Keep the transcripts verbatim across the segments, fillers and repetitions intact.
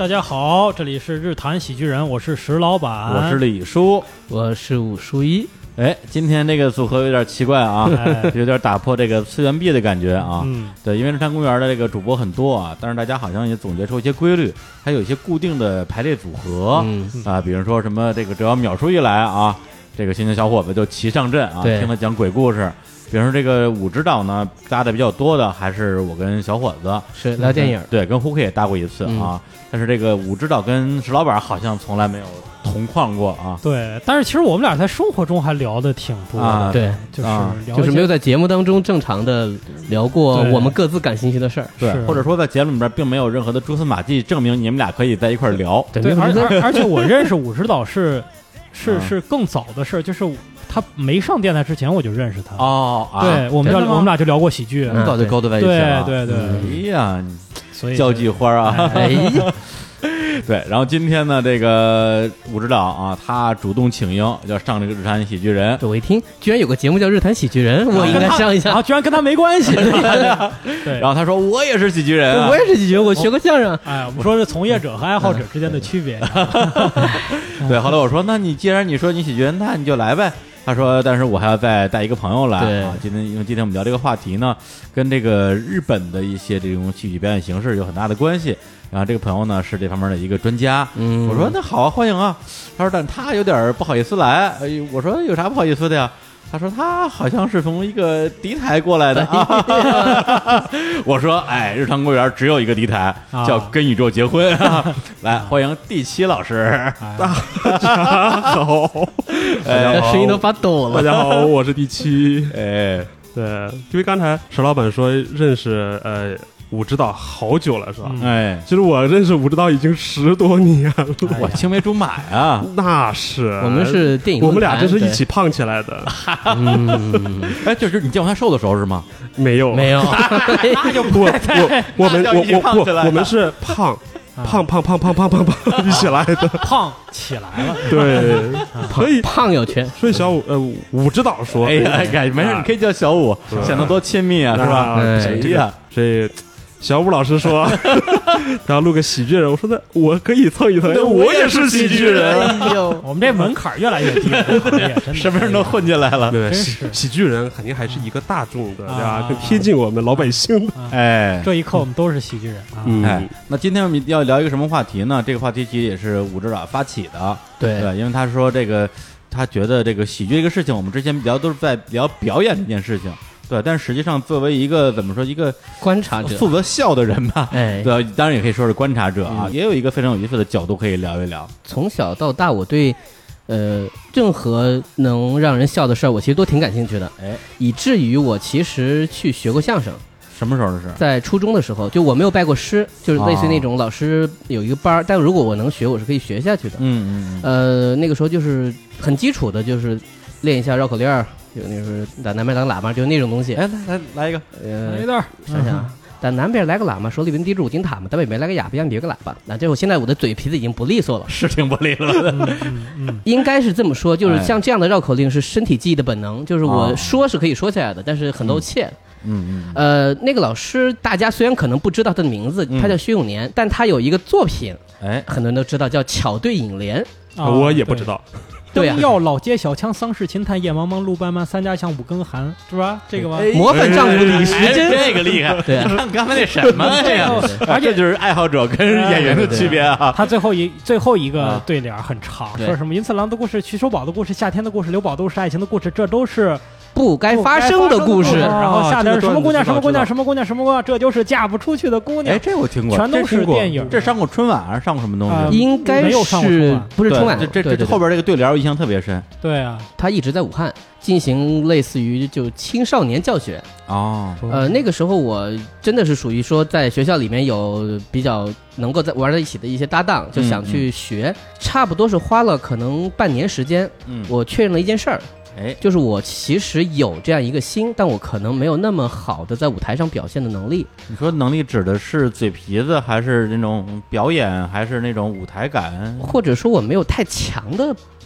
大家好，这里是日坛喜剧人，我是石老板， 我是李叔， 我是武书一。 哎，今天这个组合有点奇怪啊，哎、有点打破这个次元壁的感觉啊。嗯，对，因为日坛公园的这个主播很多啊，但是大家好像也总结出一些规律，还有一些固定的排列组合、嗯、啊，比如说什么这个只要淼叔一来啊，这个新兴小伙子就齐上阵啊，听他讲鬼故事。比如说这个武指导呢，搭的比较多的还是我跟小伙子是聊电影、 嗯，对，跟胡克也搭过一次啊。嗯、但是这个武指导跟石老板好像从来没有同框过啊。 对，但是其实我们俩在生活中还聊的挺多的， 啊、 对， 就是聊、 啊、就是没有在节目当中正常的聊过我们各自感兴趣的事儿， 对，或者说在节目里面并没有任何的蛛丝马迹证明你们俩可以在一块聊。 对，而而而且我认识武指导是是是更早的事儿，就是。他没上电台之前我就认识他哦， 对，啊、我们聊我们俩就聊过喜剧， 很早就勾搭在一起了， 对对对， 哎呀， 所以交际花啊， 哎呀， 对，然后今天呢，这个武指导啊，他主动请缨要上这个日坛喜剧人， 我一听居然有个节目叫日坛喜剧人，我应该上一下， 啊，居然跟他没关系， 对，然后他说我也是喜剧人、啊， 我也是喜剧人，我学过相声， 哎，我们说是从业者和爱好者之间的区别， 对，后来我说，那你既然你说你喜剧人，那你就来呗。他说：“但是我还要再带一个朋友来啊！今天因为今天我们聊这个话题呢，跟这个日本的一些这种戏剧表演形式有很大的关系。然后这个朋友呢是这方面的一个专家。嗯，我说那好啊，欢迎啊。他说，但他有点不好意思来。哎，我说有啥不好意思的呀？他说他好像是从一个敌台过来的啊。我说，哎，日坛公园只有一个敌台，叫跟宇宙结婚啊。来，欢迎第七老师。 大家好。” 哎，声音都发抖了。 大家好，我是第七。 哎， 对，因为刚才石老板说认识呃武指导好久了，是吧？ 哎， 其实我认识武指导已经十多年了。 哇，青梅竹马呀！ 那是， 我们是电影， 我们俩真是一起胖起来的。 嗯，哎，就是你见过他瘦的时候是吗？ 没有， 没有。 那就不我我我们我我我我们是胖。胖胖胖胖胖胖胖一起来的， 胖起来了， 对，所以胖有权。 所以小武呃武指导说， 哎呀，没事，你可以叫小武，显得多亲密啊，是吧？ 哎呀，所以小武老师说，然后录个喜剧人，我说的我可以蹭一蹭，我也是喜剧人。 哎呦，我们这门槛越来越低了， 什么人都混进来了。 对，喜喜剧人肯定还是一个大众的，对吧？更贴近我们老百姓的。 哎， 这一刻我们都是喜剧人啊。 哎，那今天我们要聊一个什么话题呢？这个话题其实也是武指导发起的， 对对，因为他说这个，他觉得这个喜剧这个事情，我们之前聊都是在聊表演这件事情。对，但实际上作为一个怎么说一个观察者， 负责笑的人吧， 哎， 对，当然也可以说是观察者啊，嗯、也有一个非常有意思的角度可以聊一聊。 从小到大，我对呃任何能让人笑的事儿，我其实都挺感兴趣的， 哎， 以至于我其实去学过相声。 什么时候的事？ 在初中的时候，就我没有拜过师，就是类似于那种老师有一个班、哦、但如果我能学，我是可以学下去的。 嗯嗯呃，那个时候就是很基础的，就是练一下绕口令儿。就那时候打南边来个喇叭，就那种东西。 哎，来来来一个， 呃， 来一段， 想想啊，打南边来个喇嘛，手里边提着五金塔嘛，打北边来个哑巴，让别个喇叭。那这我现在我的嘴皮子已经不利索了， 是挺不利索的。 嗯嗯嗯、 应该是这么说，就是像这样的绕口令是身体记忆的本能，就是我说是可以说起来的，但是很露怯。 嗯嗯。 呃，那个老师大家虽然可能不知道他的名字，他叫薛永年，但他有一个作品， 哎， 很多人都知道，叫《巧对影联》。 啊， 我也不知道。 对啊， 要老街小巷，丧事秦探，夜茫茫，路漫漫，三家巷，五更寒，是吧？这个吗？ 模范丈夫李时珍， 这个厉害。 对， 看刚才那什么呀？而且就是爱好者跟演员的区别啊。 他最后一最后一个对联很长，说什么银次郎的故事、徐守宝的故事、夏天的故事、刘宝都是爱情的故事，这都是不该发生的故事。 然后下边什么姑娘，什么姑娘，什么姑娘，什么姑娘，这就是嫁不出去的姑娘。 哎，这我听过， 全都是电影。 这上过春晚还是上过什么东西？ 应该没有上过春晚， 不是春晚。 这这这后边这个对联我印象特别深。 对啊， 他一直在武汉进行类似于就青少年教学哦。 呃，那个时候我真的是属于说在学校里面有比较能够在玩在一起的一些搭档，就想去学，嗯嗯、差不多是花了可能半年时间。嗯，我确认了一件事儿。 哎， 就是我其实有这样一个心，但我可能没有那么好的在舞台上表现的能力。 你说能力指的是嘴皮子，还是那种表演，还是那种舞台感？ 或者说我没有太强的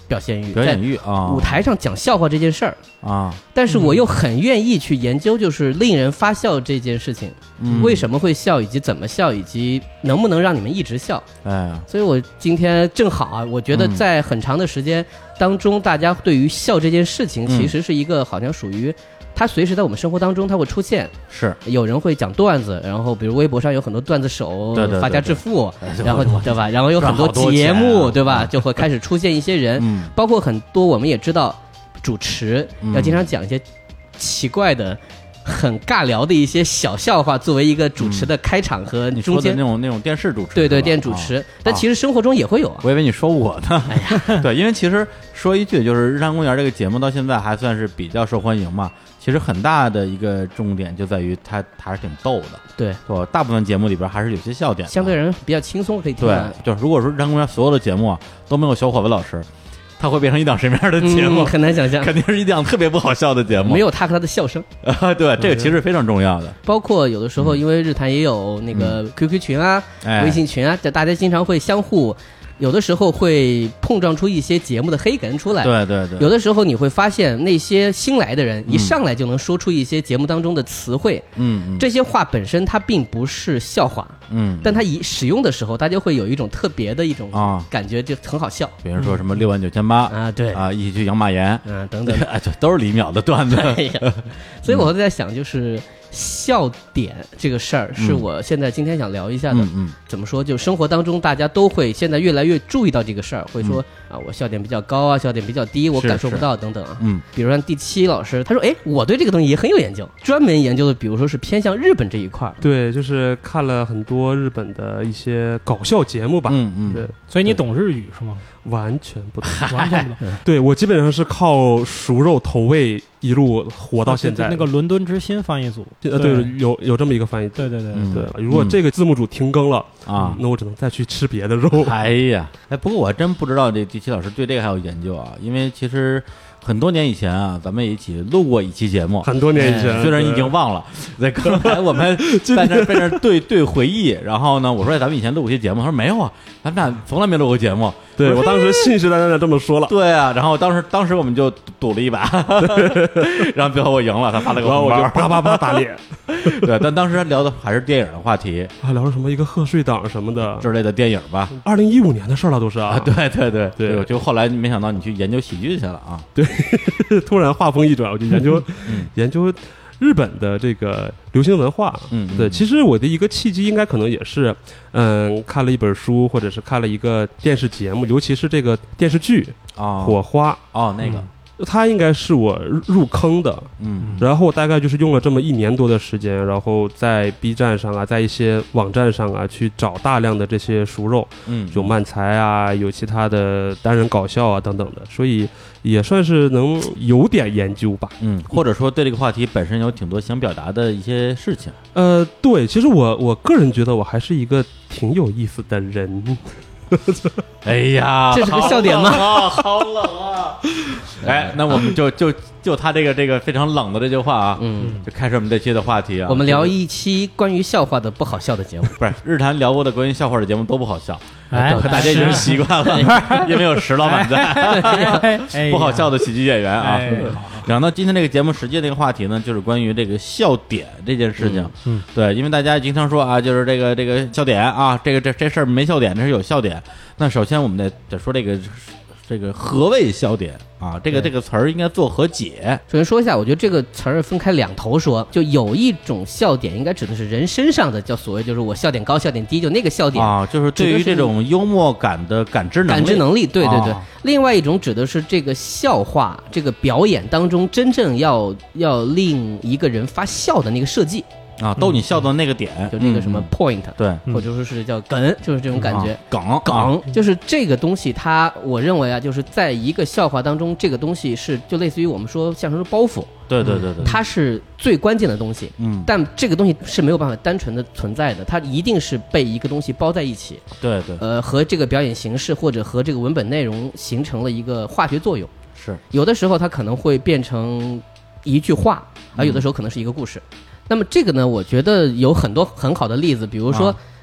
表现欲， 表演欲啊， 舞台上讲笑话这件事儿啊， 但是我又很愿意去研究，就是令人发笑这件事情， 嗯、 为什么会笑，以及怎么笑，以及能不能让你们一直笑。 哎， 所以我今天正好啊，我觉得在很长的时间当中，大家对于笑这件事情，其实是一个好像属于。它随时在我们生活当中，它会出现。 是有人会讲段子，然后比如微博上有很多段子手对对对对发家致富，然后对吧？然后有很多节目，啊、对吧？就会开始出现一些人，嗯、包括很多我们也知道，主持、嗯、要经常讲一些奇怪的。很尬聊的一些小笑话，作为一个主持的开场和中间、嗯、 你说的那种那种电视主持， 对对，电主持、哦，但其实生活中也会有啊。 我以为你说我呢，哎呀，对，因为其实说一句，就是《日坛公园》这个节目到现在还算是比较受欢迎嘛。其实很大的一个重点就在于它还是挺逗的， 对， 对，大部分节目里边还是有些笑点， 相对人比较轻松可以听。 对，就是如果说《日坛公园》所有的节目啊都没有小伙子老师。他会变成一档什么样的节目？ 嗯、很难想象， 肯定是一档特别不好笑的节目。 没有他和他的笑声啊，对，这个其实非常重要的。 包括有的时候，因为日坛也有那个 Q Q 群啊、 嗯、 微信群啊，这大家经常会相互。有的时候会碰撞出一些节目的黑梗出来， 对对对。 有的时候你会发现那些新来的人、嗯、一上来就能说出一些节目当中的词汇， 嗯, 嗯， 这些话本身它并不是笑话， 嗯， 但它一使用的时候，大家会有一种特别的一种感觉，就很好笑。 啊、比如说什么六万九千八啊，对啊，一起去养马岩， 嗯、啊，等等， 哎，对，都是李淼的段子。 哎呀，所以我在想，就是笑点这个事儿，是我现在今天想聊一下的。 嗯嗯， 怎么说？就生活当中，大家都会现在越来越注意到这个事儿，会说、嗯、啊，我笑点比较高啊，笑点比较低，我感受不到等等啊。 嗯， 比如像第七老师，他说，哎，我对这个东西也很有研究，专门研究的，比如说是偏向日本这一块。 对，就是看了很多日本的一些搞笑节目吧。 嗯嗯， 对， 所以你懂日语是吗？ 完全不懂， 完全不懂。 对，我基本上是靠熟肉投喂一路活到现在。 那个伦敦之心翻译组， 呃，对，有有这么一个翻译组。 对对对、 嗯、 对。如果这个字幕组停更了啊、 嗯，那我只能再去吃别的肉。 哎呀，哎，不过我还真不知道这第七老师对这个还有研究啊，因为其实。很多年以前啊，咱们也一起录过一期节目。 很多年以前， 哎、虽然你已经忘了，在刚才我们在那在那对对回忆，然后呢，我说、哎、咱们以前录过一期节目，他说没有啊，咱们俩从来没录过节目。 对，我当时信誓旦旦的这么说了。 对啊，然后当时当时我们就赌了一把，然后最后我赢了，他发了个红包， 然后我就叭叭叭打脸。 对，但当时聊的还是电影的话题啊，聊了什么一个贺岁档什么的之类的电影吧。 二零一五年的事了，都是啊。 啊对对对对， 对就后来没想到你去研究喜剧去了啊。 对，突然话锋一转，我就研究、嗯、研究日本的这个流行文化。 嗯， 对，其实我的一个契机应该可能也是，嗯，看了一本书，或者是看了一个电视节目，尤其是这个电视剧啊， 火花哦，那个。 嗯它应该是我入坑的， 嗯， 然后我大概就是用了这么一年多的时间，然后在 B 站上啊，在一些网站上啊，去找大量的这些熟肉， 嗯， 有漫才啊，有其他的单人搞笑啊等等的，所以也算是能有点研究吧， 嗯，或者说对这个话题本身有挺多想表达的一些事情。 呃，对，其实我我个人觉得我还是一个挺有意思的人。 哎呀， 这是个笑点吗？ 啊，好冷啊！哎，那我们就就就他这个这个非常冷的这句话啊， 嗯， 就开始我们这期的话题啊。 我们聊一期关于笑话的不好笑的节目， 不是日坛聊过的关于笑话的节目都不好笑， 哎， 大家已经习惯了，因为有石老板在， 哎、 不好笑的喜剧演员啊。 哎、 然后呢，今天这个节目实际这个话题呢，就是关于这个笑点这件事情。 嗯， 对，因为大家经常说啊，就是这个这个笑点啊，这个这这事儿没笑点，这是有笑点。那首先我们得得说这个这个何谓笑点啊？这个这个词儿应该作何解？ 首先说一下，我觉得这个词儿分开两头说，就有一种笑点应该指的是人身上的，叫所谓就是我笑点高笑点低，就那个笑点啊，就是对于这种幽默感的感知能力， 感知能力，对对对。 啊、 另外一种指的是这个笑话这个表演当中真正要要令一个人发笑的那个设计。 啊，逗你笑到那个点， 嗯、就那个什么 point，、 嗯、对， 或者说是叫梗，就是这种感觉。 啊、梗梗、 啊、 就是这个东西它，它我认为啊，就是在一个笑话当中，这个东西是就类似于我们说相声的包袱。 对对对对， 它是最关键的东西。 嗯， 但这个东西是没有办法单纯的存在的，它一定是被一个东西包在一起。 对对， 呃，和这个表演形式或者和这个文本内容形成了一个化学作用。 是， 有的时候它可能会变成一句话，而有的时候可能是一个故事。嗯，那么这个呢，我觉得有很多很好的例子，比如说，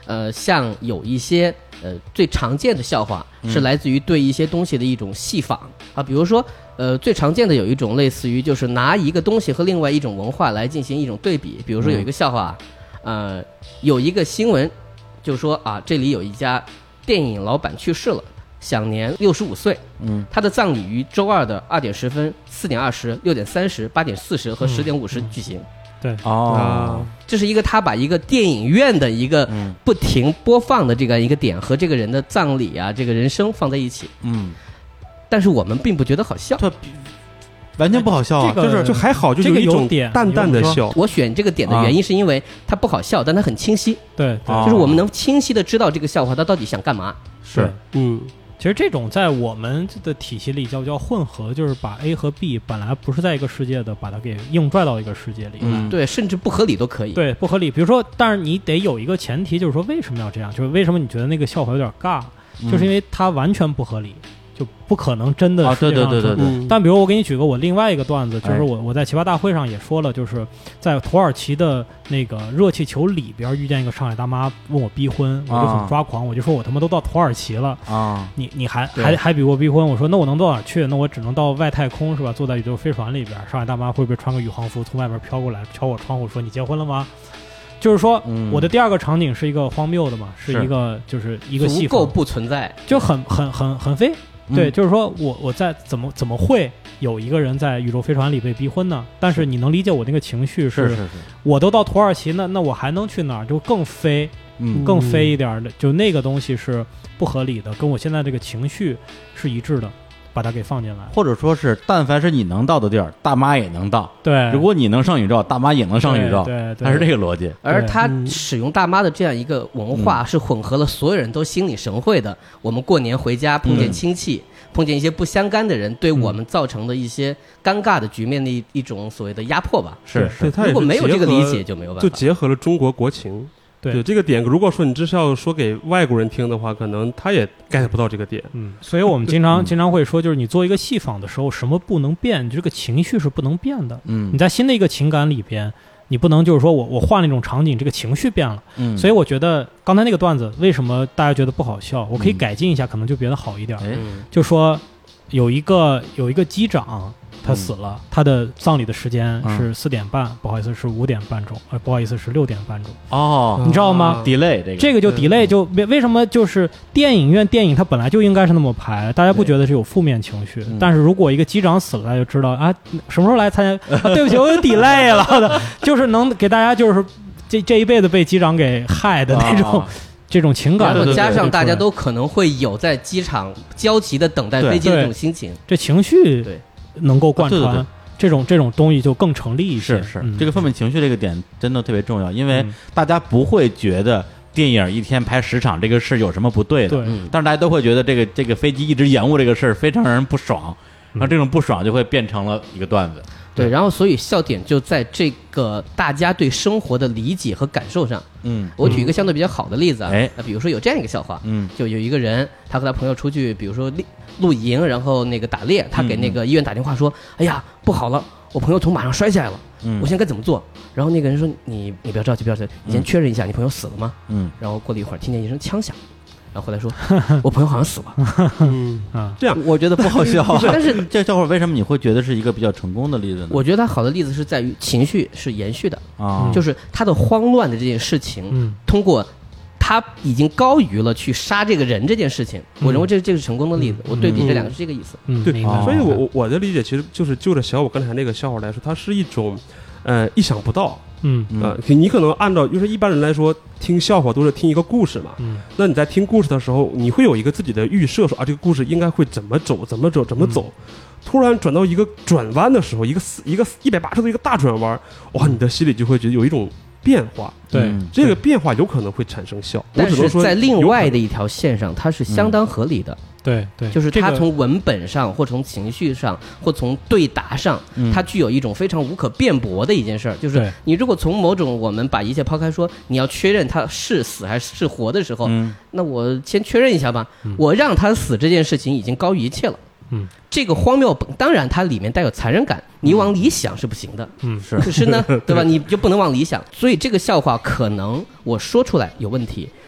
呃，像有一些呃最常见的笑话是来自于对一些东西的一种戏仿、嗯、啊，比如说呃最常见的有一种类似于就是拿一个东西和另外一种文化来进行一种对比，比如说有一个笑话、嗯、呃有一个新闻就说啊，这里有一家电影老板去世了，享年六十五岁。嗯，他的葬礼于周二的二点十分、四点二十、六点三十、八点四十和十点五十举行。 对哦， 这是一个他把一个电影院的一个不停播放的这个一个点和这个人的葬礼啊，这个人生放在一起。嗯，但是我们并不觉得好笑， 完全不好笑啊， 这个、 就是就还好，就是有一种淡淡的笑。 我选这个点的原因是因为它不好笑，但它很清晰。 对，对就是我们能清晰的知道这个笑话它到底想干嘛。 是， 嗯。 其实这种在我们的体系里叫叫混合，就是把 A 和 B 本来不是在一个世界的，把它给硬拽到一个世界里。 嗯，对，甚至不合理都可以。 对，不合理。比如说，但是你得有一个前提，就是说为什么要这样？就是为什么你觉得那个笑话有点尬？嗯、就是因为它完全不合理。就不可能真的是这样、啊、对对对对对。但比如我给你举个我另外一个段子，就是我我在奇葩大会上也说了，就是在土耳其的那个热气球里边遇见一个上海大妈问我逼婚，我就很抓狂，啊、我就说我他妈都到土耳其了啊，你你还还还比我逼婚？我说那我能到哪儿去？那我只能到外太空是吧？坐在宇宙飞船里边，上海大妈会不会穿个宇航服从外边飘过来敲我窗户说你结婚了吗？就是说、嗯、我的第二个场景是一个荒谬的嘛，是一个就是一个戏足够不存在， 就很很很很飞。对，就是说我我在怎么怎么会有一个人在宇宙飞船里被逼婚呢？但是你能理解我那个情绪是， 是是是我都到土耳其那那我还能去哪儿？就更飞，嗯，更飞一点的，就那个东西是不合理的，跟我现在这个情绪是一致的。把它给放进来， 或者说是但凡是你能到的地儿，大妈也能到。 对， 如果你能上宇宙，大妈也能上宇宙。 对，对对， 它是这个逻辑。 而他使用大妈的这样一个文化，是混合了所有人都心领神会的。嗯、我们过年回家碰见亲戚，嗯、碰见一些不相干的人，对我们造成的一些尴尬的局面的一一种所谓的压迫吧。 是是， 如果没有这个理解，就没有办法。 就结合了中国国情。对这个点，如果说你这是要说给外国人听的话，可能他也 get 不到这个点。 嗯，所以我们经常、嗯、经常会说，就是你做一个戏仿的时候，什么不能变？这个情绪是不能变的。嗯，你在新的一个情感里边，你不能就是说我我换了一种场景，这个情绪变了。嗯，所以我觉得刚才那个段子为什么大家觉得不好笑？我可以改进一下，嗯、可能就变得好一点。嗯，就说有一个有一个机长。他死了、嗯，他的葬礼的时间是四点半、嗯，不好意思是五点半钟，呃，不好意思是六点半钟。 哦， 你知道吗 ？delay 这个这个就 delay 就为为什么就是电影院电影它本来就应该是那么排，大家不觉得是有负面情绪，但是如果一个机长死了，大家就知道啊什么时候来参加、啊？对不起，我有 delay 了，就是能给大家就是这这一辈子被机长给害的那种。啊这种情感， 然后加上大家都可能会有在机场焦急的等待飞机的这种心情， 这情绪对能够贯穿， 啊、对对对这种这种东西就更成立一些。 是是、嗯，这个负面情绪这个点真的特别重要，因为大家不会觉得电影一天拍十场这个事有什么不对的， 对， 但是大家都会觉得这个这个飞机一直延误这个事非常让人不爽，然后这种不爽就会变成了一个段子。 对，然后所以笑点就在这个大家对生活的理解和感受上。嗯，我举一个相对比较好的例子啊，哎、嗯，比如说有这样一个笑话，嗯，就有一个人他和他朋友出去，比如说露营，然后那个打猎，他给那个医院打电话说，嗯、哎呀，不好了，我朋友从马上摔下来了，嗯，我现在该怎么做？然后那个人说，你你不要着急，不要着急，你先确认一下，你朋友死了吗？嗯，然后过了一会儿，听见一声枪响。然后后来说，我朋友好像死了。 嗯啊，这样我觉得不好笑。 但是这笑话为什么你会觉得是一个比较成功的例子呢？ 我觉得它好的例子是在于情绪是延续的啊，就是他的慌乱的这件事情，嗯，通过他已经高于了去杀这个人这件事情，嗯、我认为这这是成功的例子。嗯、我对比这两个是这个意思。 嗯，对，所以我我的理解其实就是就着小我刚才那个笑话来说，它是一种呃意想不到。嗯啊、呃，你可能按照就是一般人来说，听笑话都是听一个故事嘛。嗯，那你在听故事的时候，你会有一个自己的预设，说啊，这个故事应该会怎么走，怎么走，怎么走。嗯、突然转到一个转弯的时候，一个一个一百八十度一个大转弯，哇，你的心里就会觉得有一种变化。 对、 嗯，这个变化有可能会产生笑， 但是在另外的一条线上，它是相当合理的。嗯对对， 就是它从文本上，或从情绪上，或从对答上，它具有一种非常无可辩驳的一件事儿。就是你如果从某种我们把一切抛开说，你要确认他是死还是活的时候，那我先确认一下吧。我让他死这件事情已经高于一切了。嗯，这个荒谬当然它里面带有残忍感，你往里想是不行的。嗯，是。可是呢，对吧？你就不能往里想，所以这个笑话可能我说出来有问题。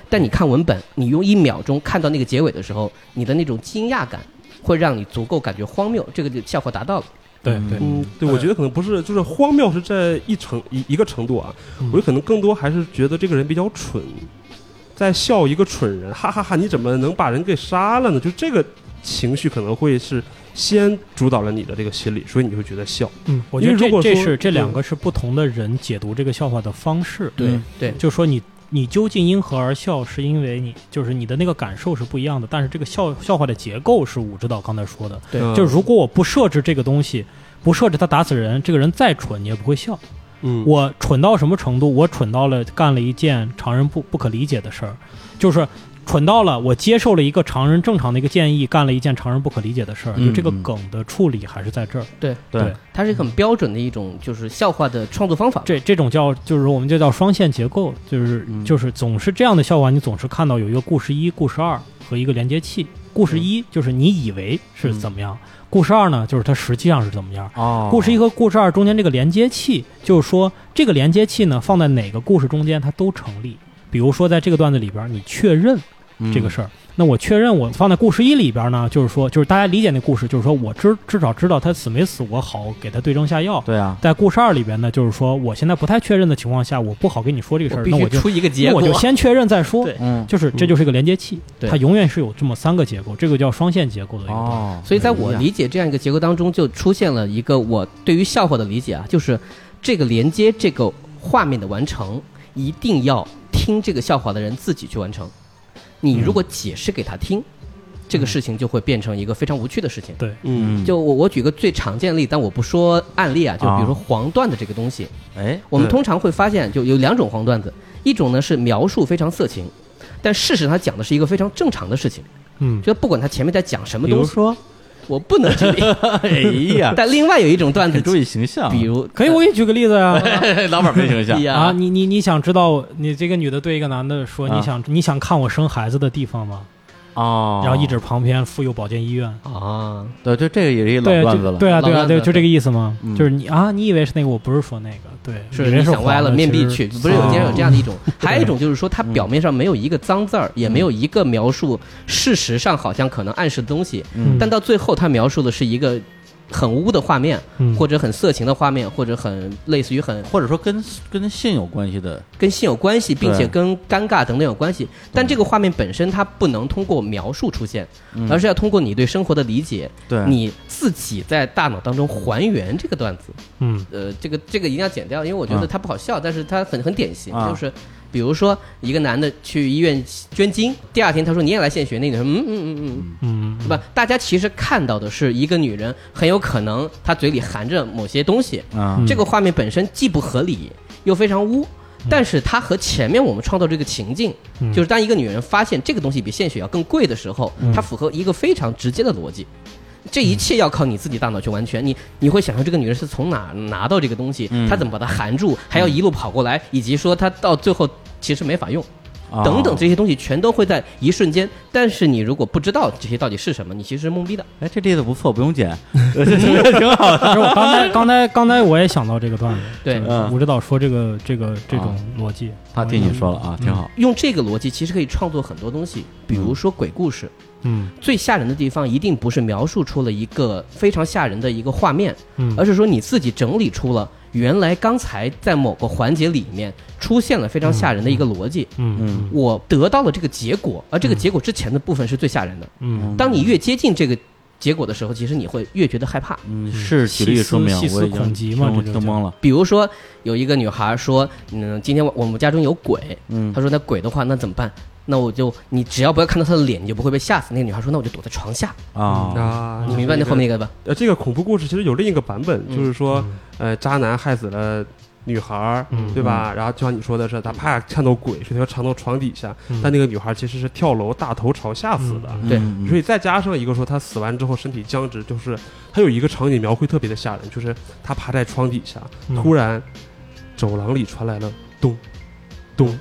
但你看文本，你用一秒钟看到那个结尾的时候，你的那种惊讶感会让你足够感觉荒谬，这个效果达到了。 对对， 嗯，对，我觉得可能不是，就是荒谬是在一程一一个程度啊，我觉得可能更多还是觉得这个人比较蠢，在笑一个蠢人，哈哈哈！你怎么能把人给杀了呢？就这个情绪可能会是先主导了你的这个心理，所以你会觉得笑。 嗯，我觉得这这是这两个是不同的人解读这个笑话的方式。 对对， 就说你。你究竟因何而笑，是因为你就是你的那个感受是不一样的，但是这个笑笑话的结构是武指导刚才说的。 对， 就是如果我不设置这个东西，不设置他打死人，这个人再蠢你也不会笑。 嗯， 我蠢到什么程度？我蠢到了干了一件常人不不可理解的事儿，就是蠢到了我接受了一个常人正常的一个建议，干了一件常人不可理解的事儿。嗯、就这个梗的处理还是在这儿。 对对， 它是很标准的一种就是笑话的创作方法。 这这种叫就是我们就叫双线结构，就是、嗯、就是总是这样的笑话，你总是看到有一个故事一、故事二和一个连接器。故事一就是你以为是怎么样。嗯，故事二呢，就是它实际上是怎么样。 哦， 故事一和故事二中间这个连接器，就是说这个连接器呢放在哪个故事中间它都成立。比如说在这个段子里边，你确认这个事儿、嗯，那我确认我放在故事一里边呢，就是说，就是大家理解那故事，就是说我知至少知道他死没死，我好给他对症下药。 对啊， 在故事二里边呢，就是说我现在不太确认的情况下，我不好跟你说这个事儿，那我就出一个结果， 那我就先确认再说。 对， 嗯，就是这就是一个连接器，它永远是有这么三个结构，这个叫双线结构的一个。 哦， 所以在我理解这样一个结构当中，就出现了一个我对于笑话的理解啊，就是这个连接这个画面的完成，一定要听这个笑话的人自己去完成。你如果解释给他听、嗯、这个事情就会变成一个非常无趣的事情。 对， 嗯，就我我举个最常见的例子，但我不说案例啊，就比如说黄段子这个东西。哎、啊，我们通常会发现就有两种黄段子，一种呢是描述非常色情，但事实他讲的是一个非常正常的事情。嗯，就不管他前面在讲什么东西， 比如说我不能举例。 哎呀， 但另外有一种段子注意形象， 比如可以我给你举个例子啊。 老板没形象啊，你你你想知道你这个女的对一个男的说、啊、你想你想看我生孩子的地方吗？ 哦， 然后一指旁边妇幼保健医院啊， 对，就这个也是一老段子了。 对啊，对啊，对，就这个意思吗？ 嗯、 就是你啊，你以为是那个，我不是说那个，对， 是你想歪了，面壁去，不是有经常有这样的一种，还有一种就是说，它表面上没有一个脏字儿，也没有一个描述事实上好像可能暗示的东西，嗯、但到最后它描述的是一个很污的画面、嗯，或者很色情的画面，或者很类似于很， 或者说跟跟性有关系的， 跟性有关系，并且跟尴尬等等有关系。但这个画面本身它不能通过描述出现，嗯、而是要通过你对生活的理解， 对， 你自己在大脑当中还原这个段子。嗯，呃，这个这个一定要剪掉，因为我觉得它不好笑，啊、但是它很很典型，啊、就是。比如说，一个男的去医院捐精，第二天他说你也来献血，那个人说嗯嗯嗯嗯嗯，对吧？大家其实看到的是一个女人很有可能她嘴里含着某些东西，啊，这个画面本身既不合理又非常污，但是它和前面我们创造这个情境，嗯、就是当一个女人发现这个东西比献血要更贵的时候，嗯、它符合一个非常直接的逻辑。这一切要靠你自己大脑去完全，你你会想象这个女人是从哪拿到这个东西，她怎么把它含住，还要一路跑过来，以及说她到最后其实没法用，等等这些东西全都会在一瞬间。但是你如果不知道这些到底是什么，你其实是懵逼的。 哎，这例子不错，不用剪，挺好的。 我刚才刚才刚才我也想到这个段子， 对， 武指导说这个这个这种逻辑， 他替你说了啊，挺好。 用这个逻辑其实可以创作很多东西，比如说鬼故事。 嗯， 最吓人的地方一定不是描述出了一个非常吓人的一个画面，嗯，而是说你自己整理出了原来刚才在某个环节里面出现了非常吓人的一个逻辑， 嗯嗯， 我得到了这个结果，而这个结果之前的部分是最吓人的， 嗯， 当你越接近这个结果的时候，其实你会越觉得害怕。 嗯，是举例说明， 细思恐极嘛， 我都懵了。 比如说有一个女孩说，嗯，今天我们家中有鬼，嗯，她说那鬼的话那怎么办？那我就你只要不要看到他的脸，你就不会被吓死。那个女孩说：“那我就躲在床下。” 啊啊，你明白那后面那个吧？ 呃，这个恐怖故事其实有另一个版本，嗯、就是说，呃，渣男害死了女孩，嗯、对吧？嗯、然后就像你说的是，他怕看到鬼，所以他要藏到床底下。嗯、但那个女孩其实是跳楼大头朝下死的。 嗯、对， 所以再加上一个说她死完之后身体僵直，就是他有一个场景描绘特别的吓人，就是他趴在床底下，嗯、突然走廊里传来了咚咚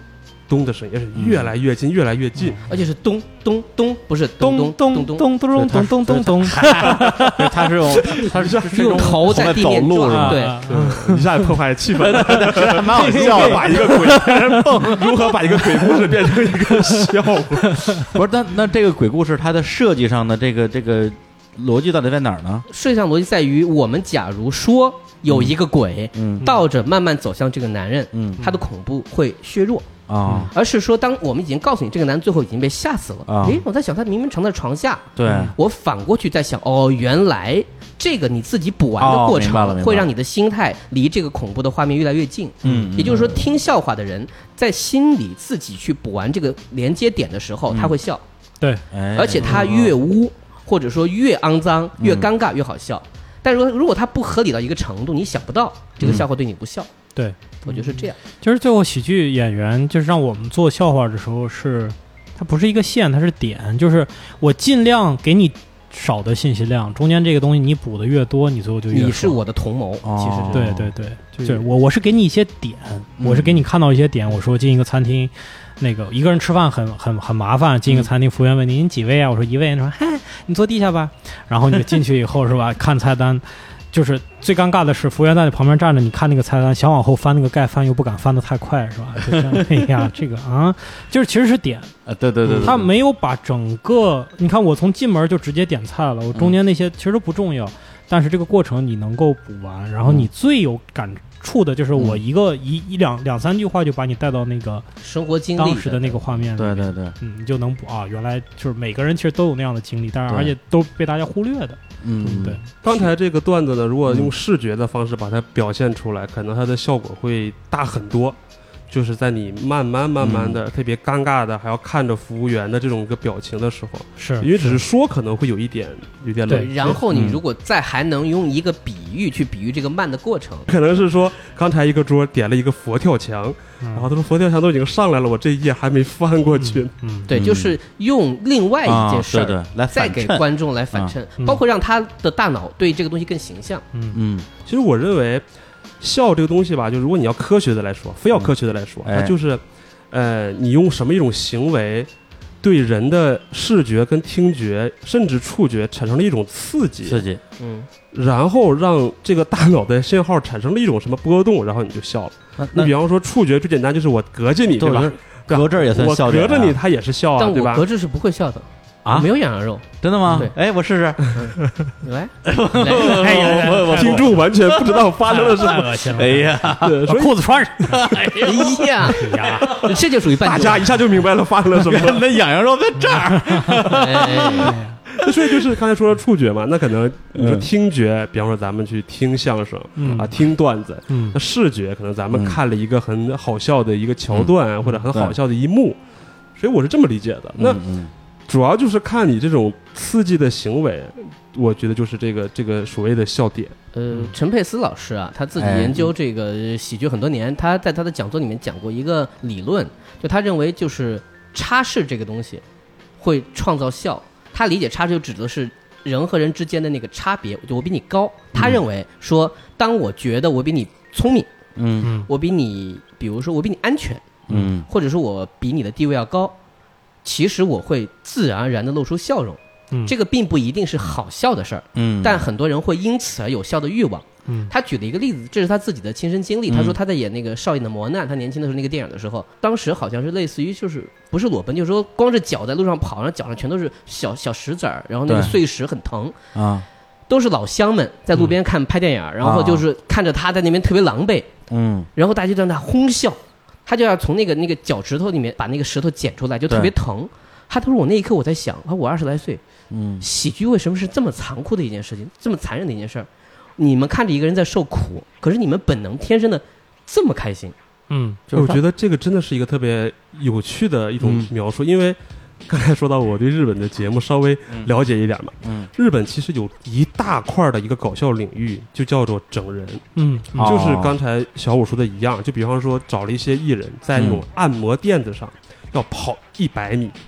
咚的声音，也是越来越近，越来越近， 而且是咚咚咚，不是咚咚咚咚咚咚咚咚咚咚。 他是用他是用头在地面撞，对， 一下破坏气氛， 蛮好笑的。 把一个鬼如何把一个鬼故事变成一个笑话？ 不是，那那这个鬼故事它的设计上的这个这个逻辑到底在哪儿呢？ 设计上逻辑在于，我们假如说有一个鬼，嗯，倒着慢慢走向这个男人，嗯，他的恐怖会削弱。啊，而是说，当我们已经告诉你这个男人最后已经被吓死了，啊，诶，我在想他明明藏在床下， 对， 我反过去在想，哦，原来这个你自己补完的过程，哦，会让你的心态离这个恐怖的画面越来越近，嗯，也就是说，听笑话的人在心里自己去补完这个连接点的时候，嗯，他会笑， 对， 而且他越污，或者说越肮脏、越尴尬越好笑。嗯，但是如果他不合理到一个程度，你想不到这个笑话对你不笑。嗯， 对， 我觉得是这样。 就是最后喜剧演员就是让我们做笑话的时候是，它不是一个线，它是点，就是我尽量给你少的信息量，中间这个东西你补的越多，你最后就越。 你是我的同谋， 哦， 其实是。 对对对，对我我是给你一些点，我是给你看到一些点。我说进一个餐厅，那个一个人吃饭很很很麻烦，进一个餐厅，服务员问你您几位啊？我说一位，你说嗨，你坐地下吧。然后你进去以后是吧，看菜单。就是最尴尬的是，服务员在你旁边站着，你看那个菜单，想往后翻那个盖翻，又不敢翻得太快，是吧？就这样，哎呀，这个啊，就是其实是点啊，对对 对, 对， 他没有把整个，你看我从进门就直接点菜了，我中间那些其实都不重要，嗯，但是这个过程你能够补完，然后你最有感触的就是我一个、嗯、一一两两三句话就把你带到那个生活经历当时的那个画面， 对对对， 嗯，你就能补啊，原来就是每个人其实都有那样的经历，但是而且都被大家忽略的。 嗯， 对。 刚才这个段子呢，如果用视觉的方式把它表现出来，嗯，可能它的效果会大很多。就是在你慢慢慢慢的、嗯、特别尴尬的，还要看着服务员的这种一个表情的时候， 是因为只是说可能会有一点有点累。 对，然后你如果再还能用一个比喻去比喻这个慢的过程， 可能是说刚才一个桌点了一个佛跳墙，嗯，然后他说佛跳墙都已经上来了，我这一页还没翻过去。 嗯，嗯对，就是用另外一件事儿， 啊，对对，来再给观众来反衬，啊，包括让他的大脑对这个东西更形象。 嗯嗯， 其实我认为。笑这个东西吧，就如果你要科学的来说，非要科学的来说，嗯，它就是，呃，你用什么一种行为，对人的视觉跟听觉，甚至触觉产生了一种刺激， 刺激， 嗯， 然后让这个大脑的信号产生了一种什么波动，然后你就笑了。你比方说触觉最简单就是我隔着你，对吧？ 隔着也算笑点， 我隔着你，它也是笑啊，对吧？ 但我隔着是不会笑的。啊，没有痒痒肉， 真的吗？哎，我试试。 来， 我我听众完全不知道发生了什么。 哎呀， 把裤子穿上。 哎呀，这就属于半。 大家一下就明白了发生了什么。 那痒痒肉在这儿。 所以就是刚才说的触觉嘛，那可能你说听觉，比方说咱们去听相声啊，听段子。那视觉可能咱们看了一个很好笑的一个桥段或者很好笑的一幕，所以我是这么理解的。那。主要就是看你这种刺激的行为，我觉得就是这个这个所谓的笑点。 呃，陈佩斯老师啊，他自己研究这个喜剧很多年，他在他的讲座里面讲过一个理论，就他认为就是差势这个东西会创造笑。他理解差势就指的是人和人之间的那个差别，就我比你高。他认为说，当我觉得我比你聪明， 嗯， 我比你，比如说我比你安全， 嗯， 或者说我比你的地位要高。其实我会自然而然地露出笑容，嗯，这个并不一定是好笑的事儿， 嗯， 但很多人会因此而有笑的欲望， 嗯。 他举了一个例子，这是他自己的亲身经历。他说他在演那个《少爷的磨难》，他年轻的时候那个电影的时候，当时好像是类似于就是不是裸奔，就是说光着脚在路上跑，然后脚上全都是小小石子儿，然后那个碎石很疼啊， 都是老乡们在路边看拍电影，然后就是看着他在那边特别狼狈， 嗯， 然后大家就在那哄笑。他就要从那个那个脚趾头里面把那个石头捡出来，就特别疼。他说我那一刻我在想，我二十来岁， 嗯， 喜剧为什么是这么残酷的一件事情，这么残忍的一件事儿？你们看着一个人在受苦，可是你们本能天生的这么开心， 嗯， 就是我觉得这个真的是一个特别有趣的一种描述，嗯，因为刚才说到我对日本的节目稍微了解一点嘛， 嗯， 日本其实有一大块的一个搞笑领域，就叫做整人， 嗯， 就是刚才小五说的一样，就比方说找了一些艺人在那种按摩垫子上要跑一百米，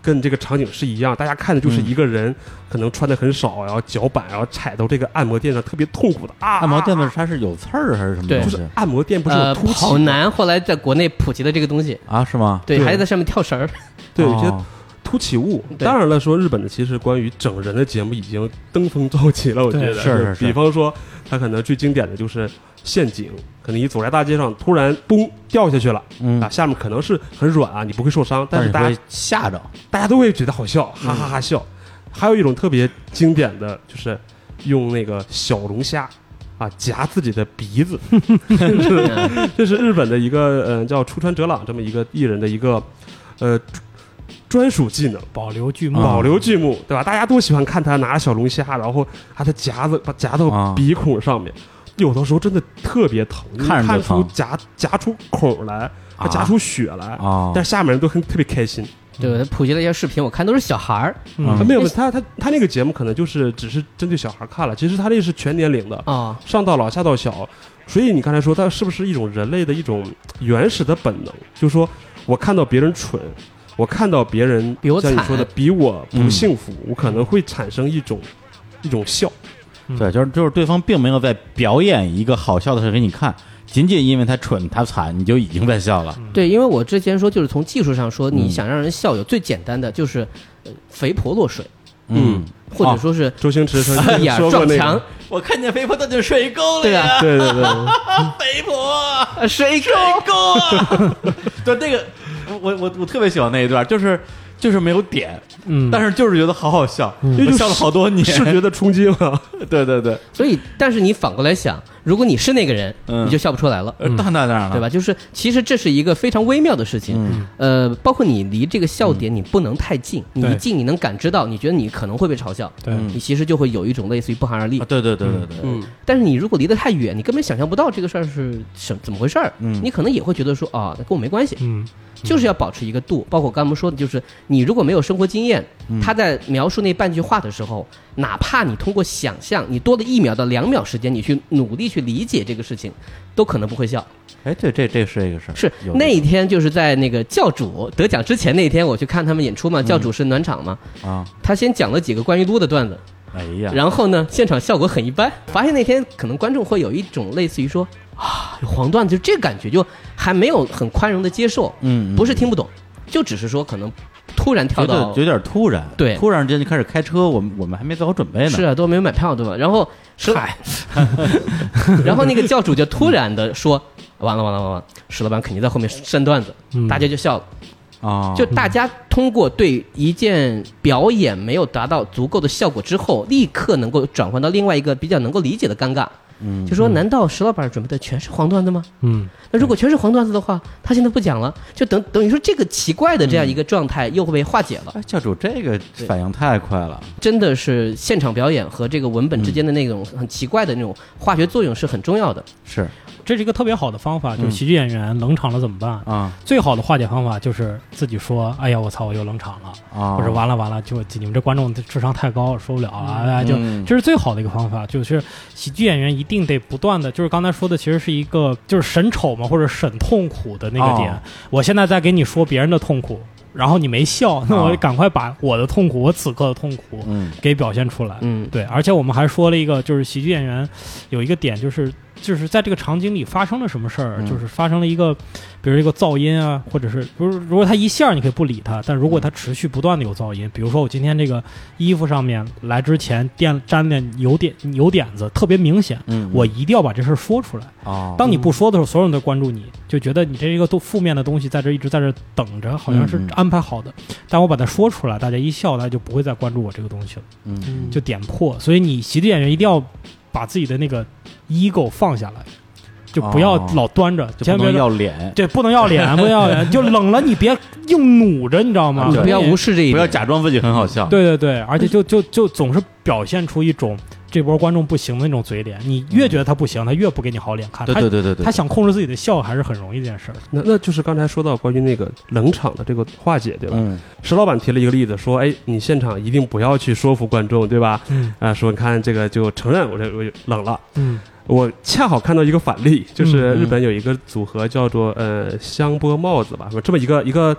跟这个场景是一样，大家看的就是一个人、嗯、可能穿的很少，然后脚板然后踩到这个按摩垫上特别痛苦的啊。 按摩垫子它是有刺儿还是什么东西？ 就是按摩垫不是有凸起、呃、 好难，后来在国内普及的这个东西啊，是吗？ 对，还在上面跳绳儿。 对，有些凸起物。当然了，说日本的其实关于整人的节目已经登峰造极了，我觉得是是是。 比方说，它可能最经典的就是陷阱，可能你走在大街上，突然嘣掉下去了，嗯啊，下面可能是很软啊，你不会受伤，但是大家吓着， 大家都会觉得好笑，哈哈哈笑。嗯、还有一种特别经典的就是用那个小龙虾。啊，夹自己的鼻子，这是这是日本的一个嗯、呃、叫出川哲朗这么一个艺人的一个呃专属技能， 保留剧目， 保留剧目，对吧？大家都喜欢看他拿着小龙虾，然后他的夹子把夹到鼻孔上面，啊、有的时候真的特别疼， 看看出夹夹出孔来，还夹出血来，啊、但是下面人都很特别开心。 对，他普及了一些视频，我看都是小孩儿。 嗯，没有，他他他那个节目可能就是只是针对小孩看了，其实他那是全年龄的啊，上到老下到小。所以你刚才说，它是不是一种人类的一种原始的本能？就是说我看到别人蠢，我看到别人比我像你说的比我不幸福，嗯、我可能会产生一种一种笑。 对，就是就是对方并没有在表演一个好笑的事给你看。仅仅因为他蠢他惨，你就已经在笑了。 对，因为我之前说，就是从技术上说，你想让人笑，有最简单的就是、呃、肥婆落水， 嗯， 或者说是、 哦、周星驰一眼撞墙， 我看见肥婆掉进水沟里，对啊， 对对对， 肥婆水沟，水沟，对，那个我我我特别喜欢那一段，就是。就是没有点，嗯，但是就是觉得好好笑，因为、嗯、笑了好多年， 视觉的冲击嘛。 对对对， 所以，但是你反过来想，如果你是那个人，嗯、你就笑不出来了。 嗯，当然了， 对吧？就是其实这是一个非常微妙的事情。嗯，呃，包括你离这个笑点你不能太近，嗯、你一近你能感知到，你觉得你可能会被嘲笑， 对， 你其实就会有一种类似于不寒而栗。 啊、对对对对对， 嗯。但是你如果离得太远，你根本想象不到这个事儿是什怎么回事儿，嗯，你可能也会觉得说啊，那跟我没关系，嗯。就是要保持一个度，包括刚才我们说的，就是你如果没有生活经验，嗯、他在描述那半句话的时候，哪怕你通过想象，你多了一秒到两秒时间，你去努力去理解这个事情，都可能不会笑。 哎，对，这这是一个事儿。 是那一天，就是在那个教主得奖之前那一天，我去看他们演出嘛，教主是暖场嘛，啊、嗯，他先讲了几个关于撸的段子。 哎呀， 然后呢，现场效果很一般。发现那天可能观众会有一种类似于说啊，黄段子就这个感觉，就还没有很宽容的接受，嗯，不是听不懂，就只是说可能突然跳到有点突然， 对， 突然间就开始开车，我们我们还没做好准备呢， 是啊，都没有买票对吧？然后是，然后那个教主就突然的说，完了完了完了，石老板肯定在后面删段子，嗯、大家就笑了。 啊， 就大家通过对一件表演没有达到足够的效果之后，立刻能够转换到另外一个比较能够理解的尴尬。嗯，就说难道石老板准备的全是黄段子吗？嗯，那如果全是黄段子的话，他现在不讲了，就等等于说这个奇怪的这样一个状态又会被化解了。 哎，教主这个反应太快了， 真的是现场表演和这个文本之间的那种很奇怪的那种化学作用是很重要的。 是。 这是一个特别好的方法，就是喜剧演员冷场了怎么办啊？最好的化解方法就是自己说：“哎呀，我操，我又冷场了啊！”或者完了完了，就你们这观众智商太高，受不了了，哎，就这是最好的一个方法。就是喜剧演员一定得不断的，就是刚才说的，其实是一个就是审丑嘛，或者审痛苦的那个点。我现在在给你说别人的痛苦。然后你没笑，那我赶快把我的痛苦，我此刻的痛苦，嗯，给表现出来。嗯，对。而且我们还说了一个，就是喜剧演员有一个点，就是就是在这个场景里发生了什么事儿，嗯、就是发生了一个，比如一个噪音啊，或者是不是，如果他一下你可以不理他，但如果他持续不断的有噪音，比如说我今天这个衣服上面来之前垫沾点油点油点子特别明显，嗯，我一定要把这事儿说出来。哦，当你不说的时候，所有人都关注你，就觉得你这一个都负面的东西在这一直在这等着，好像是安排好的。嗯、但我把它说出来，大家一笑，大家就不会再关注我这个东西了。嗯，就点破。所以你喜剧演员一定要把自己的那个 ego 放下来。就不要老端着， 就不能要脸， 对，不能要脸，不能要脸，就冷了你别硬努着，你知道吗？ 你不要无视这一点， 不要假装自己很好笑。 对对对，而且就就就总是表现出一种这波观众不行的那种嘴脸，你越觉得他不行，他越不给你好脸看。 对对对对对， 他想控制自己的笑还是很容易一件事。 那那就是刚才说到关于那个冷场的这个化解，对吧？嗯。石老板提了一个例子，说，哎，你现场一定不要去说服观众，对吧？嗯。啊，说你看这个就承认我这我冷了。嗯。我恰好看到一个反例，就是日本有一个组合叫做呃香波帽子吧，这么一个一个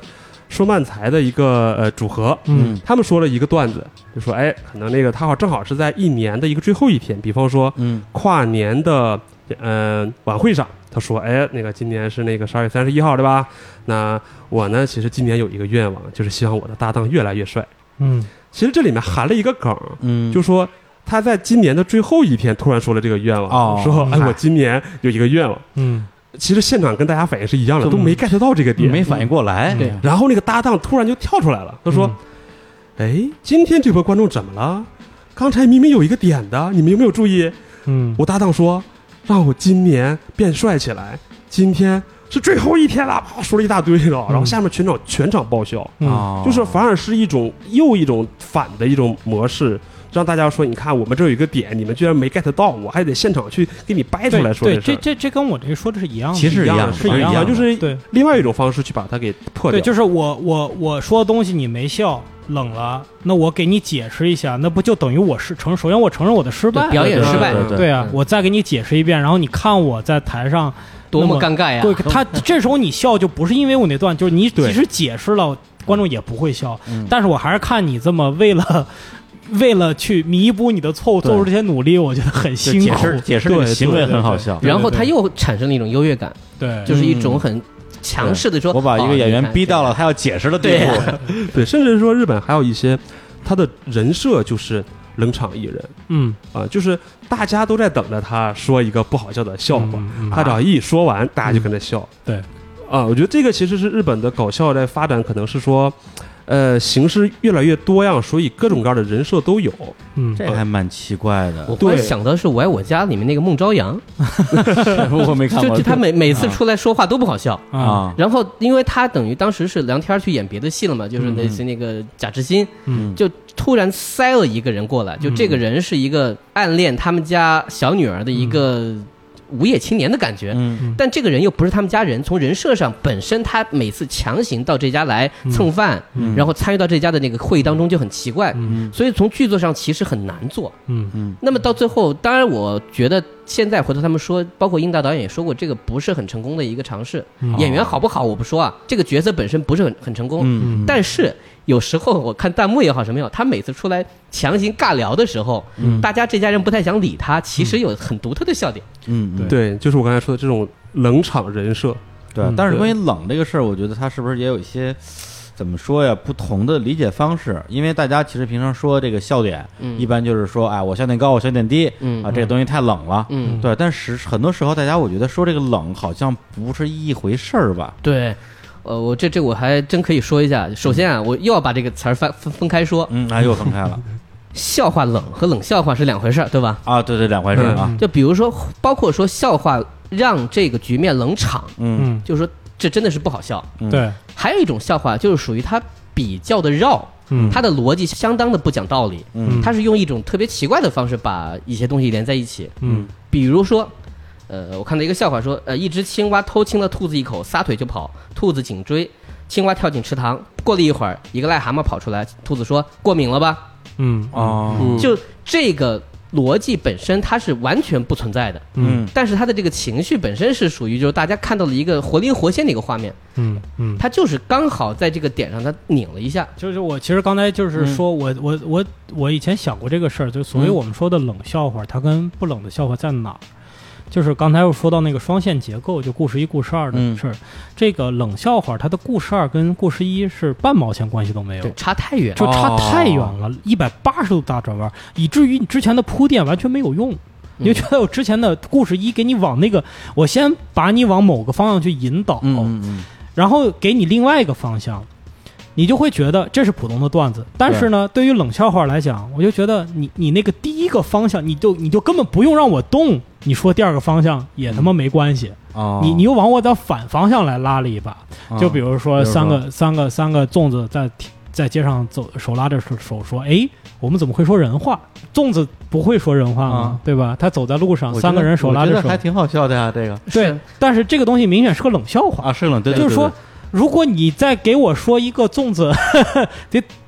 说漫才的一个呃组合，嗯，他们说了一个段子，就说哎，可能那个他好正好是在一年的一个最后一天，比方说，嗯，跨年的嗯、呃、晚会上，他说哎，那个今年是那个十二月三十一号对吧？那我呢，其实今年有一个愿望，就是希望我的搭档越来越帅。嗯，其实这里面含了一个梗，嗯，就说他在今年的最后一天突然说了这个愿望，哦、说哎，我今年有一个愿望，嗯。其实现场跟大家反应是一样的，都没 get 到这个点， 没反应过来。 对， 然后那个搭档突然就跳出来了，他说：“哎、嗯，今天这波观众怎么了？刚才明明有一个点的，你们有没有注意？”嗯，我搭档说：“让我今年变帅起来，今天是最后一天了。”说了一大堆了，然后下面全场全场爆笑，嗯，就是反而是一种又一种反的一种模式。让大家说，你看我们这有一个点，你们居然没 get 到，我还得现场去给你掰出来说这事。 对，这这这跟我这个说的是一样的， 其实一样是一样， 就是对另外一种方式去把它给破掉。 对，就是我我我说的东西你没笑，冷了，那我给你解释一下，那不就等于我是承首先我承认我的失败， 表演失败， 对, 对, 对啊，我再给你解释一遍，然后你看我在台上多么尴尬呀。 对，他这时候你笑就不是因为我那段，就是你即使解释了，观众也不会笑，但是我还是看你这么为了。为了去弥补你的错误，做出这些努力，我觉得很辛苦。 解释解释你的行为很好笑， 然后他又产生了一种优越感， 对， 就是一种很强势的说， 我把一个演员逼到了他要解释的地步。 对，甚至说日本还有一些他的人设就是冷场艺人，嗯啊，就是大家都在等着他说一个不好笑的笑话，他只要一说完，大家就跟着笑。 对， 啊，我觉得这个其实是日本的搞笑在发展，可能是说。呃，形式越来越多样，所以各种各样的人设都有。 嗯，这还蛮奇怪的。 我忽然想到是《我爱我家》里面那个孟朝阳， 我没看过。 就他每每次出来说话都不好笑啊。然后，因为他等于当时是梁天去演别的戏了嘛，就是类似那个贾志新，嗯，就突然塞了一个人过来，就这个人是一个暗恋他们家小女儿的一个。无业青年的感觉，嗯，但这个人又不是他们家人，从人设上本身他每次强行到这家来蹭饭，嗯，然后参与到这家的那个会议当中就很奇怪，嗯，所以从剧作上其实很难做，嗯嗯。那么到最后，当然我觉得现在回头他们说，包括英达导演也说过，这个不是很成功的一个尝试。嗯、演员好不好我不说啊，这个角色本身不是很很成功，嗯，但是。有时候我看弹幕也好什么也好，他每次出来强行尬聊的时候，嗯，大家这家人不太想理他，其实有很独特的笑点。 嗯，对，对，就是我刚才说的这种冷场人设。 对，嗯、但是关于冷这个事儿，我觉得他是不是也有一些怎么说呀？不同的理解方式。因为大家其实平常说这个笑点，嗯、一般就是说，哎，我笑点高，我笑点低，嗯啊，这个东西太冷了，嗯，对。但是很多时候，大家我觉得说这个冷好像不是一回事儿吧？ 对。呃，我这这我还真可以说一下。首先啊，我又要把这个词儿分分分开说。 嗯，啊，又分开了。 笑话冷和冷笑话是两回事，对吧？ 啊，对对，两回事啊。 就比如说，包括说笑话让这个局面冷场，嗯，就是说这真的是不好笑。 对。 还有一种笑话就是属于它比较的绕，嗯，它的逻辑相当的不讲道理，嗯，它是用一种特别奇怪的方式把一些东西连在一起，嗯，比如说。呃，我看到一个笑话说，呃，一只青蛙偷亲了兔子一口，撒腿就跑，兔子紧追，青蛙跳进池塘。过了一会儿，一个癞蛤蟆跑出来，兔子说：“过敏了吧？”嗯哦，就这个逻辑本身它是完全不存在的，嗯，但是它的这个情绪本身是属于就是大家看到了一个活灵活现的一个画面，嗯嗯，它就是刚好在这个点上它拧了一下。 就是我其实刚才就是说、嗯、我我我我以前想过这个事儿，就所谓我们说的冷笑话，它跟不冷的笑话在哪儿？就是刚才我说到那个双线结构，就故事一、故事二的事儿、嗯。这个冷笑话，它的故事二跟故事一是半毛钱关系都没有， 对，差太远， 就差太远了，一百八十度大转弯，以至于你之前的铺垫完全没有用。你就觉得我之前的故事一给你往那个，我先把你往某个方向去引导，嗯嗯，然后给你另外一个方向。你就会觉得这是普通的段子，但是呢，对于冷笑话来讲，我就觉得你你那个第一个方向，你就你就根本不用让我动，你说第二个方向也他妈没关系，哦、你你又往我的反方向来拉了一把，哦、就比如说三个三个三个粽子在在街上走，手拉着手说，哎，我们怎么会说人话？粽子不会说人话吗？嗯、对吧？他走在路上，三个人手拉着手， 我觉得还挺好笑的呀，这个对，但是这个东西明显是个冷笑话啊，是冷，对， 就是说。如果你再给我说一个粽子得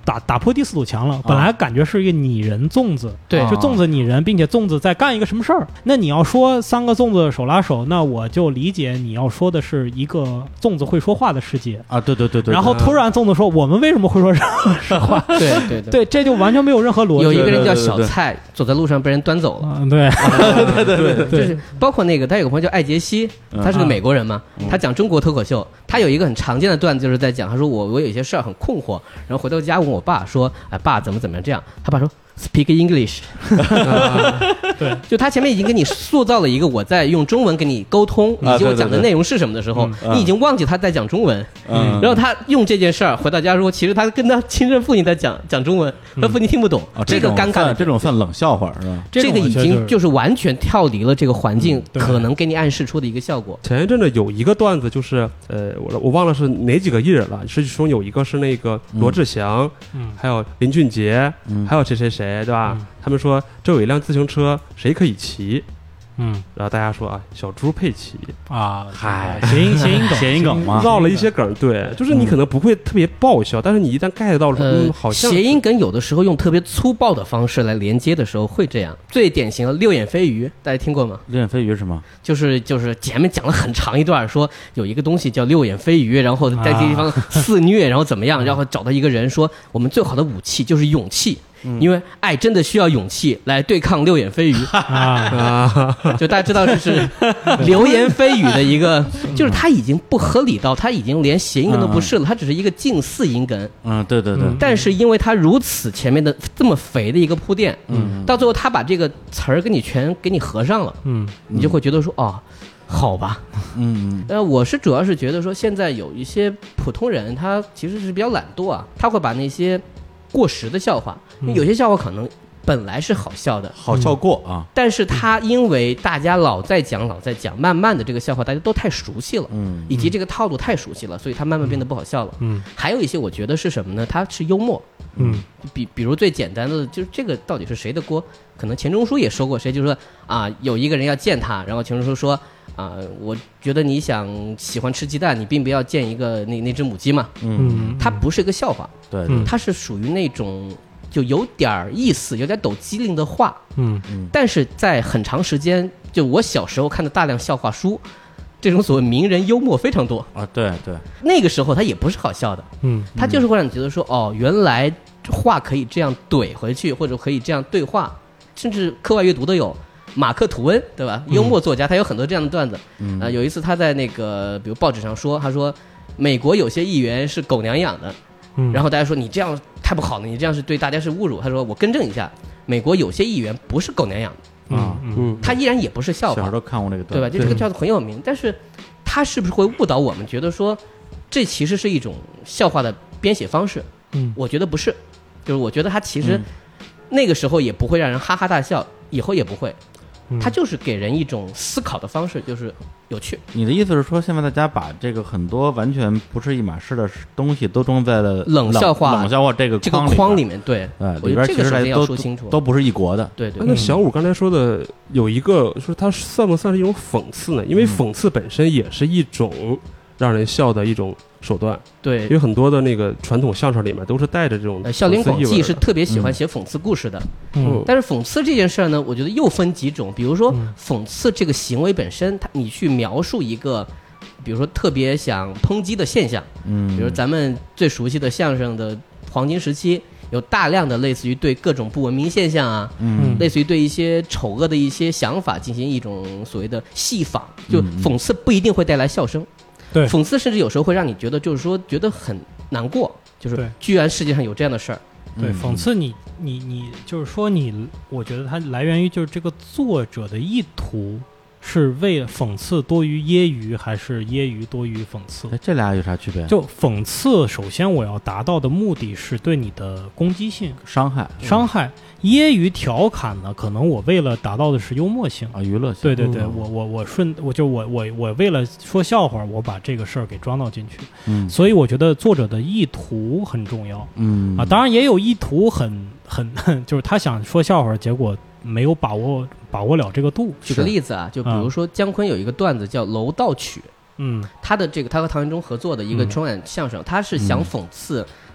打打破第四堵墙了。本来感觉是一个拟人粽子， 对， 就粽子拟人，并且粽子在干一个什么事儿。那你要说三个粽子手拉手，那我就理解你要说的是一个粽子会说话的世界啊，对对对对。 然后突然粽子说：“我们为什么会说实话？” 对对对， 对，这就完全没有任何逻辑。 有一个人叫小蔡，走在路上被人端走了。 嗯，对对对对， 就是包括那个他有个朋友叫艾杰西，他是个美国人嘛，他讲中国脱口秀，他有一个很常见的段子，就是在讲，他说我我有一些事儿很困惑，然后回到家问我爸说，哎爸怎么怎么样这样，他爸说 Speak English 对， 就他前面已经给你塑造了一个我在用中文跟你沟通，以及我讲的内容是什么的时候，你已经忘记他在讲中文，然后他用这件事儿回到家说，其实他跟他亲生父亲在讲讲中文，他父亲听不懂，这个尴尬， 这种算冷笑话是吧？ 这个已经就是完全跳离了这个环境可能给你暗示出的一个效果。 前一阵子有一个段子，就是呃，我我忘了是哪几个艺人了，是其中有一个是那个罗志祥，嗯，还有林俊杰，嗯，还有谁谁谁，对吧？嗯，他们说这有一辆自行车，谁可以骑？嗯，然后大家说啊，小猪佩奇啊， 嗨， 谐音谐音梗， 谐音梗嘛， 绕了一些梗，对，就是你可能不会特别爆笑，嗯，但是你一旦 get 到了，嗯，好像谐音梗有的时候用特别粗暴的方式来连接的时候会这样。最典型的六眼飞鱼，大家听过吗？ 六眼飞鱼是吗？ 就是就是前面讲了很长一段，说有一个东西叫六眼飞鱼，然后在这地方肆虐，然后怎么样，然后找到一个人说，我们最好的武器就是勇气。因为爱真的需要勇气来对抗六眼飞鱼啊！就大家知道这是流言蜚语的一个，就是它已经不合理到它已经连谐音梗都不是了，它只是一个近似音梗。 嗯，对对对。 但是因为它如此前面的这么肥的一个铺垫，嗯，到最后他把这个词儿给你全给你合上了，嗯，你就会觉得说哦。好吧，嗯，呃，我是主要是觉得说，现在有一些普通人，他其实是比较懒惰啊，他会把那些过时的笑话，因为有些笑话可能本来是好笑的， 好笑过啊， 但是他因为大家老在讲，老在讲，慢慢的这个笑话大家都太熟悉了，嗯，以及这个套路太熟悉了，所以他慢慢变得不好笑了，嗯，还有一些我觉得是什么呢？他是幽默，嗯，比比如最简单的就是这个到底是谁的锅？可能钱钟书也说过，谁就说啊，有一个人要见他，然后钱钟书说。啊，我觉得你想喜欢吃鸡蛋，你并不要见一个那那只母鸡嘛。嗯，它不是一个笑话， 对， 它是属于那种就有点意思、有点抖机灵的话。嗯嗯，但是在很长时间，就我小时候看的大量笑话书，这种所谓名人幽默非常多啊。对对， 那个时候它也不是好笑的。嗯，它就是会让你觉得说，哦，原来话可以这样怼回去，或者可以这样对话，甚至课外阅读都有。马克·吐温，对吧？幽默作家，他有很多这样的段子。嗯、呃，有一次他在那个比如报纸上说，他说美国有些议员是狗娘养的，嗯、然后大家说你这样太不好了，你这样是对大家是侮辱。他说我更正一下，美国有些议员不是狗娘养的啊，嗯嗯，他依然也不是笑话。 小孩都看过这个段子， 对吧？就这个段子很有名，但是他是不是会误导我们，觉得说这其实是一种笑话的编写方式？嗯，我觉得不是，就是我觉得他其实、嗯、那个时候也不会让人哈哈大笑，以后也不会。它就是给人一种思考的方式，就是有趣。 你的意思是说，现在大家把这个很多完全不是一码事的东西都装在了冷笑话、 冷笑话这个这个框里面，对， 哎，里边其实来都都不是一国的。 对对。 那小五刚才说的有一个说，它算不算是一种讽刺呢？因为讽刺本身也是一种让人笑的一种手段。 对， 因为很多的那个传统相声里面都是带着这种呃，笑林广纪是特别喜欢写讽刺故事的。嗯，但是讽刺这件事呢，我觉得又分几种。比如说，讽刺这个行为本身，它你去描述一个，比如说特别想抨击的现象，嗯，比如咱们最熟悉的相声的黄金时期，有大量的类似于对各种不文明现象啊，嗯，类似于对一些丑恶的一些想法进行一种所谓的戏仿，就讽刺不一定会带来笑声。 对， 讽刺甚至有时候会让你觉得，就是说觉得很难过，就是居然世界上有这样的事儿。 对，讽刺你你你就是说你，我觉得它来源于就是这个作者的意图是为讽刺多于揶揄，还是揶揄多于讽刺？ 这俩有啥区别？ 就讽刺，首先我要达到的目的是对你的攻击性、 伤害、 伤害。揶揄调侃呢，可能我为了达到的是幽默性啊，娱乐性。 对对对，嗯、我我我顺，我就我我我为了说笑话，我把这个事儿给装到进去。嗯，所以我觉得作者的意图很重要。嗯啊，当然也有意图很很，就是他想说笑话，结果没有把握把握了这个度。 举个例子啊，就比如说姜昆有一个段子叫《楼道曲》。嗯，他的这个他和唐玄宗合作的一个春晚相声，嗯、他是想讽刺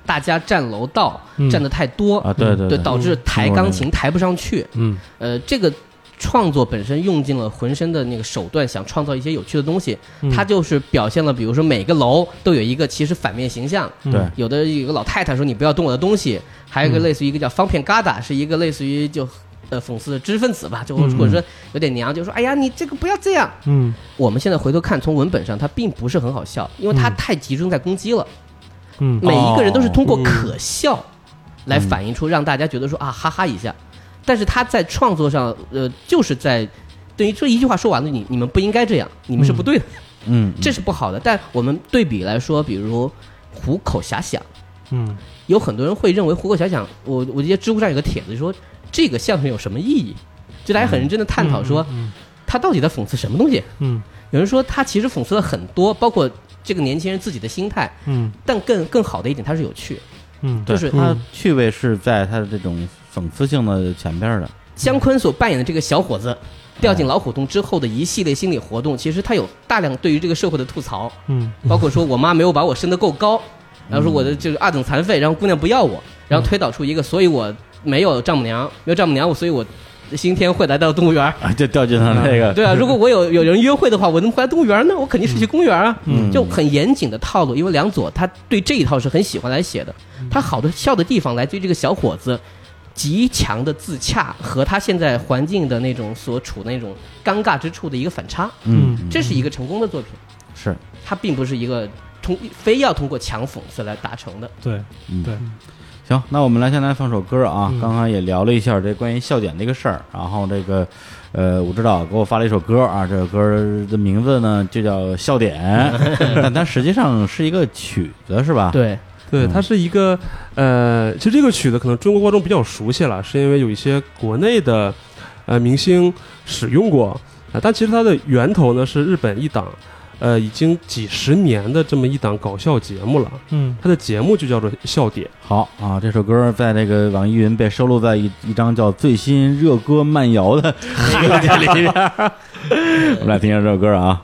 大家站楼道、嗯、站得太多啊，对对对, 对，导致抬钢琴抬不上去。 嗯， 呃，这个创作本身用尽了浑身的那个手段，想创造一些有趣的东西。嗯、它就是表现了，比如说每个楼都有一个其实反面形象。 对、嗯， 有的有个老太太说你不要动我的东西，还有一个类似于一个叫方片疙瘩，是一个类似于就。呃，讽刺的知识分子吧，就或者说有点娘，就说哎呀，你这个不要这样。 嗯， 我们现在回头看，从文本上它并不是很好笑，因为它太集中在攻击了。 嗯， 每一个人都是通过可笑来反映出让大家觉得说啊哈哈一下，但是他在创作上，呃，就是在等于这一句话说完了，你你们不应该这样，你们是不对的。 嗯， 这是不好的。但我们对比来说，比如虎口遐想， 嗯， 有很多人会认为虎口遐想，我我记得知乎上有个帖子说。这个相声有什么意义？就大家很认真的探讨说，嗯嗯嗯、他到底在讽刺什么东西？ 嗯， 有人说他其实讽刺了很多，包括这个年轻人自己的心态。 嗯， 但更更好的一点，他是有趣。 嗯， 就是他趣味是在他的这种讽刺性的前边的。 姜昆所扮演的这个小伙子掉进老虎洞之后的一系列心理活动，其实他有大量对于这个社会的吐槽。 嗯， 包括说我妈没有把我生得够高，然后说我的就是二等残废，然后姑娘不要我，然后推导出一个，所以我。没有丈母娘，没有丈母娘，所以我今天会来到动物园啊，就掉进了那个。 对啊，如果我有有人约会的话，我怎么会来动物园呢？我肯定是去公园啊。 嗯， 就很严谨的套路，因为梁左他对这一套是很喜欢来写的。他好的笑的地方来自于这个小伙子极强的自洽和他现在环境的那种所处的那种尴尬之处的一个反差。 嗯， 这是一个成功的作品。 是， 他并不是一个通非要通过强讽刺来达成的。 对， 嗯， 对。 行，那我们来先来放首歌啊。 嗯、 刚刚也聊了一下这关于笑点这个事儿，然后这个呃，我知道给我发了一首歌啊，这首歌的名字呢就叫《笑点》，但它实际上是一个曲子，是吧？ 对， 对，它是一个呃，其实这个曲子可能中国观众比较熟悉了，是因为有一些国内的呃明星使用过啊、呃，但其实它的源头呢是日本一档。呃，已经几十年的这么一档搞笑节目了， 嗯， 它的节目就叫做《笑点》。 好啊，这首歌在这个网易云被收录在一一张叫《最新热歌慢摇》的歌单里边。我们来听一下这首歌啊。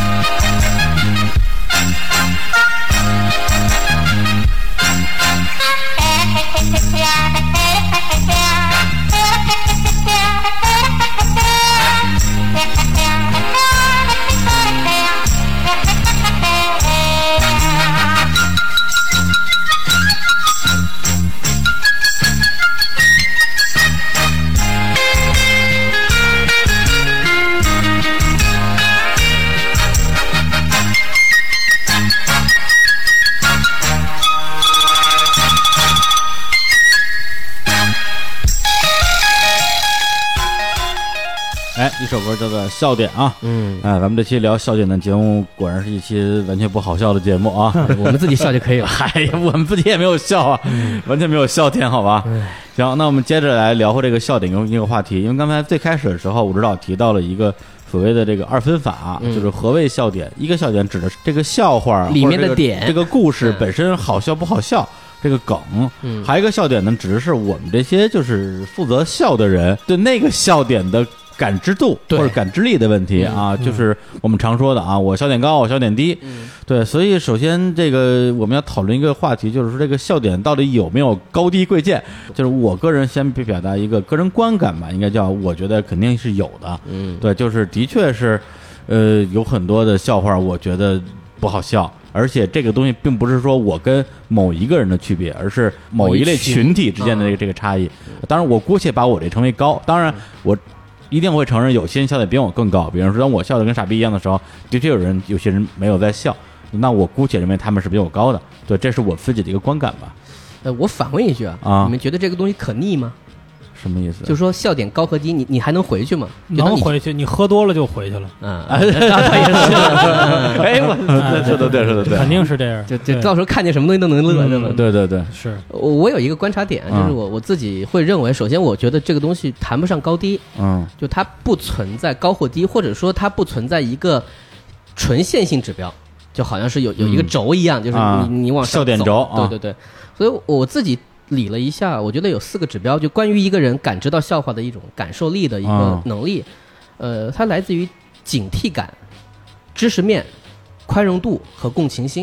哎，一首歌叫做《笑点》啊， 嗯， 哎，咱们这期聊笑点的节目，果然是一期完全不好笑的节目啊。 我们自己笑就可以了。 哎呀，我们自己也没有笑啊，嗯、完全没有笑点，好吧？ 嗯、 行，那我们接着来聊回这个笑点一个话题，因为刚才最开始的时候，我知道提到了一个所谓的这个二分法， 嗯、 就是何谓笑点？一个笑点指的是这个笑话里面的点， 这个故事本身好笑不好笑。这个梗， 嗯， 还有一个笑点呢，只是我们这些就是负责笑的人对那个笑点的感知度或者感知力的问题啊， 嗯、 就是我们常说的啊，我笑点高，我笑点低， 嗯， 对，所以首先这个我们要讨论一个话题，就是说这个笑点到底有没有高低贵贱？就是我个人先表达一个个人观感吧，应该叫我觉得肯定是有的， 嗯， 对，就是的确是，呃，有很多的笑话，我觉得不好笑。而且这个东西并不是说我跟某一个人的区别，而是某一类群体之间的这个这个差异。当然，我姑且把我这称为高。当然，我一定会承认有些人笑点比我更高。比如说，当我笑得跟傻逼一样的时候，的确有人有些人没有在笑，那我姑且认为他们是比我高的。对，这是我自己的一个观感吧。 呃，我反问一句啊， 啊你们觉得这个东西可逆吗？ 什么意思？ 就说笑点高和低，你你还能回去吗？ 能回去，你喝多了就回去了。 嗯，那也是。 哎，我说的对，说的对， 肯定是这样。 就就到时候看见什么东西都能乐，对吧？ 对对对， 是。 我有一个观察点，就是我我自己会认为，首先我觉得这个东西谈不上高低， 嗯， 就它不存在高或低，或者说它不存在一个纯线性指标，就好像是有有一个轴一样，就是你你往上笑点轴， 对对对。所以我自己理了一下，我觉得有四个指标，就关于一个人感知到笑话的一种感受力的一个能力，嗯、呃，它来自于警惕感、知识面、宽容度和共情心。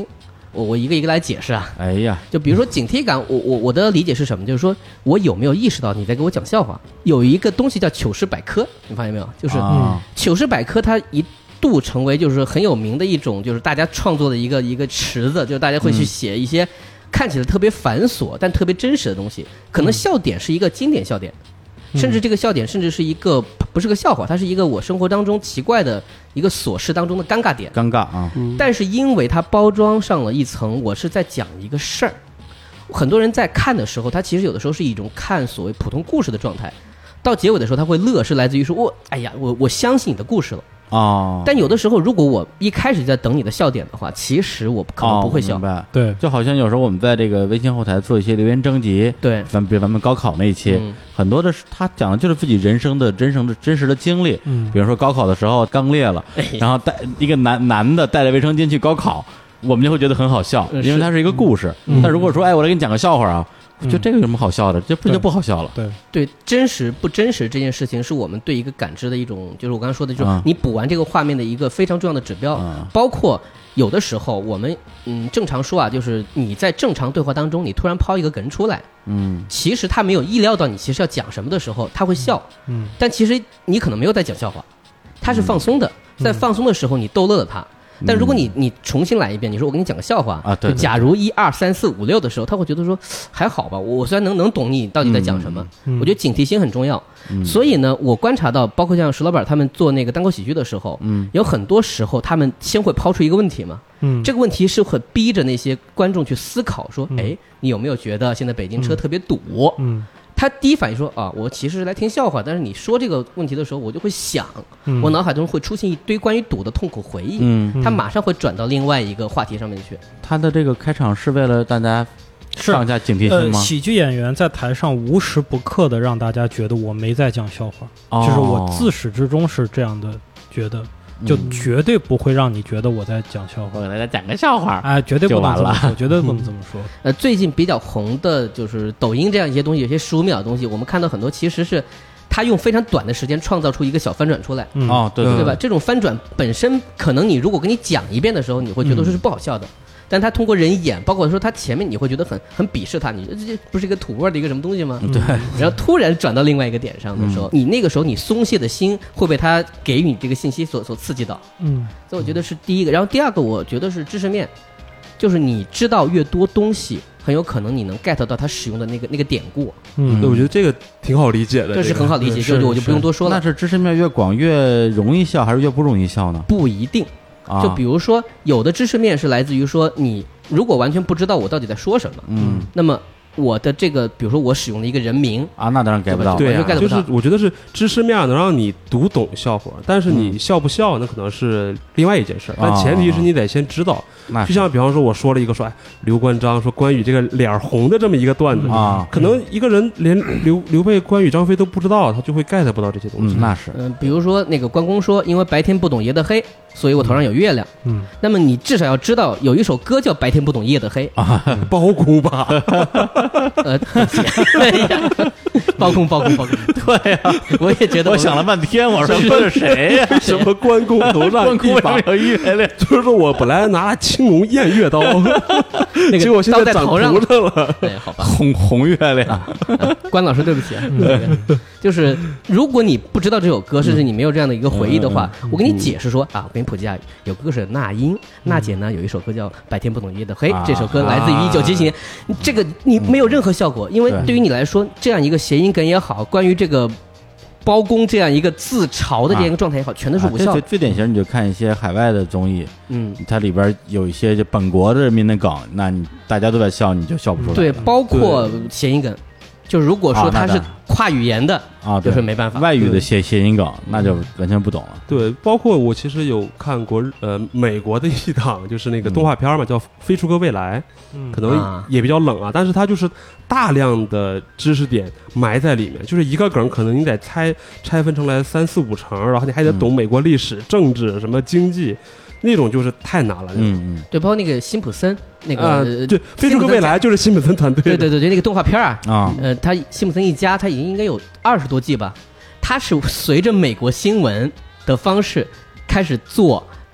我我一个一个来解释啊。 哎呀， 就比如说警惕感，我我我的理解是什么？就是说我有没有意识到你在给我讲笑话？有一个东西叫糗事百科，你发现没有？就是糗事百科，它一度成为就是很有名的一种，就是大家创作的一个一个池子，就是大家会去写一些看起来特别繁琐但特别真实的东西。可能笑点是一个经典笑点。甚至这个笑点甚至是一个不是个笑话，它是一个我生活当中奇怪的一个琐事当中的尴尬点。 尴尬啊！ 但是因为它包装上了一层，我是在讲一个事儿。很多人在看的时候，他其实有的时候是一种看所谓普通故事的状态，到结尾的时候他会乐，是来自于说我哎呀，我我相信你的故事了。 哦， 但有的时候，如果我一开始就在等你的笑点的话，其实我可能不会笑。 哦、明白， 对， 就好像有时候我们在这个微信后台做一些留言征集， 对， 咱比如咱们高考那一期，嗯、很多的他讲的就是自己人生的真实的真实的经历，嗯，比如说高考的时候刚裂了，哎、然后带一个男男的带着卫生巾去高考，我们就会觉得很好笑，因为它是一个故事。嗯、但如果说，哎，我来给你讲个笑话啊。就这个有什么好笑的？这不就不好笑了？ 对对，真实不真实这件事情是我们对一个感知的一种，就是我刚才说的，就是你补完这个画面的一个非常重要的指标。嗯、包括有的时候我们嗯正常说啊，就是你在正常对话当中，你突然抛一个梗出来，嗯，其实他没有意料到你其实要讲什么的时候，他会笑，嗯，但其实你可能没有在讲笑话，他是放松的，嗯、在放松的时候你逗乐了他。但如果你你重新来一遍，你说我给你讲个笑话啊，对， 就假如一二三四五六的时候，他会觉得说还好吧，我虽然能能懂你到底在讲什么，嗯、我觉得警惕心很重要。嗯、所以呢，我观察到，包括像石老板他们做那个单口喜剧的时候，嗯，有很多时候他们先会抛出一个问题嘛，嗯，这个问题是会逼着那些观众去思考，说，哎、嗯，你有没有觉得现在北京车特别堵？嗯。他第一反应说啊，我其实是来听笑话，但是你说这个问题的时候，我就会想，嗯、我脑海中会出现一堆关于赌的痛苦回忆，嗯，他马上会转到另外一个话题上面去。 他的这个开场是为了大家上下警惕性吗？ 呃、喜剧演员在台上无时不刻的让大家觉得我没在讲笑话，哦、就是我自始至终是这样的觉得。就绝对不会让你觉得我在讲笑话， 我给大家讲个笑话， 哎，绝对不能这么说，绝对不能这么说。 呃，最近比较红的就是抖音这样一些东西，有些十五秒的东西，我们看到很多其实是他用非常短的时间创造出一个小翻转出来。 嗯、哦，对 对, 对吧？这种翻转本身，可能你如果跟你讲一遍的时候，你会觉得说是不好笑的。嗯，但他通过人演，包括说他前面你会觉得很很鄙视他，你这不是一个土味的一个什么东西吗？ 对。 然后突然转到另外一个点上的时候，嗯、你那个时候你松懈的心会被他给予你这个信息所所刺激到。嗯。所以我觉得是第一个，然后第二个我觉得是知识面，就是你知道越多东西，很有可能你能 get 到他使用的那个那个典故。 嗯，对，我觉得这个挺好理解的， 这是很好理解，就我就不用多说了。 那是知识面越广越容易笑，还是越不容易笑呢？ 不一定。就比如说，有的知识面是来自于说，你如果完全不知道我到底在说什么，嗯，那么我的这个，比如说我使用的一个人名啊，那当然 get 不到， 对啊，就是我觉得是知识面能让你读懂笑话，但是你笑不笑，那可能是另外一件事，但前提是你得先知道。就像比方说，我说了一个说，哎，刘关张说关羽这个脸红的这么一个段子啊，可能一个人连刘刘备、关羽、张飞都不知道，他就会 get 不到这些东西。 嗯，那是。 嗯，比如说那个关公说，因为白天不懂夜的黑，所以我头上有月亮。嗯，那么你至少要知道有一首歌叫《白天不懂夜的黑》 啊，包公吧？ 呃，哎呀，包公，包公，包公。 对呀、啊， 我也觉得我， 我想了半天，我说这是谁呀、啊？ 什么关公头上一把有月亮？ 就是说我本来拿青龙偃月刀， 那个结果现在长头上了。 对，好吧， 红红月亮。 啊啊、关老师，对不起啊，嗯、就是如果你不知道这首歌，甚至你没有这样的一个回忆的话，嗯、我给你解释说啊，我给你普及啊，有歌是那英，娜姐呢有一首歌叫《白天不懂夜的黑》，啊、这首歌来自于一九七七年，啊、这个你没有任何效果，因为对于你来说，这样一个谐音梗也好，关于这个。包公这样一个自嘲的这样一个状态也好，啊、全都是无效的。 啊、最最典型，你就看一些海外的综艺，嗯，它里边有一些就本国的人民的梗，那你大家都在笑，你就笑不出来。 对，包括谐音梗，就如果说它是跨语言的啊， 就是没办法。 外语的谐谐音梗，那就完全不懂了。 对，包括我其实有看过呃美国的一档，就是那个动画片嘛，嗯、叫《飞出个未来》，嗯，可能也比较冷啊，但是它就是大量的知识点埋在里面，就是一个梗可能你得拆拆分成来三四五层，然后你还得懂美国历史、嗯、政治、什么经济。那种就是太难了， 嗯嗯， 对，包括那个辛普森那个， 呃、对，飞出个未来就是辛普森团队， 对对对对，那个动画片啊，啊，呃，他辛普森一家他已经应该有二十多季吧，他是随着美国新闻的方式开始做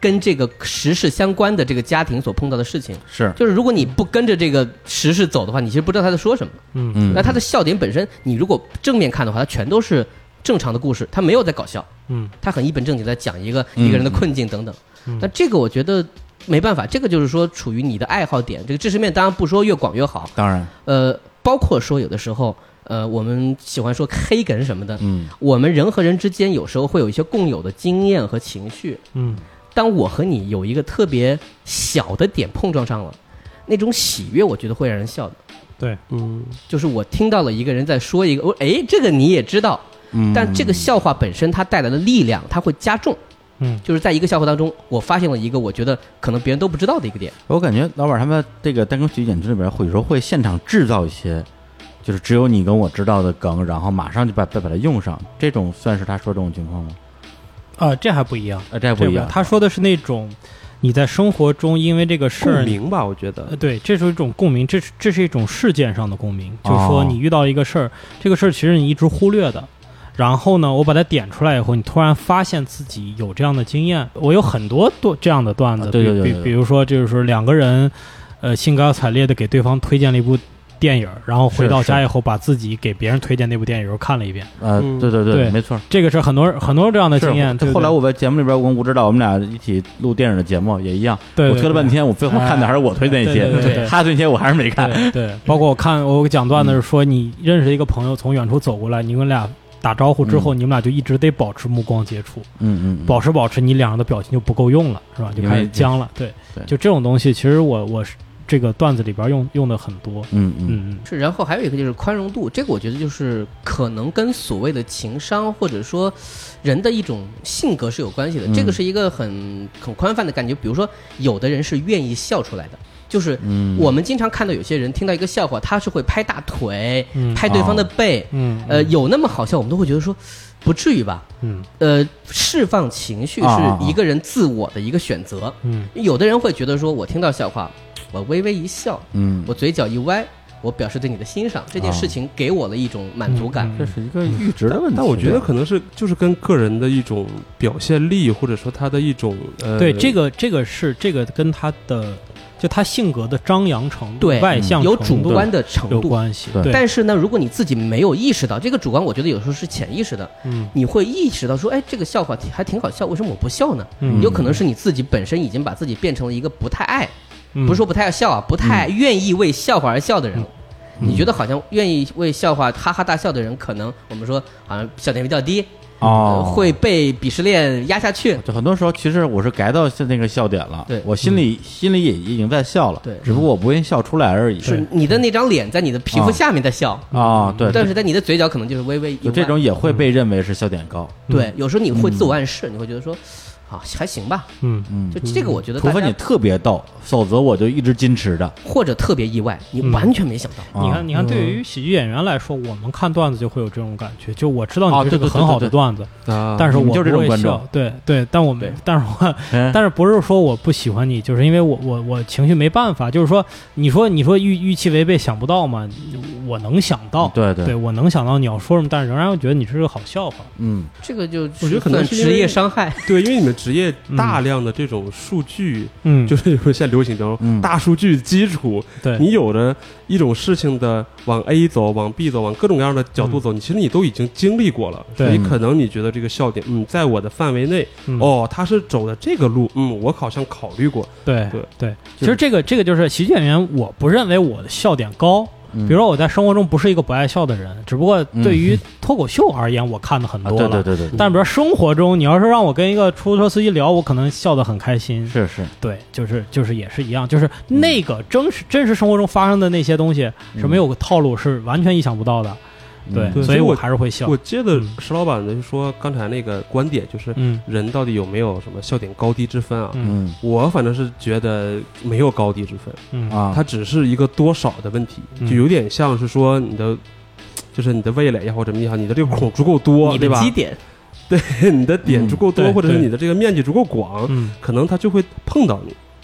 跟这个时事相关的这个家庭所碰到的事情。 是， 就是如果你不跟着这个时事走的话，你其实不知道他在说什么。 嗯嗯， 那他的笑点本身，你如果正面看的话，它全都是正常的故事，他没有在搞笑。 嗯， 他很一本正经在讲一个一个人的困境等等。嗯、那这个我觉得没办法，这个就是说处于你的爱好点。这个知识面当然不说越广越好， 当然， 呃，包括说有的时候。呃，我们喜欢说黑梗什么的， 嗯， 我们人和人之间有时候会有一些共有的经验和情绪， 嗯， 当我和你有一个特别小的点碰撞上了，那种喜悦，我觉得会让人笑的。 对， 嗯，就是我听到了一个人在说一个，我哎，这个你也知道，嗯，但这个笑话本身它带来的力量，它会加重， 嗯， 就是在一个笑话当中，我发现了一个我觉得可能别人都不知道的一个点。 我感觉老板他们这个单口喜剧演出里边，会有时候会现场制造一些。就是只有你跟我知道的梗，然后马上就把把把它用上，这种算是他说这种情况吗？ 啊、呃，这还不一样， 呃，这还不一样。 他说的是那种你在生活中因为这个事儿共鸣吧，我觉得， 呃，对，这是一种共鸣，这是这是一种事件上的共鸣，哦、就是说你遇到一个事儿，这个事儿其实你一直忽略的，然后呢，我把它点出来以后，你突然发现自己有这样的经验。我有很多多这样的段子， 啊、对对 对, 对， 比比如说就是两个人，呃，兴高采烈的给对方推荐了一部电影，然后回到家以后把自己给别人推荐那部电影看了一遍。 呃，对对 对, 对， 没错， 这个是很多很多这样的经验。 后来我在节目里边，我跟吴指导我们俩一起录电影的节目也一样。 对， 我推了半天，我最后看的还是我推那些， 对对对他推那些我还是没看。 对，对包括我看我讲段子是说，你认识一个朋友从远处走过来，你们俩打招呼之后，嗯、你们俩就一直得保持目光接触。 嗯嗯， 保持保持，你两人的表情就不够用了，是吧？就开始僵了。对， 对就这种东西，其实我我是。这个段子里边用用的很多， 嗯嗯嗯是，然后还有一个就是宽容度，这个我觉得就是可能跟所谓的情商或者说人的一种性格是有关系的，嗯、这个是一个很很宽泛的感觉。比如说，有的人是愿意笑出来的，就是我们经常看到有些人听到一个笑话，他是会拍大腿、嗯、拍对方的背， 嗯， 呃，有那么好笑，我们都会觉得说。不至于吧？ 嗯， 呃，释放情绪是一个人自我的一个选择。 嗯， 有的人会觉得说，我听到笑话，我微微一笑， 嗯， 我嘴角一歪，我表示对你的欣赏，这件事情给我了一种满足感。 嗯、这是一个阈值的问题。 但我觉得可能是就是跟个人的一种表现力，或者说他的一种呃， 对，这个这个是这个跟他的。就他性格的张扬程度、 对外向有主观的程度有关系。对， 但是呢，如果你自己没有意识到这个主观，我觉得有时候是潜意识的。 嗯， 你会意识到说，哎，这个笑话还挺好笑，为什么我不笑呢？ 嗯， 有可能是你自己本身已经把自己变成了一个不太爱， 嗯、 不是说不太爱笑啊，不太愿意为笑话而笑的人。 嗯、 你觉得好像愿意为笑话哈哈大笑的人，可能我们说好像笑点比较低。 哦、 呃，会被鄙视链压下去。 就很多时候，其实我是改到那个笑点了， 对， 我心里、嗯、心里也已经在笑了， 对， 只不过我不愿意笑出来而已。 是你的那张脸在你的皮肤下面在笑啊、哦，对， 但是在你的嘴角可能就是微微一歪。 就这种也会被认为是笑点高。 嗯、对，有时候你会自我暗示，嗯、你会觉得说。啊，还行吧， 嗯嗯， 就这个我觉得， 除非你特别逗，否则我就一直矜持的， 或者特别意外，你完全没想到。 嗯、你看，你看，对于喜剧演员来说，我们看段子就会有这种感觉，就我知道你这是个很好的段子， 啊、 但是我就这种观众， 对对，但我没，但是我，但是不是说我不喜欢你，就是因为我我我情绪没办法，就是说，你说你说预预期违背想不到嘛，我能想到， 对对， 对我能想到你要说什么，但是仍然觉得你是个好笑话， 嗯， 这个就我觉得可能是职业伤害， 对，因为你们职业大。大量的这种数据， 嗯， 就是有现在流行这种大数据基础， 对、 嗯，你有的一种事情的往 A 走，往 B 走，往各种各样的角度走， 嗯、 你其实你都已经经历过了，所以可能你觉得这个笑点，嗯，在我的范围内， 嗯、 哦，他是走的这个路，嗯，我好像考虑过， 对对对，其实这个这个就是喜剧演员，我不认为我的笑点高。比如说我在生活中不是一个不爱笑的人，只不过对于脱口秀而言，我看的很多了。 嗯啊、对对对对。 但比如说生活中，你要是让我跟一个出租车司机聊，我可能笑得很开心。 是是。 对，就是就是也是一样，就是那个真实、嗯、真实生活中发生的那些东西是没有个套路，是完全意想不到的。对， 对， 所以我还是会笑。 我接着石老板的说刚才那个观点，就是人到底有没有什么笑点高低之分啊？ 嗯， 我反正是觉得没有高低之分， 嗯啊， 它只是一个多少的问题， 嗯、 就有点像是说你的，就是你的味蕾也好，怎么也好，你的这个孔足够多， 你的基点， 对，你的点足够多， 嗯、 或者是你的这个面积足够广， 嗯， 可能它就会碰到你。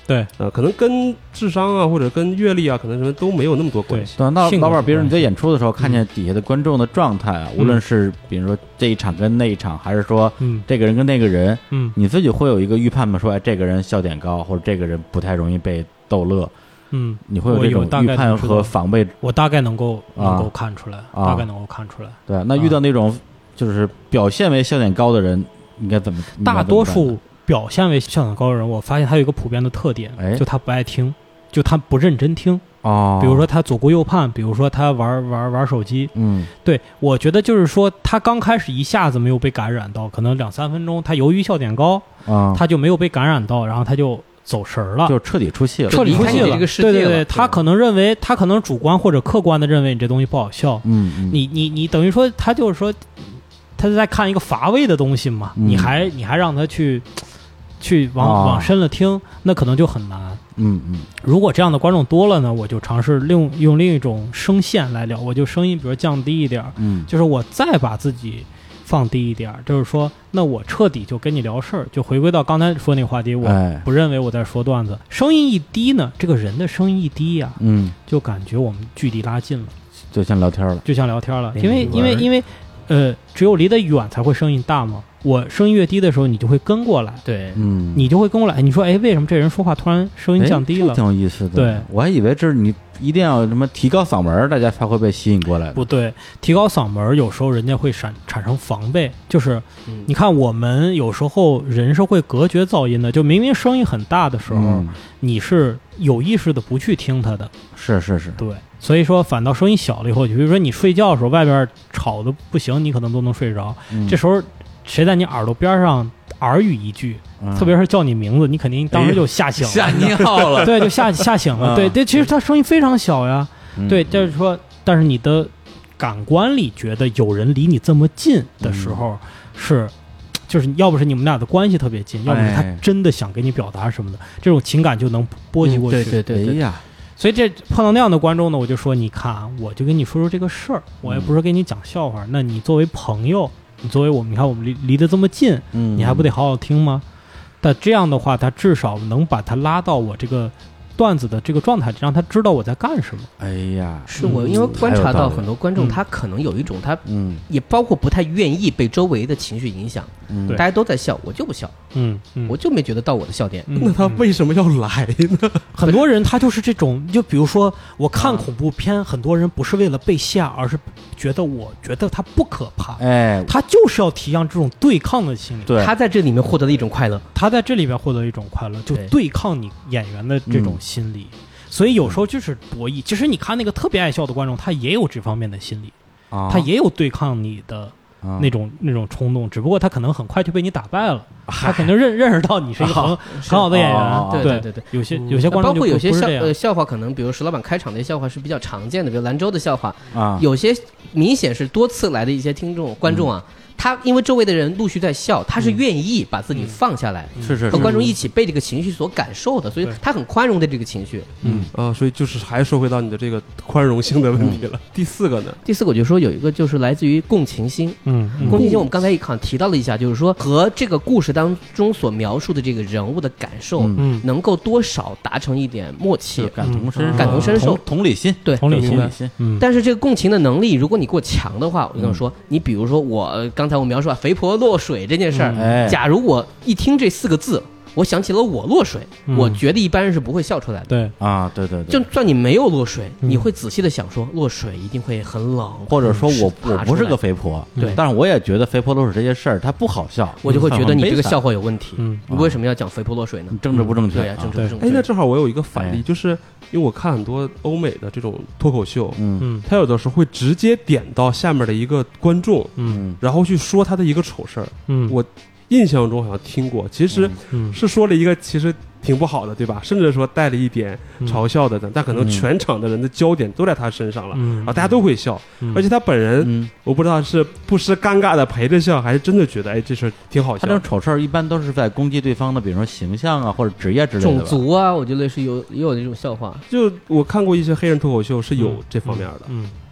对， 呃，可能跟智商啊或者跟阅历啊，可能什么都没有那么多关系。 对，那老板，比如你在演出的时候，看见底下的观众的状态啊，无论是比如说这一场跟那一场，还是说这个人跟那个人， 嗯， 你自己会有一个预判吗？说哎，这个人笑点高，或者这个人不太容易被逗乐。 嗯， 你会有这种预判和防备？ 我大概能够能够看出来， 啊、 大概能够看出来。 对，那遇到那种就是表现为笑点高的人，应该怎么？ 大多数表现为笑点高的人，我发现他有一个普遍的特点， 哎、 就他不爱听，就他不认真听。 哦， 比如说他左顾右盼，比如说他玩玩玩手机。 嗯， 对，我觉得就是说他刚开始一下子没有被感染到，可能两三分钟，他由于笑点高， 啊， 他就没有被感染到，然后他就走神了， 就彻底出戏了， 彻底出戏了。 这个世界了， 对对对，他可能认为，他可能主观或者客观的认为你这东西不好笑。 嗯嗯， 你你你等于说他就是说，他是在看一个乏味的东西嘛， 嗯、 你还你还让他去去往、哦、往深了听，那可能就很难。 嗯嗯， 如果这样的观众多了呢，我就尝试用用另一种声线来聊，我就声音比如降低一点， 嗯， 就是我再把自己放低一点，就是说，那我彻底就跟你聊事儿，就回归到刚才说那个话题，我不认为我在说段子。哎、声音一低呢，这个人的声音一低呀、啊， 嗯， 就感觉我们距离拉近了， 就像聊天了， 就像聊天了，因为因为因为呃，只有离得远才会声音大嘛。我声音越低的时候，你就会跟过来， 对， 嗯， 你就会跟过来。你说，哎，为什么这人说话突然声音降低了？ 挺有意思的。 对， 我还以为这是你一定要什么提高嗓门，大家才会被吸引过来的。 不对，提高嗓门有时候人家会产产生防备，就是你看我们有时候人是会隔绝噪音的，就明明声音很大的时候，嗯、你是有意识的不去听它的。 是是是， 对。所以说，反倒声音小了以后，比如说你睡觉的时候，外边吵的不行，你可能都能睡着。嗯、这时候，谁在你耳朵边上耳语一句，嗯、特别是叫你名字，你肯定当时就吓醒了， 吓尿了。 对，就吓吓醒了。嗯、对对，其实他声音非常小呀。嗯、对，就是说，但是你的感官里觉得有人离你这么近的时候，嗯、是，就是要不是你们俩的关系特别近，要不是他真的想给你表达什么的，这种情感就能波及过去。 嗯、对对对对呀。 所以这碰到那样的观众呢，我就说，你看，我就跟你说说这个事儿，我也不是给你讲笑话。嗯、那你作为朋友，你作为我们，你看我们离离得这么近， 嗯， 你还不得好好听吗？但这样的话，他至少能把他拉到我这个段子的这个状态，让他知道我在干什么。 哎呀， 是我因为观察到很多观众，他可能有一种他，嗯，也包括不太愿意被周围的情绪影响。嗯，大家都在笑，我就不笑。嗯，嗯我就没觉得到我的笑点。 嗯、那他为什么要来呢？ 很多人他就是这种，就比如说我看恐怖片，啊、很多人不是为了被吓，而是觉得我觉得他不可怕。 哎， 他就是要体验这种对抗的心理。 对，他在这里面获得了一种快乐。 他在这里面获得一种快乐，就对抗你演员的这种心理。嗯、所以有时候就是博弈。其实你看那个特别爱笑的观众，他也有这方面的心理，啊、他也有对抗你的。那种那种冲动，只不过他可能很快就被你打败了，他肯定认认识到你是一个很、啊、很好的演员。 对对对对， 有些有些观众包括有些笑呃笑话，可能比如石老板开场的笑话是比较常见的，比如兰州的笑话啊，有些明显是多次来的一些听众观众啊。嗯他因为周围的人陆续在笑，他是愿意把自己放下来， 是是和观众一起被这个情绪所感受的，所以他很宽容的这个情绪。 嗯啊，所以就是还说回到你的这个宽容性的问题了。嗯、第四个呢？ 第四个我就说有一个就是来自于共情心。 嗯， 共情心我们刚才好像提到了一下，就是说和这个故事当中所描述的这个人物的感受，嗯，能够多少达成一点默契， 感同身受， 感同身受， 同理心， 对， 同理心。 嗯，但是这个共情的能力，如果你够强的话，我跟你说，你比如说我刚才我描述啊，肥婆落水这件事儿， 嗯、 假如我一听这四个字，我想起了我落水，嗯、我觉得一般人是不会笑出来的。 对啊，对对对， 就算你没有落水，嗯、你会仔细的想说，落水一定会很冷， 或者说我我不是个肥婆， 对， 但是我也觉得肥婆落水这些事儿它不好笑， 我就会觉得你这个笑话有问题。嗯，你为什么要讲肥婆落水呢？ 政治不正确， 对呀，政治不正确。 哎，那正好我有一个反例，就是因为我看很多欧美的这种脱口秀，嗯，他有的时候会直接点到下面的一个观众，嗯，然后去说他的一个丑事儿，嗯，我印象中好像听过，其实是说了一个其实挺不好的，对吧？甚至说带了一点嘲笑的，但可能全场的人的焦点都在他身上了，然后大家都会笑，而且他本人，我不知道是不失尴尬的陪着笑，还是真的觉得哎这事挺好笑。 他这种丑事儿一般都是在攻击对方的，比如说形象啊或者职业之类的， 种族啊，我觉得是有也有这种笑话。 就我看过一些黑人脱口秀是有这方面的，嗯。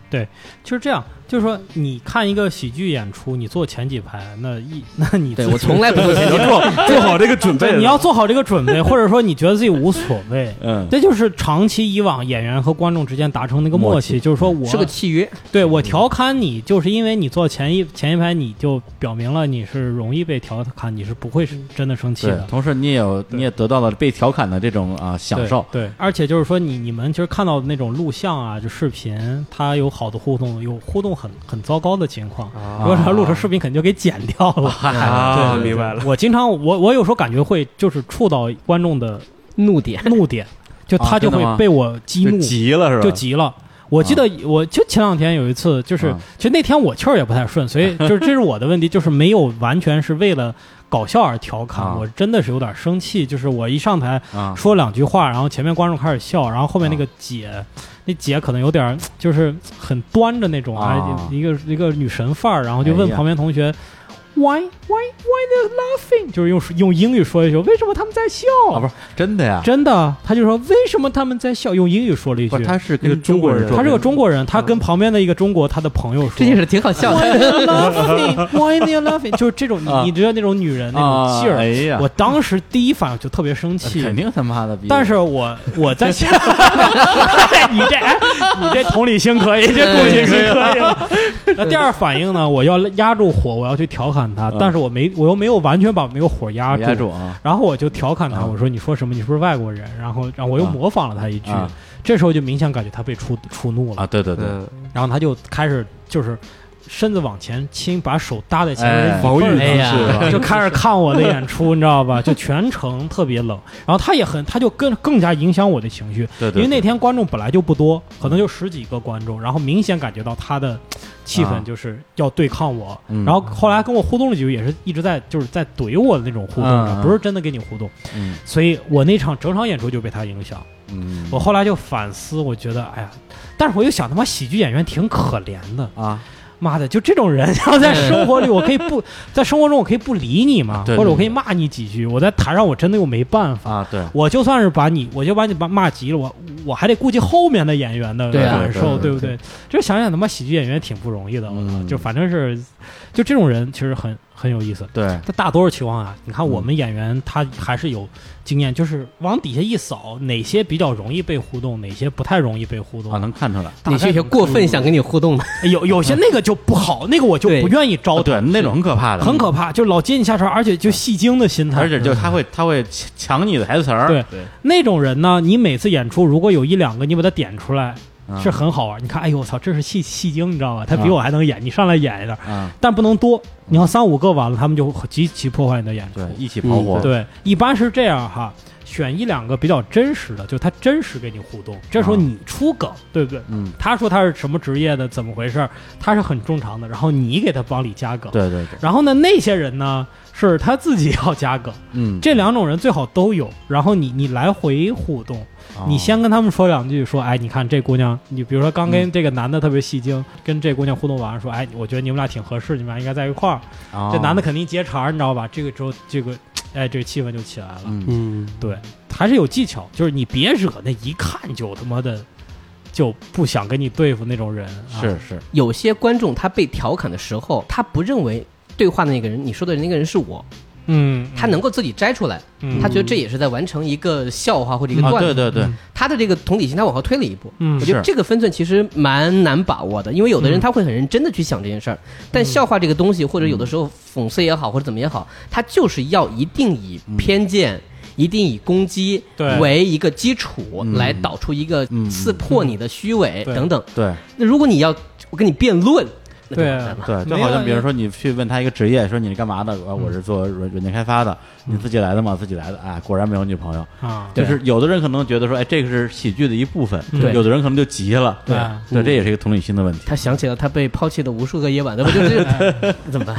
对，就是这样。就是说，你看一个喜剧演出，你坐前几排，那一那你对我从来不坐前几排， 做做好这个准备， 你要做好这个准备，或者说你觉得自己无所谓，嗯，这就是长期以往演员和观众之间达成那个默契，就是说我是个契约， 对我调侃你，就是因为你坐前一前一排，你就表明了你是容易被调侃，你是不会是真的生气的， 同时你也有你也得到了被调侃的这种啊享受， 对，而且就是说你你们其实看到的那种录像啊，就视频，它有好的互动，有互动很很糟糕的情况，如果要录成视频，肯定就给剪掉了。 啊，明白了。 我经常我我有时候感觉会就是触到观众的怒点， 怒点，就他就会被我激怒， 急了是吧？ 就急了。我记得我就前两天有一次，就是其实那天我气儿也不太顺，所以就是这是我的问题，就是没有完全是为了搞笑而调侃，我真的是有点生气。就是我一上台说两句话，然后前面观众开始笑，然后后面那个姐。那姐可能有点就是很端着那种啊，一个一个女神范儿，然后就问旁边同学、哎、，Why why why they laughing？ 就是用用英语说一句，为什么他们在笑？ 啊，不是真的呀， 真的，他就说为什么他们在笑？用英语说了一句， 他是跟中国人， 他是个中国人，他跟旁边的一个中国他的朋友说， 这件事挺好笑的。 Why they laughing? Why they laughing？ 就是这种，你知道那种女人那种劲儿、啊。哎呀，我当时第一反应就特别生气， 肯定他妈的。 但是我我在想，你这你这同理心可以，这同理心可以。那第二反应呢？我要压住火，我要去调侃他，但是我没，我又没有完全把那个火压住。 压住啊！ 然后我就调侃他，我说：“你说什么？你是不是外国人？”然后，然后我又模仿了他一句。这时候就明显感觉他被触触怒了啊！对对对。 然后他就开始就是身子往前倾，把手搭在前面防御， 哎呀，就开始看我的演出，你知道吧？就全程特别冷。然后他也很，他就更更加影响我的情绪。 对对。 因为那天观众本来就不多，可能就十几个观众，然后明显感觉到他的气氛就是要对抗我。啊、然后后来跟我互动了几句，也是一直在就是在怼我的那种互动，嗯、不是真的跟你互动。嗯。所以我那场整场演出就被他影响。嗯。我后来就反思，我觉得，哎呀，但是我又想，他妈喜剧演员挺可怜的啊。妈的，就这种人，然后在生活里我可以不在生活中我可以不理你嘛，或者我可以骂你几句。我在台上我真的又没办法啊，对， 我就算是把你，我就把你骂骂急了，我我还得顾及后面的演员的感受，对不对？就想想他妈喜剧演员挺不容易的，嗯、就反正是就这种人其实很很有意思。 对， 但大多数情况下，你看我们演员他还是有经验，就是往底下一扫，哪些比较容易被互动，哪些不太容易被互动， 啊，能看出来。 哪些过分想跟你互动的， 有有些那个就不好，那个我就不愿意招。 对，那种很可怕的， 很可怕，就老接你下茬，而且就戏精的心态， 而且就他会他会抢你的台词儿。 对对，那种人呢，你每次演出如果有一两个你把他点出来。是很好玩，你看，哎呦我操，这是戏戏精，你知道吗？他比我还能演，啊、你上来演一点，啊、但不能多。你要三五个完了，他们就极其破坏你的演出， 对，一起跑火、 嗯。对，一般是这样哈，选一两个比较真实的，就他真实跟你互动。这时候你出梗，啊、对不对？嗯，他说他是什么职业的，怎么回事，他是很正常的，然后你给他往里加梗。 对对对。 然后呢，那些人呢？是他自己要加梗，嗯，这两种人最好都有，然后你你来回互动，哦、你先跟他们说两句，说，哎，你看这姑娘，你比如说刚跟这个男的特别戏精，嗯、跟这姑娘互动完，说，哎，我觉得你们俩挺合适，你们俩应该在一块儿，哦、这男的肯定接茬，你知道吧？这个之后，这个，哎，这个气氛就起来了，嗯，对，还是有技巧，就是你别惹那一看就他妈的。就不想跟你对付那种人， 是是， 啊、有些观众他被调侃的时候，他不认为对话的那个人，你说的那个人是我，嗯，他能够自己摘出来，嗯，他觉得这也是在完成一个笑话或者一个段子， 啊、对对对， 他的这个同理心他往后推了一步，嗯，我觉得这个分寸其实蛮难把握的，因为有的人他会很认真的去想这件事儿，嗯、但笑话这个东西，或者有的时候讽刺也好，或者怎么也好，他就是要一定以偏见。嗯一定以攻击为一个基础来导出一个刺破你的虚伪等等。 对， 那如果你要我跟你辩论， 对对，就好像比如说你去问他一个职业，说你是干嘛的？我是做软软件开发的，你自己来的吗？自己来的，哎，果然没有女朋友啊。就是有的人可能觉得说，哎，这个是喜剧的一部分，有的人可能就急了，对对，这也是一个同理心的问题。 他想起了他被抛弃的无数个夜晚，那不就是怎么办？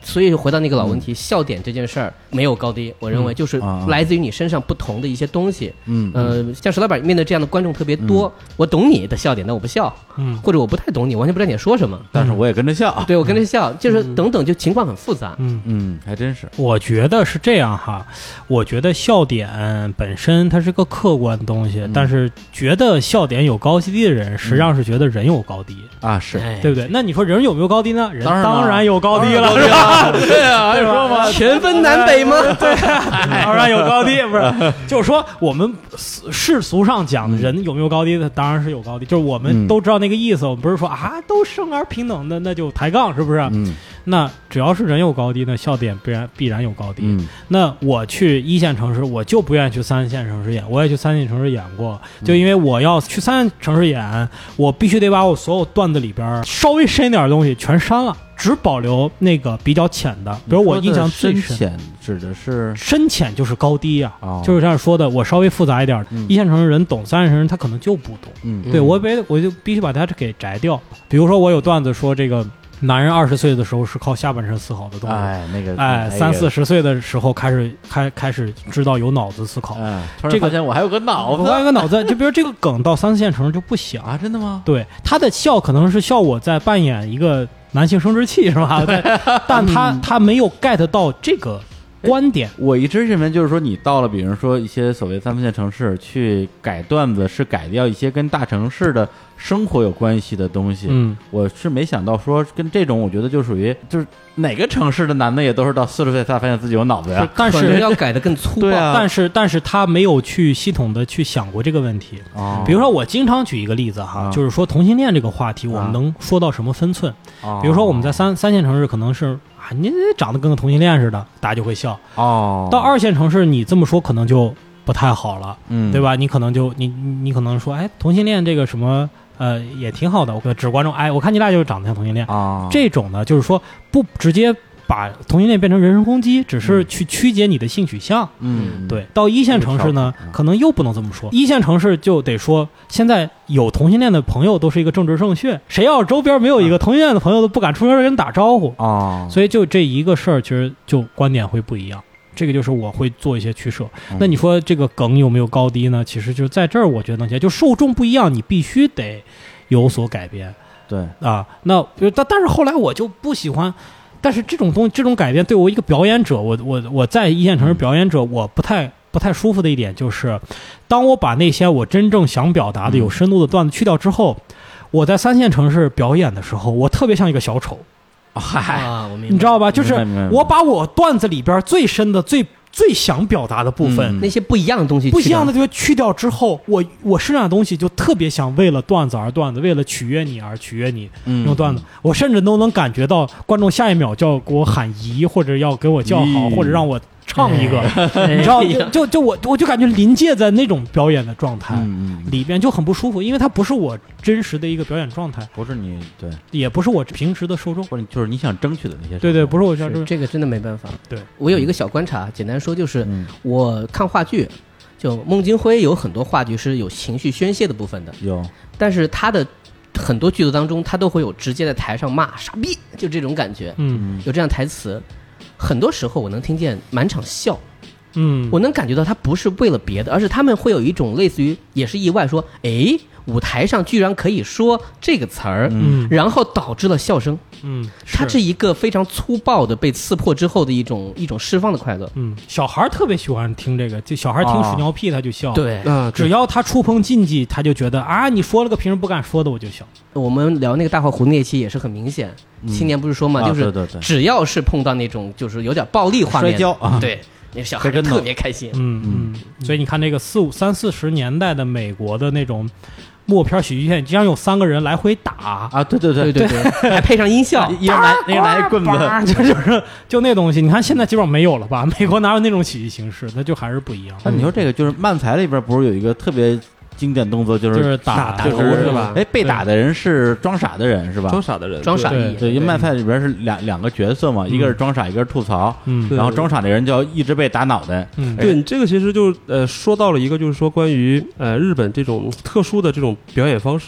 所以回到那个老问题，嗯、笑点这件事儿没有高低，我认为就是来自于你身上不同的一些东西。嗯，呃，像石老板面对这样的观众特别多，嗯、我懂你的笑点，但我不笑。嗯，或者我不太懂你，完全不知道你在说什么， 但是我也跟着笑。 对，我跟着笑，就是等等，就情况很复杂。 嗯嗯，还真是。 我觉得是这样哈，我觉得笑点本身它是个客观的东西，嗯、但是觉得笑点有高低的人，实际上是觉得人有高低、 嗯、啊，是对不对？那你说人有没有高低呢？人当然当然有高低了， 是吧？对啊，还说嘛， 全分南北吗？ 对、啊，当然有高低，不是？就是说我们世俗上讲的人有没有高低的，当然是有高低，就是我们都知道那个意思，我们不是说啊都生而平等的，那就抬杠，是不是？嗯。那只要是人有高低呢，笑点必然必然有高低。嗯，那我去一线城市，我就不愿意去三线城市演，我也去三线城市演过，就因为我要去三线城市演，我必须得把我所有段子里边稍微深一点的东西全删了，只保留那个比较浅的。比如我印象最深， 深浅指的是深浅就是高低呀、啊，哦、就是这样说的。我稍微复杂一点，嗯、一线城市人懂，三线城市他可能就不懂。嗯，对我别我就必须把它给摘掉。比如说我有段子说这个。男人二十岁的时候是靠下半身思考的动作， 哎，那个， 哎，三四十岁的时候开始开开始知道有脑子思考， 哎，这个发现我还有个脑子， 我还有个脑子，就比如这个梗到三四线城市就不响啊，真的吗？ 对，他的笑可能是笑我在扮演一个男性生殖器是吧？对，但他他没有 get 到这个观点。 我一直认为就是说，你到了比如说一些所谓三四线城市去改段子，是改掉一些跟大城市的生活有关系的东西。嗯，我是没想到说跟这种，我觉得就属于就是哪个城市的男的也都是到四十岁才发现自己有脑子呀。 但是要改得更粗暴。 啊、但是但是他没有去系统的去想过这个问题。哦，比如说我经常举一个例子哈，哦、就是说同性恋这个话题，我们能说到什么分寸？哦、比如说我们在三三线城市可能是。啊，你长得跟个同性恋似的，大家就会笑哦。到二线城市，你这么说可能就不太好了，嗯，对吧？你可能就你你可能说，哎，同性恋这个什么呃也挺好的，我指观众，哎，我看你俩就是长得像同性恋啊。哦、这种呢，就是说不直接把同性恋变成人身攻击，只是去曲解你的性取向。嗯，对。到一线城市呢，可能又不能这么说。一线城市就得说，现在有同性恋的朋友都是一个政治正确，谁要周边没有一个同性恋的朋友都不敢出声跟人打招呼啊。所以就这一个事儿，其实就观点会不一样。这个就是我会做一些取舍。嗯、那你说这个梗有没有高低呢？其实就在这儿，我觉得能解，就受众不一样，你必须得有所改变。 对啊，那但但是后来我就不喜欢。但是这种东西，这种改变对我一个表演者，我我我在一线城市表演者，我不太不太舒服的一点就是，当我把那些我真正想表达的有深度的段子去掉之后，我在三线城市表演的时候，我特别像一个小丑。 嗨、啊，我明白， 你知道吧？就是我把我段子里边最深的、最最想表达的部分， 嗯、那些不一样的东西， 不一样的就去掉之后，我我身上的东西就特别想为了段子而段子，为了取悦你而取悦你，嗯、用段子，我甚至都能感觉到观众下一秒就要给我喊姨，或者要给我叫好，或者让我唱一个，你知道，就就就我我就感觉临界在那种表演的状态里边就很不舒服，因为它不是我真实的一个表演状态， 不是你对， 也不是我平时的受众， 或者就是你想争取的那些， 对对，不是我想争取， 这个真的没办法。 对， 我有一个小观察，简单说就是，我看话剧，就孟京辉有很多话剧是有情绪宣泄的部分的， 有， 但是他的很多剧子当中，他都会有直接在台上骂傻逼，就这种感觉，嗯，有这样台词。很多时候我能听见满场笑，嗯，我能感觉到他不是为了别的，而是他们会有一种类似于也是意外说，哎，舞台上居然可以说这个词儿，嗯，然后导致了笑声，嗯，它是一个非常粗暴的被刺破之后的一种一种释放的快乐， 嗯，小孩特别喜欢听这个，就小孩听屎尿屁他就笑， 对， 啊，只要他触碰禁忌，他就觉得啊，你说了个平时不敢说的，我就笑。 我们聊那个大话胡那期也是很明显，青年不是说嘛，就是只要是碰到那种就是有点暴力画面， 摔跤啊， 对。那小孩特别开心， 嗯嗯，所以你看那个四五三四十年代的美国的那种默片喜剧片，经常有三个人来回打啊，对对对对对，还配上音效， 一人拿那个拿一棍子， 就就是就那东西。你看现在基本上没有了吧？美国哪有那种喜剧形式？那就还是不一样。 那你说这个就是漫才里边不是有一个特别经典动作就是就是打就是是吧？哎，被打的人是装傻的人是吧？ 装傻的人， 装傻对对，因为漫才里边是两两个角色嘛，一个是装傻，一个是吐槽。嗯，然后装傻的人就要一直被打脑袋。 嗯，对你这个其实就呃说到了一个就是说关于呃日本这种特殊的这种表演方式。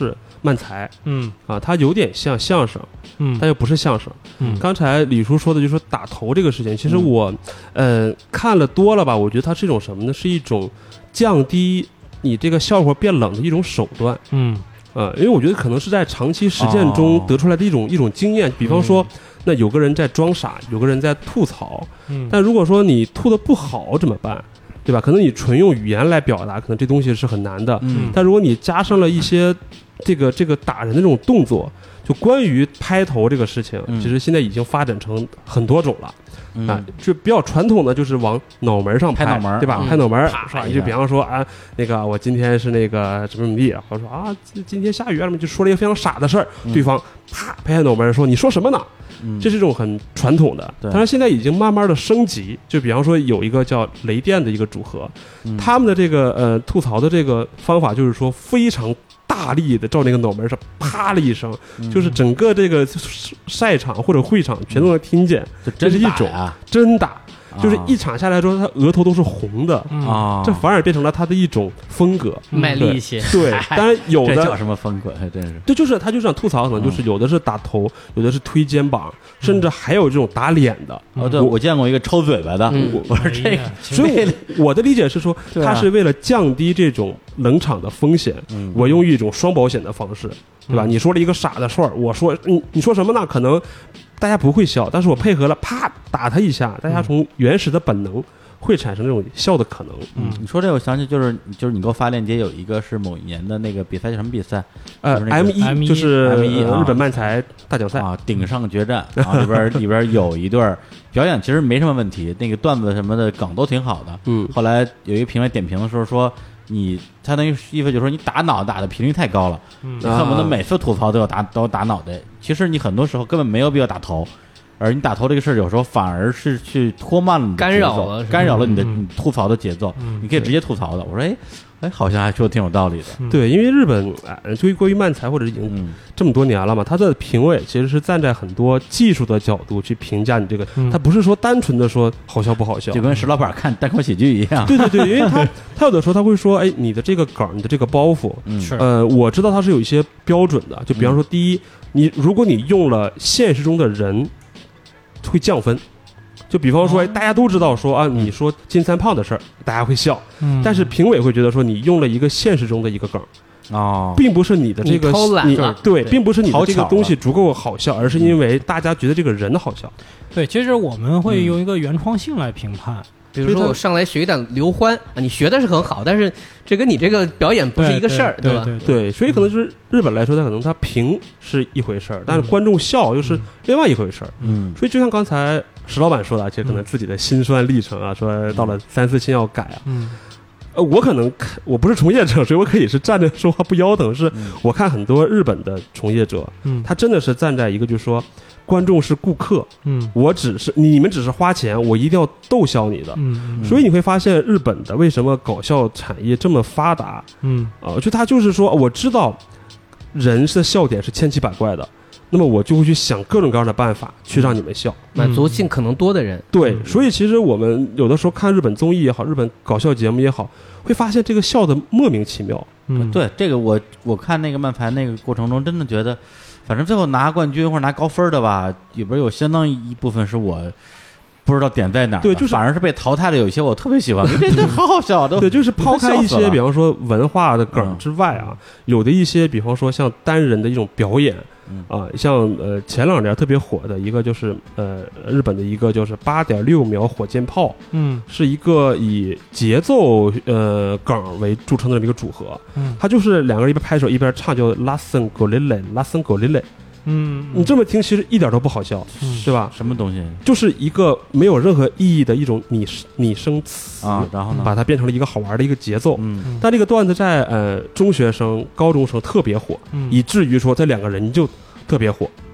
漫才， 嗯啊，它有点像相声， 嗯， 但又不是相声。 嗯， 刚才李叔说的就是说打头这个事情，其实我，嗯、呃，看了多了吧，我觉得它是一种什么呢？是一种降低你这个笑话变冷的一种手段。 嗯， 呃，因为我觉得可能是在长期实践中得出来的一种、哦、一种经验。比方说，嗯、那有个人在装傻，有个人在吐槽，嗯，但如果说你吐的不好怎么办？对吧？可能你纯用语言来表达，可能这东西是很难的。嗯，但如果你加上了一些这个这个打人的这种动作，就关于拍头这个事情，嗯、其实现在已经发展成很多种了。嗯、啊，就比较传统的就是往脑门上拍， 拍脑门， 对吧？ 嗯、 拍脑门，是吧？就比方说啊，那个我今天是那个怎么怎么地，或者说啊，今天下雨了嘛，就说了一个非常傻的事儿，嗯、对方啪拍下脑门说你说什么呢？嗯、这是一种很传统的，但是现在已经慢慢的升级。就比方说有一个叫雷电的一个组合，嗯、他们的这个呃吐槽的这个方法就是说非常大力的照那个脑门上啪了一声，嗯、就是整个这个赛场或者会场全都能听见， 嗯、 这是一种真打。就是一场下来之后，他额头都是红的啊， 这反而变成了他的一种风格， 卖力一些。 对，当然有的这叫什么风格？还真是， 对，就是他就想吐槽，可能就是有的是打头，有的是推肩膀，甚至还有这种打脸的。 哦，对，我见过一个抽嘴巴的，我说这个， 所以我的理解是说，他是为了降低这种冷场的风险，我用一种双保险的方式，对吧？你说了一个傻的事儿，我说你你说什么呢？可能大家不会笑，但是我配合了，啪打他一下，大家从原始的本能会产生这种笑的可能。 嗯，你说这我想起就是就是你给我发链接有一个是某一年的那个比赛叫什么比赛？ 呃 ，M 一就是 M 一日本漫才大奖赛啊，顶上决战啊，里边里边有一段表演其实没什么问题，那个段子什么的梗都挺好的。嗯，后来有一个评委点评的时候说。你他等于意思就是说你打脑打的频率太高了，嗯、你恨不得每次吐槽都要打都要打脑袋。其实你很多时候根本没有必要打头，而你打头这个事儿有时候反而是去拖慢了你的干扰了干扰了你的、嗯、你吐槽的节奏。嗯、你可以直接吐槽的。我说哎哎，好像还说的挺有道理的。 嗯、对，因为日本呃，就关于漫才或者已经这么多年了嘛，他的评委其实是站在很多技术的角度去评价你这个，嗯、他不是说单纯的说好笑不好笑， 就跟石老板看单口喜剧一样。 对对对，因为他他有的时候他会说，哎，你的这个梗，你的这个包袱， 嗯、 呃，我知道它是有一些标准的，就比方说，第一，你如果你用了现实中的人，会降分。就比方说，大家都知道说啊，你说金三胖的事儿，大家会笑，嗯、但是评委会觉得说你用了一个现实中的一个梗， 哦， 并不是你的这个你偷懒你了， 对，并不是你的这个东西足够好笑，而是因为大家觉得这个人好笑。 对，其实我们会用一个原创性来评判。 嗯比如说我上来学一段刘欢啊，你学的是很好，但是这跟你这个表演不是一个事儿， 对吧？ 对对, 对, 对，所以可能就是日本来说，他可能他评是一回事儿，但是观众笑又是另外一回事儿。嗯，所以就像刚才石老板说的，其实可能自己的辛酸历程啊，说到了三四线要改啊。嗯。呃，我可能看我不是从业者，所以我可以是站着说话不腰疼。是我看很多日本的从业者，嗯，他真的是站在一个就是说。观众是顾客，嗯，我只是你们只是花钱，我一定要逗笑你的，嗯，所以你会发现日本的为什么搞笑产业这么发达，嗯，呃，就他就是说，我知道人的笑点是千奇百怪的，那么我就会去想各种各样的办法去让你们笑， 满足尽可能多的人。 对，所以其实我们有的时候看日本综艺也好，日本搞笑节目也好，会发现这个笑的莫名其妙。 嗯，对，这个我我看那个漫才那个过程中，真的觉得。反正最后拿冠军或者拿高分的吧，里边有相当一部分是我不知道点在哪儿， 对，就是反而是被淘汰的有一些我特别喜欢，这这好好笑，都对，就是抛开一些比方说文化的梗之外啊，嗯、有的一些比方说像单人的一种表演。嗯啊，像呃前两年特别火的一个就是呃日本的一个就是八点六秒火箭炮，嗯，是一个以节奏呃梗为著称的这么一个组合，嗯，他就是两个人一边拍手一边唱，叫拉森狗雷雷，拉森狗雷雷，嗯，你这么听其实一点都不好笑，嗯、对吧？ 什么东西？ 就是一个没有任何意义的一种拟拟声词啊，然后呢， 把它变成了一个好玩的一个节奏，嗯，但这个段子在呃中学生、高中生特别火，嗯、以至于说这两个人就。特别火，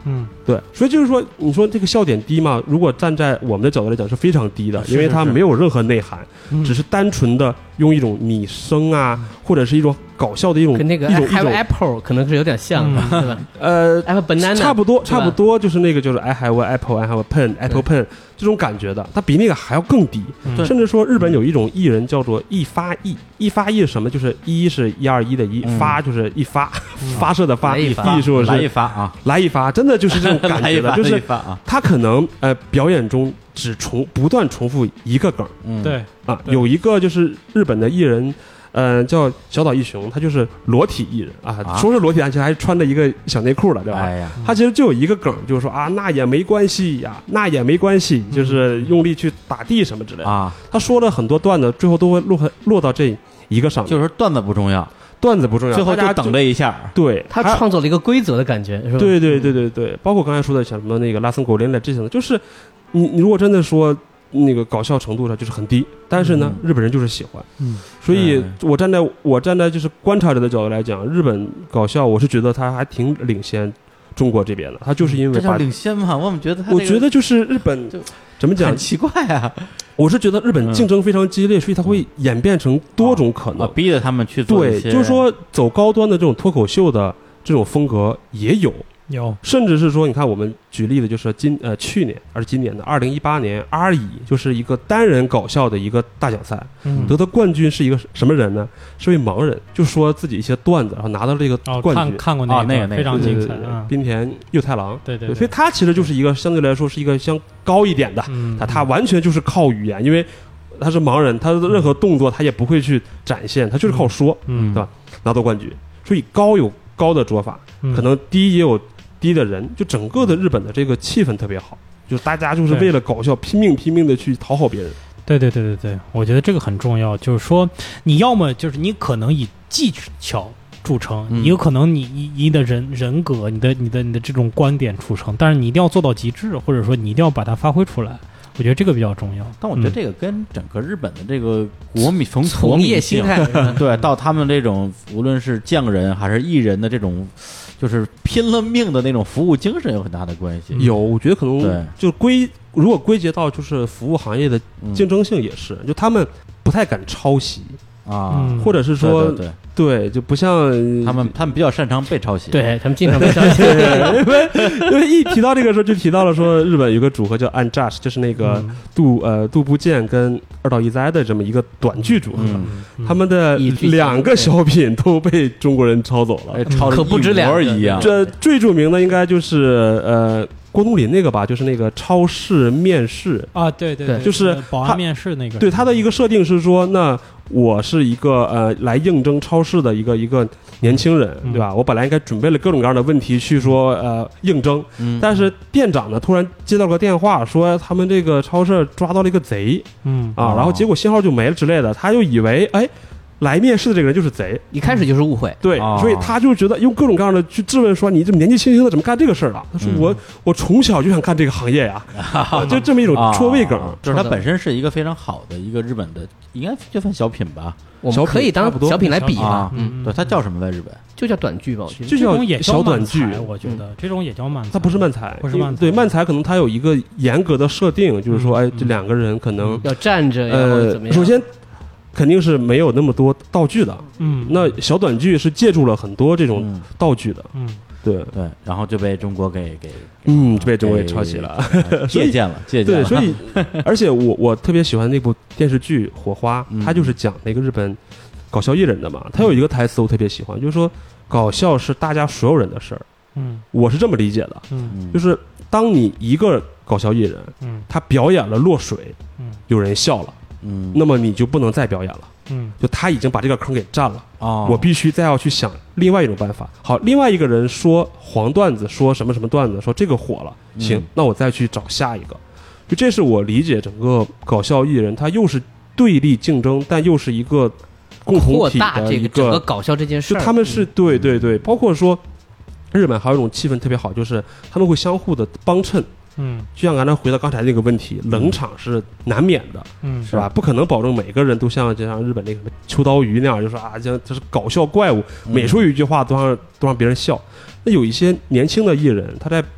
嗯， 对，所以就是说，你说这个笑点低嘛？如果站在我们的角度来讲，是非常低的，因为它没有任何内涵，是是是只是单纯的用一种拟声啊，嗯、或者是一种搞笑的一种跟那个 I have apple 可能是有点像的，嗯、对吧？ 呃 ，I have banana 差不多，差不多就是那个就是 I have an apple, I have a pen, apple pen 这种感觉的，它比那个还要更低。嗯、甚至说日本有一种艺人叫做一发艺，一发艺是什么？就是一是一二一的一，嗯、发就是一发，嗯、发射的发，艺术是来一发啊， 来一发，真的就是这种感觉的，就是他可能呃表演中只重不断重复一个梗， 嗯，对啊，有一个就是日本的艺人。嗯，叫小岛一雄，他就是裸体艺人啊，啊说是裸体，其实还穿着一个小内裤的，对吧？ 哎呀， 他其实就有一个梗，就是说啊，那也没关系呀，那也没关系，就是用力去打地什么之类的啊。他说了很多段子，最后都会落落到这一个上面， 就是段子不重要， 段子不重要， 最后就等这一下。 对， 他创造了一个规则的感觉，是吧？ 对对对对对，包括刚才说的像什么那个拉森狗连的这些，就是你你如果真的说。那个搞笑程度上就是很低，但是呢，嗯、日本人就是喜欢，嗯，所以我站在我站在就是观察者的角度来讲，日本搞笑，我是觉得他还挺领先中国这边的，他就是因为这叫领先嘛，我们觉得他、这个，我觉得就是日本怎么讲很奇怪啊， 我是觉得日本竞争非常激烈，所以它会演变成多种可能， 啊、逼着他们去做一些， 对，就是说走高端的这种脱口秀的这种风格也有。 有， 甚至是说，你看，我们举例的就是今呃去年，而是今年的二零一八年，阿姨就是一个单人搞笑的一个大奖赛，嗯、得的冠军是一个什么人呢？是位盲人，就说自己一些段子，然后拿到这个冠军。 哦、看看过那个、 哦、那个那个非常精彩， 滨田佑太郎。 对 对, 对, 对， 所以他其实就是一个相对来说是一个相高一点的， 嗯、 他他完全就是靠语言，因为他是盲人，他的任何动作他也不会去展现，他就是靠说， 嗯， 对吧？拿到冠军，所以高有高的做法， 嗯、 可能低也有。低的人，就整个的日本的这个气氛特别好，就大家就是为了搞笑拼命拼命的去讨好别人。 对对对对对，我觉得这个很重要，就是说你要么就是你可能以技巧著称， 嗯、 你有可能你以你的人人格、你的你的你的这种观点著称，但是你一定要做到极致，或者说你一定要把它发挥出来。我觉得这个比较重要， 但我觉得这个跟整个日本的这个国民从从业心态， 对，到他们这种无论是匠人还是艺人的这种。就是拼了命的那种服务精神有很大的关系。 有，我觉得可能对， 就归如果归结到就是服务行业的竞争性也是，嗯、就他们不太敢抄袭啊， 嗯、 或者是说对对对。 对，就不像他们，他们比较擅长被抄袭， 对他们经常被抄袭。 因为因为一提到这个时候，就提到了说日本有个组合叫 Unjust， 就是那个杜、嗯、呃杜部健跟二岛一哉的这么一个短剧组合， 嗯嗯、他们的两个小品都被中国人抄走了， 嗯、抄可不止两个一样。 这最著名的应该就是呃。郭冬临那个吧，就是那个超市面试啊，对对对， 就是保安面试那个。 对，他的一个设定是说，那我是一个呃来应征超市的一个一个年轻人，对吧？嗯、我本来应该准备了各种各样的问题去说呃应征， 嗯、 但是店长呢突然接到个电话，说他们这个超市抓到了一个贼， 嗯啊，然后结果信号就没了之类的，他就以为哎。来面试的这个人就是贼， 一开始就是误会， 对，哦、所以他就觉得用各种各样的去质问说，你这么年纪轻轻的怎么干这个事儿了？他说我、嗯、我从小就想干这个行业呀，啊、就这么一种戳胃梗、 哦，就是它本身是一个非常好的一个日本的，应该就算小品吧， 我们可以当小品来比啊，嗯，对，它叫什么在日本？ 就叫短剧吧，我觉得就叫小短剧， 我觉得、嗯、这种也叫漫才， 它不是漫才， 不是漫才， 对，漫才可能它有一个严格的设定，就是说， 嗯、 哎，这两个人可能、 嗯、要站着， 呃， 怎么样？ 首先。肯定是没有那么多道具的， 嗯， 那小短剧是借助了很多这种道具的， 嗯， 对对，然后就被中国给给， 嗯，就被中国给抄袭了， 借鉴了，借鉴了，对，所以，而且我我特别喜欢那部电视剧《火花》， 嗯、 它就是讲那个日本搞笑艺人的嘛，它有一个台词我特别喜欢，就是说搞笑是大家所有人的事儿， 嗯， 我是这么理解的， 嗯， 就是当你一个搞笑艺人， 嗯， 他表演了落水， 嗯， 有人笑了。 嗯， 那么你就不能再表演了， 嗯， 就他已经把这个坑给占了， 哦， 我必须再要去想另外一种办法。好，另外一个人说黄段子，说什么什么段子，说这个火了，行， 嗯、 那我再去找下一个。就这是我理解整个搞笑艺人，他又是对立竞争，但又是一个共同体的一个整个搞笑这件事。 就他们是、嗯、对对对，包括说日本还有一种气氛特别好，就是他们会相互的帮衬。 嗯， 就像刚才回到刚才那个问题，冷场是难免的， 嗯， 是吧？不可能保证每个人都像就像日本那个什么秋刀鱼那样，就说啊，这这是搞笑怪物，每说一句话都让都让别人笑。那有一些年轻的艺人，他在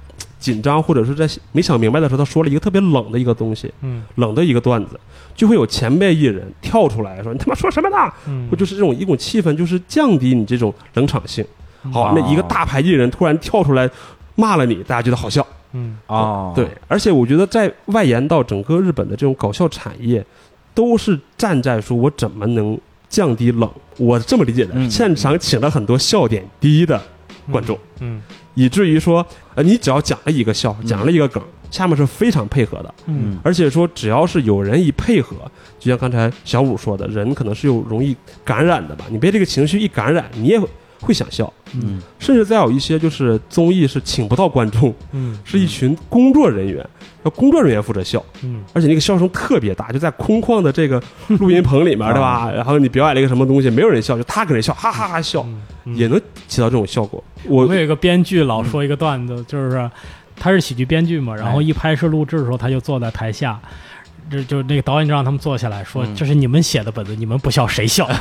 紧张或者是在没想明白的时候，他说了一个特别冷的一个东西，嗯，冷的一个段子，就会有前辈艺人跳出来说：“你他妈说什么呢？”嗯，或就是这种一种气氛，就是降低你这种冷场性。好，那一个大牌艺人突然跳出来骂了你，大家觉得好笑。 嗯哦， 对，而且我觉得在外延到整个日本的这种搞笑产业，都是站在说我怎么能降低冷，我这么理解的，嗯、现场请了很多笑点低的观众， 嗯，嗯以至于说，呃，你只要讲了一个笑，讲了一个梗，嗯、下面是非常配合的， 嗯， 而且说只要是有人一配合，就像刚才小五说的，人可能是有容易感染的吧，你被这个情绪一感染，你也会想笑， 嗯， 甚至再有一些就是综艺是请不到观众， 嗯， 是一群工作人员。要工作人员负责笑， 嗯， 而且那个笑声特别大，就在空旷的这个录音棚里面，对吧？然后你表演了一个什么东西，没有人笑，就他跟人笑，哈哈哈笑， 嗯、 也能起到这种效果。 我我们有一个编剧老说一个段子，嗯、就是他是喜剧编剧嘛，然后一拍摄录制的时候，他就坐在台下。就就那个导演就让他们坐下来说，嗯、这是你们写的本子，你们不笑谁笑？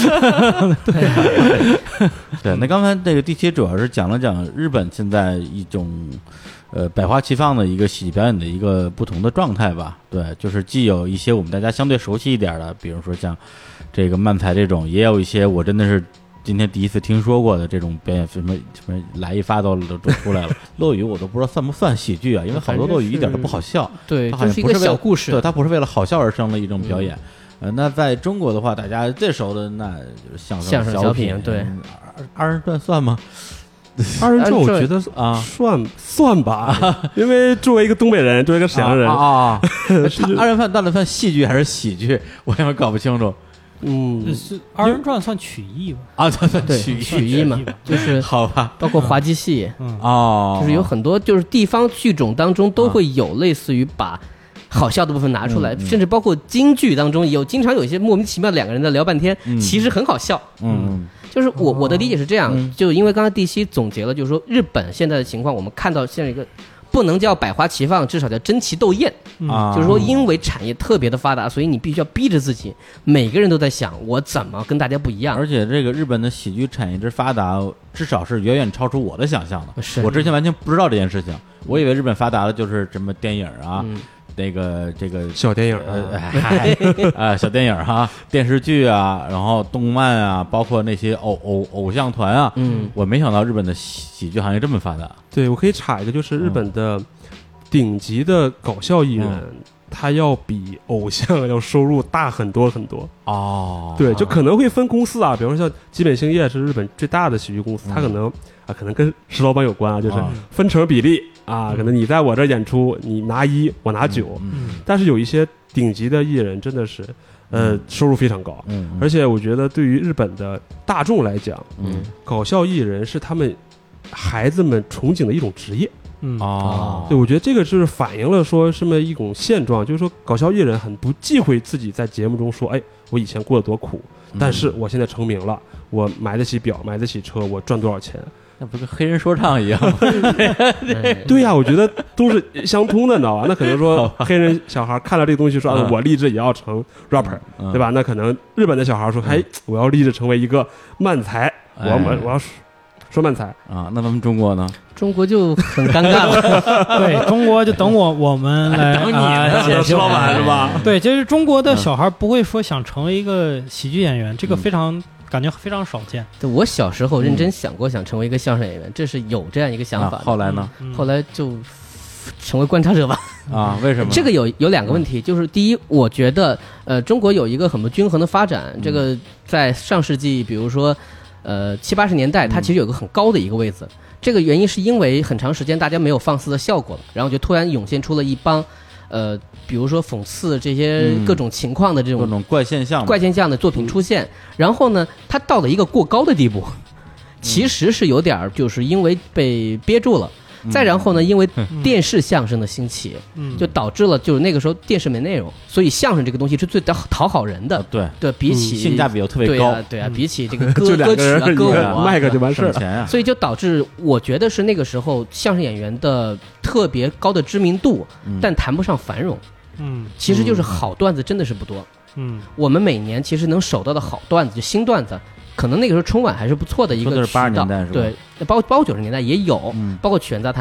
对，对。那刚才这个第七主要是讲了讲日本现在一种呃百花齐放的一个喜剧表演的一个不同的状态吧。对，就是既有一些我们大家相对熟悉一点的，比如说像这个漫才这种，也有一些我真的是今天第一次听说过的这种表演，什么什么来一发都都出来了。落语我都不知道算不算喜剧啊，因为好多落语一点都不好笑。 对， 它好像不是一个小故事。 对，它不是为了好笑而生的一种表演。嗯、呃，那在中国的话，大家最熟的那就是相声、 相声小品，对。 二人转算吗？ 二人转我觉得啊算算吧，因为作为一个东北人，作为一个沈阳人啊，啊啊二人转到底算戏剧还是喜剧？我有点搞不清楚。 嗯， 二人转算曲艺吧？ 啊，对对， 曲曲艺嘛，就是好吧， 包括滑稽戏， 嗯哦， 就是有很多就是地方剧种当中都会有类似于把好笑的部分拿出来， 嗯、 甚至包括京剧当中有经常有一些莫名其妙两个人在聊半天， 嗯、 其实很好笑。 嗯， 就是我我的理解是这样， 嗯、 就因为刚才地西总结了，就是说日本现在的情况，我们看到现在一个。不能叫百花齐放，至少叫争奇斗艳啊！ 就是说，因为产业特别的发达，所以你必须要逼着自己，每个人都在想我怎么跟大家不一样。 而且这个日本的喜剧产业之发达，至少是远远超出我的想象的。 是我之前完全不知道这件事情，我以为日本发达的就是什么电影啊。 嗯那个这个小电影呃，啊小电影哈，电视剧啊，然后动漫啊，包括那些偶偶偶像团啊， 嗯， 我没想到日本的喜剧行业这么发达。 对，我可以插一个，就是日本的顶级的搞笑艺人，嗯、他要比偶像要收入大很多很多哦。 对，就可能会分公司啊，比如说像基本兴业是日本最大的喜剧公司， 嗯、 他可能啊，可能跟石老板有关啊，就是分成比例。啊，可能你在我这演出，你拿一，我拿九， 嗯， 但是有一些顶级的艺人真的是，呃，收入非常高， 嗯， 而且我觉得对于日本的大众来讲， 嗯， 搞笑艺人是他们孩子们憧憬的一种职业， 嗯哦， 对，我觉得这个就是反映了说这么一种现状，就是说搞笑艺人很不忌讳自己在节目中说，哎，我以前过得多苦，但是我现在成名了，我买得起表，买得起车，我赚多少钱。 那不跟黑人说唱一样吗？ 对呀、啊，我觉得都是相通的，你知道吧？那可能说黑人小孩看了这个东西说，啊、我立志也要成 rapper，、嗯、对吧？那可能日本的小孩说，哎、嗯，我要立志成为一个漫才，我要、哎、我要说漫才啊。那咱们中国呢？ 中国就很尴尬了。 对，中国就等我我们来等你啊， 石老板是吧？ 对，就是中国的小孩不会说想成为一个喜剧演员，嗯、这个非常。感觉非常少见。 对，我小时候认真想过想成为一个相声演员，嗯、这是有这样一个想法、 啊。后来呢？ 嗯、 后来就成为观察者吧。 啊？为什么？ 这个有有两个问题，就是第一，我觉得呃，中国有一个很不均衡的发展。这个在上世纪，比如说呃七八十年代，它其实有个很高的一个位置。这个原因是因为很长时间大家没有放肆的效果了，然后就突然涌现出了一帮。呃，比如说讽刺这些各种情况的这种、 嗯、各种怪现象、 怪现象的作品出现，然后呢，它到了一个过高的地步，其实是有点就是因为被憋住了。嗯、再然后呢，因为电视相声的兴起，嗯、就导致了就是那个时候电视没内容，所以相声这个东西是最讨好人的。 啊、对对，比起、 嗯、性价比又特别高。 对啊，对啊，比起这个歌歌曲啊、歌舞啊， 卖个就完事了。 啊、 所以就导致我觉得是那个时候相声演员的特别高的知名度， 嗯、 但谈不上繁荣。 嗯， 其实就是好段子真的是不多。 嗯， 我们每年其实能守到的好段子，就新段子。可能那个时候春晚还是不错的一个渠道， 说的是八十年代是吧？ 对，包包括九十年代也有， 嗯、 包括曲苑杂谈。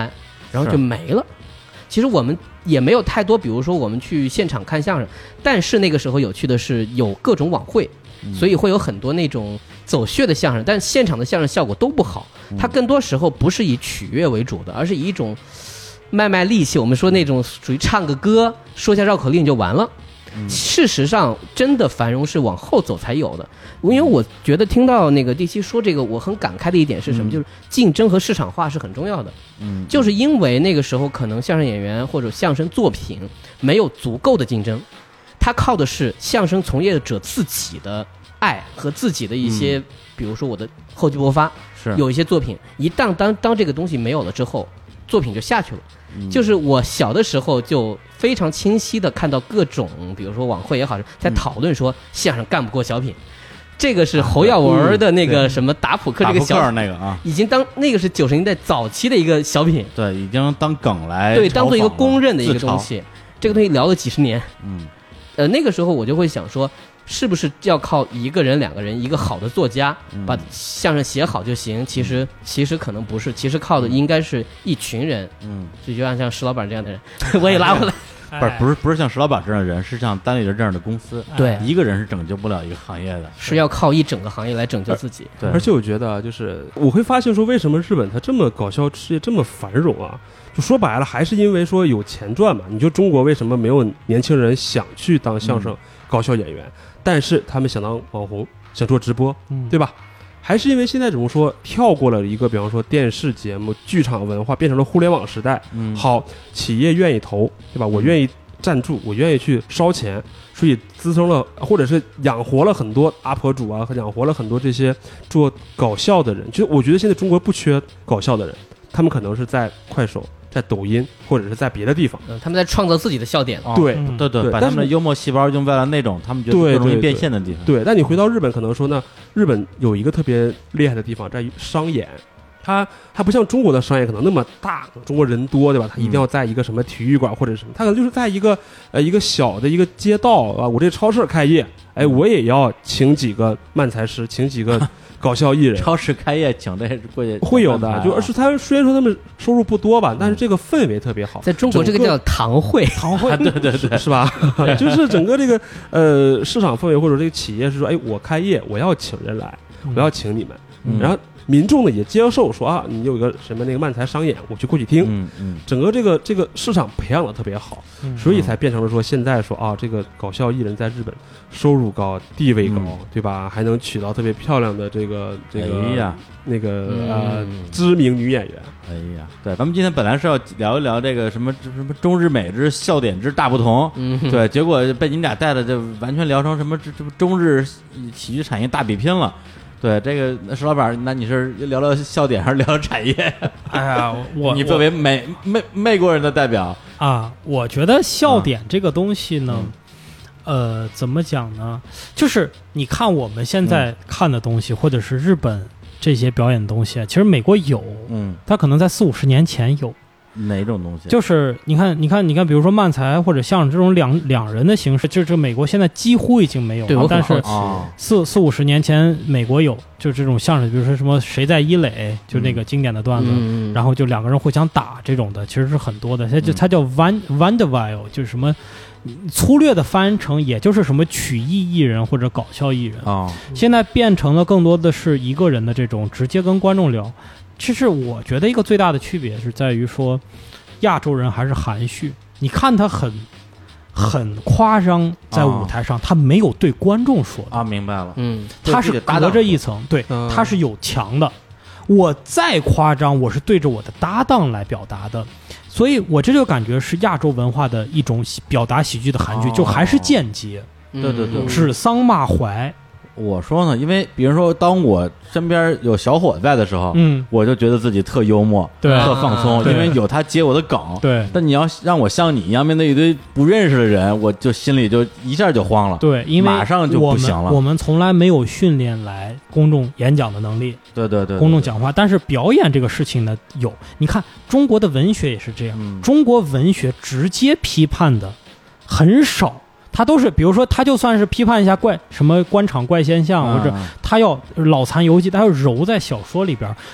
然后就没了。其实我们也没有太多，比如说我们去现场看相声，但是那个时候有趣的是有各种晚会，所以会有很多那种走穴的相声，但现场的相声效果都不好。它更多时候不是以取悦为主的，而是以一种卖卖力气，我们说那种属于唱个歌说下绕口令就完了。事实上真的繁荣是往后走才有的。因为我觉得听到那个第七说这个，我很感慨的一点是什么、嗯、就是竞争和市场化是很重要的。嗯，就是因为那个时候可能相声演员或者相声作品没有足够的竞争，他靠的是相声从业者自己的爱和自己的一些、嗯、比如说我的厚积薄发，是有一些作品一旦当当这个东西没有了之后，作品就下去了。嗯、就是我小的时候就非常清晰的看到各种比如说晚会也好在讨论说相声干不过小品，这个是侯耀文的那个什么打扑克这个小品、 嗯、那个啊， 已经当那个是九十年代早期的一个小品， 对，已经当梗来对当做一个公认的一个东西，这个东西聊了几十年。 嗯， 呃，那个时候我就会想说，是不是要靠一个人、两个人，一个好的作家把相声写好就行？其实，其实可能不是，其实靠的应该是一群人。嗯，就就像像石老板这样的人，我也拉回来。 不是不是不是像石老板这样的人，是像单立人这样的公司。 对， 一个人是拯救不了一个行业的， 是要靠一整个行业来拯救自己。 对，而且我觉得就是我会发现说，为什么日本它这么搞笑事业这么繁荣啊？就说白了，还是因为说有钱赚嘛。你就中国为什么没有年轻人想去当相声搞笑演员，嗯、但是他们想当网红，想做直播，嗯、对吧？还是因为现在怎么说，跳过了一个比方说电视节目、剧场文化，变成了互联网时代。嗯，好，企业愿意投，对吧？我愿意赞助，我愿意去烧钱，所以滋生了或者是养活了很多 U P 主啊，养活了很多这些做搞笑的人。就我觉得现在中国不缺搞笑的人，他们可能是在快手、在抖音或者是在别的地方， 嗯、他们在创造自己的笑点。 哦、 对、 嗯、对对，把他们的幽默细胞用在了那种他们觉得更容易变现的地方。 对，对，对，但你回到日本，可能说呢，日本有一个特别厉害的地方在于商演。它它不像中国的商业可能那么大，中国人多，对吧？它一定要在一个什么体育馆或者什么，它可能就是在一个呃一个小的一个街道啊，我这超市开业，哎，我也要请几个漫才师，请几个搞笑艺人。 超市开业请这过去会有的，就而是他虽然说他们收入不多吧，但是这个氛围特别好。 在中国这个叫堂会， 堂会，对对对， 是吧？就是整个这个呃市场氛围或者这个企业是说，哎，我开业，我要请人来，我要请你们， 嗯、 然后。民众呢也接受说啊，你有一个什么那个漫才商演，我去过去听， 嗯嗯， 整个这个这个市场培养的特别好，嗯、所以才变成了说现在说啊，这个搞笑艺人在日本收入高、地位高，嗯、对吧？还能娶到特别漂亮的这个这个、 哎、呀那个、嗯、呃知名女演员。 哎呀，对，咱们今天本来是要聊一聊这个什么什么中日美之笑点之大不同，嗯，对，结果被你们俩带的就完全聊成什么这这中日喜剧产业大比拼了。对这个石老板，那你是聊聊笑点还是聊聊产业？ 哎呀，我你作为美美美国人的代表啊，我觉得笑点这个东西呢，嗯、呃，怎么讲呢？就是你看我们现在看的东西，嗯、或者是日本这些表演的东西，其实美国有，嗯，它可能在四五十年前有。 哪种东西？就是你看，你看，你看，比如说漫才或者相声这种两两人的形式，就是美国现在几乎已经没有了。但是四四五十年前美国有，就是这种相声，比如说什么谁在伊垒，就那个经典的段子，嗯、然后就两个人互相打这种的，其实是很多的。它就它叫 van vaudeville，就是什么粗略的翻成，也就是什么曲艺艺人或者搞笑艺人啊。哦、现在变成了更多的是一个人的这种直接跟观众聊。其实我觉得一个最大的区别是在于说，亚洲人还是含蓄。你看他很很夸张，在舞台上、哦、他没有对观众说的啊，明白了， 嗯，他是隔着一层，对，嗯、他是有墙的。我再夸张，我是对着我的搭档来表达的，所以我这就感觉是亚洲文化的一种表达喜剧的含蓄，哦、就还是间接， 对对对， 指桑骂槐。 我说呢，因为比如说，当我身边有小伙在的时候，嗯，我就觉得自己特幽默， 对， 特放松，因为有他接我的梗， 对。 但你要让我像你一样面对一堆不认识的人，我就心里就一下就慌了， 对，因为马上就不行了。 我们从来没有训练来公众演讲的能力， 对对 对, 对， 公众讲话。但是表演这个事情呢，有，你看中国的文学也是这样，嗯、中国文学直接批判的很少。他都是，比如说，他就算是批判一下怪什么官场怪现象，或者他要脑残游记，他要揉在小说里边。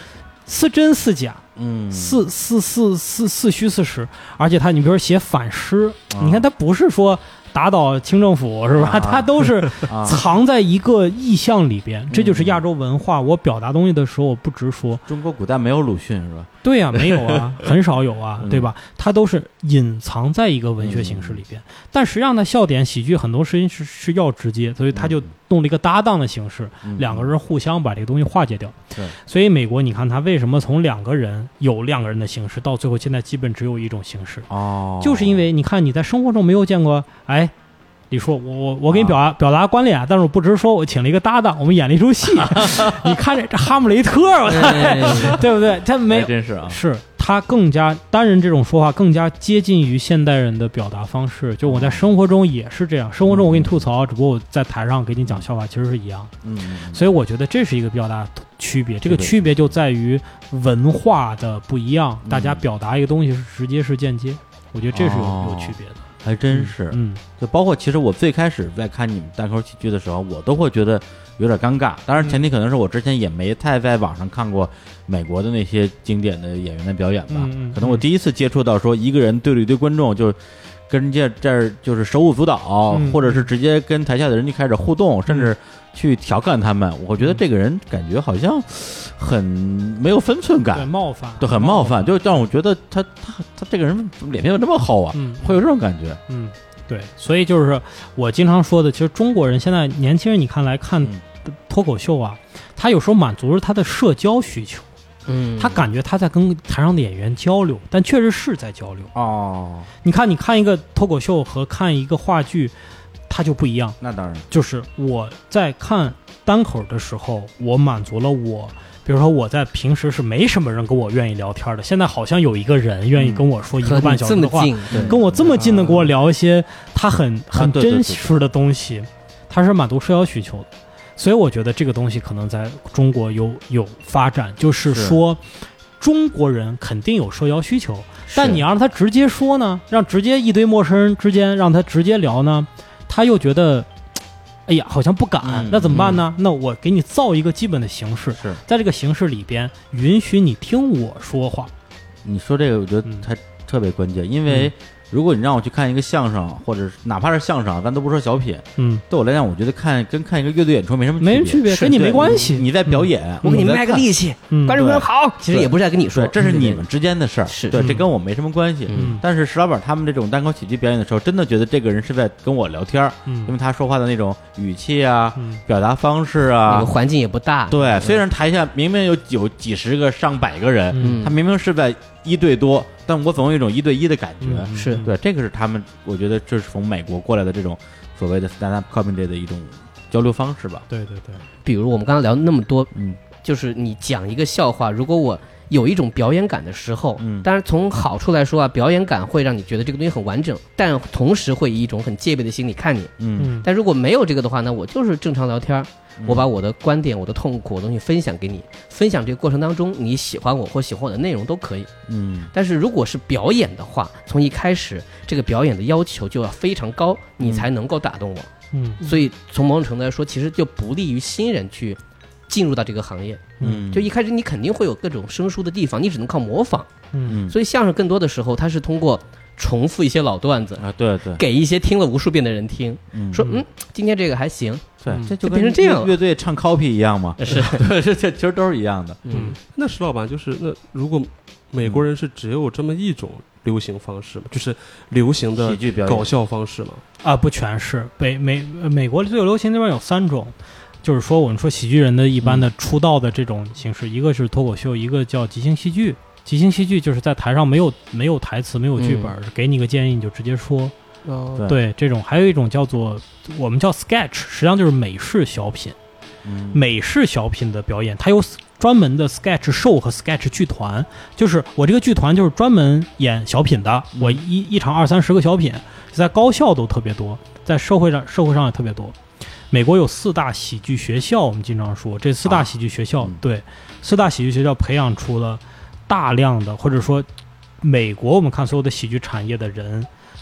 似真似假， 嗯， 似似似似似虚似实，而且他你比如说写反诗，啊、你看他不是说打倒清政府是吧？啊、他都是藏在一个意象里边，啊、这就是亚洲文化。我表达东西的时候，我不直说。 中国古代没有鲁迅是吧？ 对呀、啊，没有啊，很少有啊，对吧？它都是隐藏在一个文学形式里边。嗯、但实际上呢，笑点喜剧很多事情是是要直接，所以他就弄了一个搭档的形式，嗯、两个人互相把这个东西化解掉。 对， 所以美国你看他为什么从两个人有两个人的形式，到最后现在基本只有一种形式哦， 就是因为你看你在生活中没有见过，哎。李叔，我我我给你表达、啊、表达观点，但是我不直说，我请了一个搭档，我们演了一出戏。你看这这哈姆雷特，我操，对不对？他没真是啊， 是他更加单人这种说话更加接近于现代人的表达方式。就我在生活中也是这样，生活中我给你吐槽，只不过我在台上给你讲笑话，其实是一样。 嗯， 所以我觉得这是一个比较大的区别。这个区别就在于文化的不一样，大家表达一个东西是直接是间接，我觉得这是有、哦、有区别的。 还真是，嗯，就包括其实我最开始在看你们单口喜剧的时候，我都会觉得有点尴尬。当然，前提可能是我之前也没太在网上看过美国的那些经典的演员的表演吧。嗯、可能我第一次接触到说一个人对着一堆观众就跟人家这儿就是手舞足蹈，嗯、或者是直接跟台下的人就开始互动，嗯、甚至去调侃他们。我觉得这个人感觉好像很没有分寸感， 对，冒犯， 对，很冒犯，就让我觉得他他他这个人脸皮怎么这么厚啊？嗯，会有这种感觉。 嗯，对，所以就是我经常说的，其实中国人现在年轻人，你看来看脱口秀啊，他有时候满足了他的社交需求。嗯，他感觉他在跟台上的演员交流，但确实是在交流哦。 你看，你看一个脱口秀和看一个话剧，它就不一样。 那当然， 就是我在看单口的时候，我满足了我，比如说我在平时是没什么人跟我愿意聊天的，现在好像有一个人愿意跟我说一个半小时的话， 嗯、 跟我这么近的跟我聊一些他很很真实的东西，他是满足社交需求的。所以我觉得这个东西可能在中国有有发展，就是说中国人肯定有社交需求，但你让他直接说呢，让直接一堆陌生人之间让他直接聊呢，他又觉得哎呀好像不敢、嗯、那怎么办呢、嗯、那我给你造一个基本的形式， 是在这个形式里边允许你听我说话。 你说这个我觉得它特别关键，因为、嗯如果你让我去看一个相声，或者哪怕是相声，咱都不说小品，嗯，对我来讲，我觉得看跟看一个乐队演出没什么区别， 没区别，跟你没关系。 你, 你在表演， 嗯、我给你卖个力气，观众朋友好，其实也不是在跟你说， 这是你们之间的事儿， 是对，这跟我没什么关系。嗯，但是石老板他们这种单口喜剧表演的时候，真的觉得这个人是在跟我聊天，嗯，因为他说话的那种语气啊，嗯、表达方式啊， 那个环境也不大， 对，虽然台下明明有有几十个、上百个人，嗯，他明明是在一对多。但我总有一种一对一的感觉， 嗯、是对，这个是他们，我觉得这是从美国过来的这种所谓的 stand up comedy 的一种交流方式吧。 对对对， 比如我们刚刚聊那么多，嗯，就是你讲一个笑话，如果我有一种表演感的时候，嗯，当然从好处来说啊，表演感会让你觉得这个东西很完整，但同时会以一种很戒备的心理看你，嗯，但如果没有这个的话呢，我就是正常聊天。我把我的观点、我的痛苦的东西分享给你，分享这个过程当中，你喜欢我或喜欢我的内容都可以。嗯，但是如果是表演的话，从一开始这个表演的要求就要非常高，你才能够打动我。嗯，所以从某种程度来说，其实就不利于新人去进入到这个行业。嗯，就一开始你肯定会有各种生疏的地方，你只能靠模仿。嗯，所以相声更多的时候，它是通过重复一些老段子啊，对对， 给一些听了无数遍的人听，嗯、说嗯，今天这个还行。 对，这就变成这样了。 乐队唱 copy 一样嘛， 是， 对，这其实都是一样的。 嗯，那石老板就是那如果美国人是只有这么一种流行方式吗？就是流行的搞笑方式吗？ 啊，不全是。北美美国最流行那边有三种，就是说我们说喜剧人的一般的出道的这种形式，嗯、一个是脱口秀，一个叫即兴戏剧。即兴戏剧就是在台上没有没有台词，没有剧本，嗯、给你个建议你就直接说。 哦， 对，这种还有一种叫做我们叫 sketch， 实际上就是美式小品。嗯，美式小品的表演，它有专门的 sketch show 和 sketch 剧团，就是我这个剧团就是专门演小品的，嗯、我一一场二三十个小品，在高校都特别多，在社会上社会上也特别多。美国有四大喜剧学校，我们经常说这四大喜剧学校，啊、对，四大喜剧学校培养出了大量的，或者说美国我们看所有的喜剧产业的人。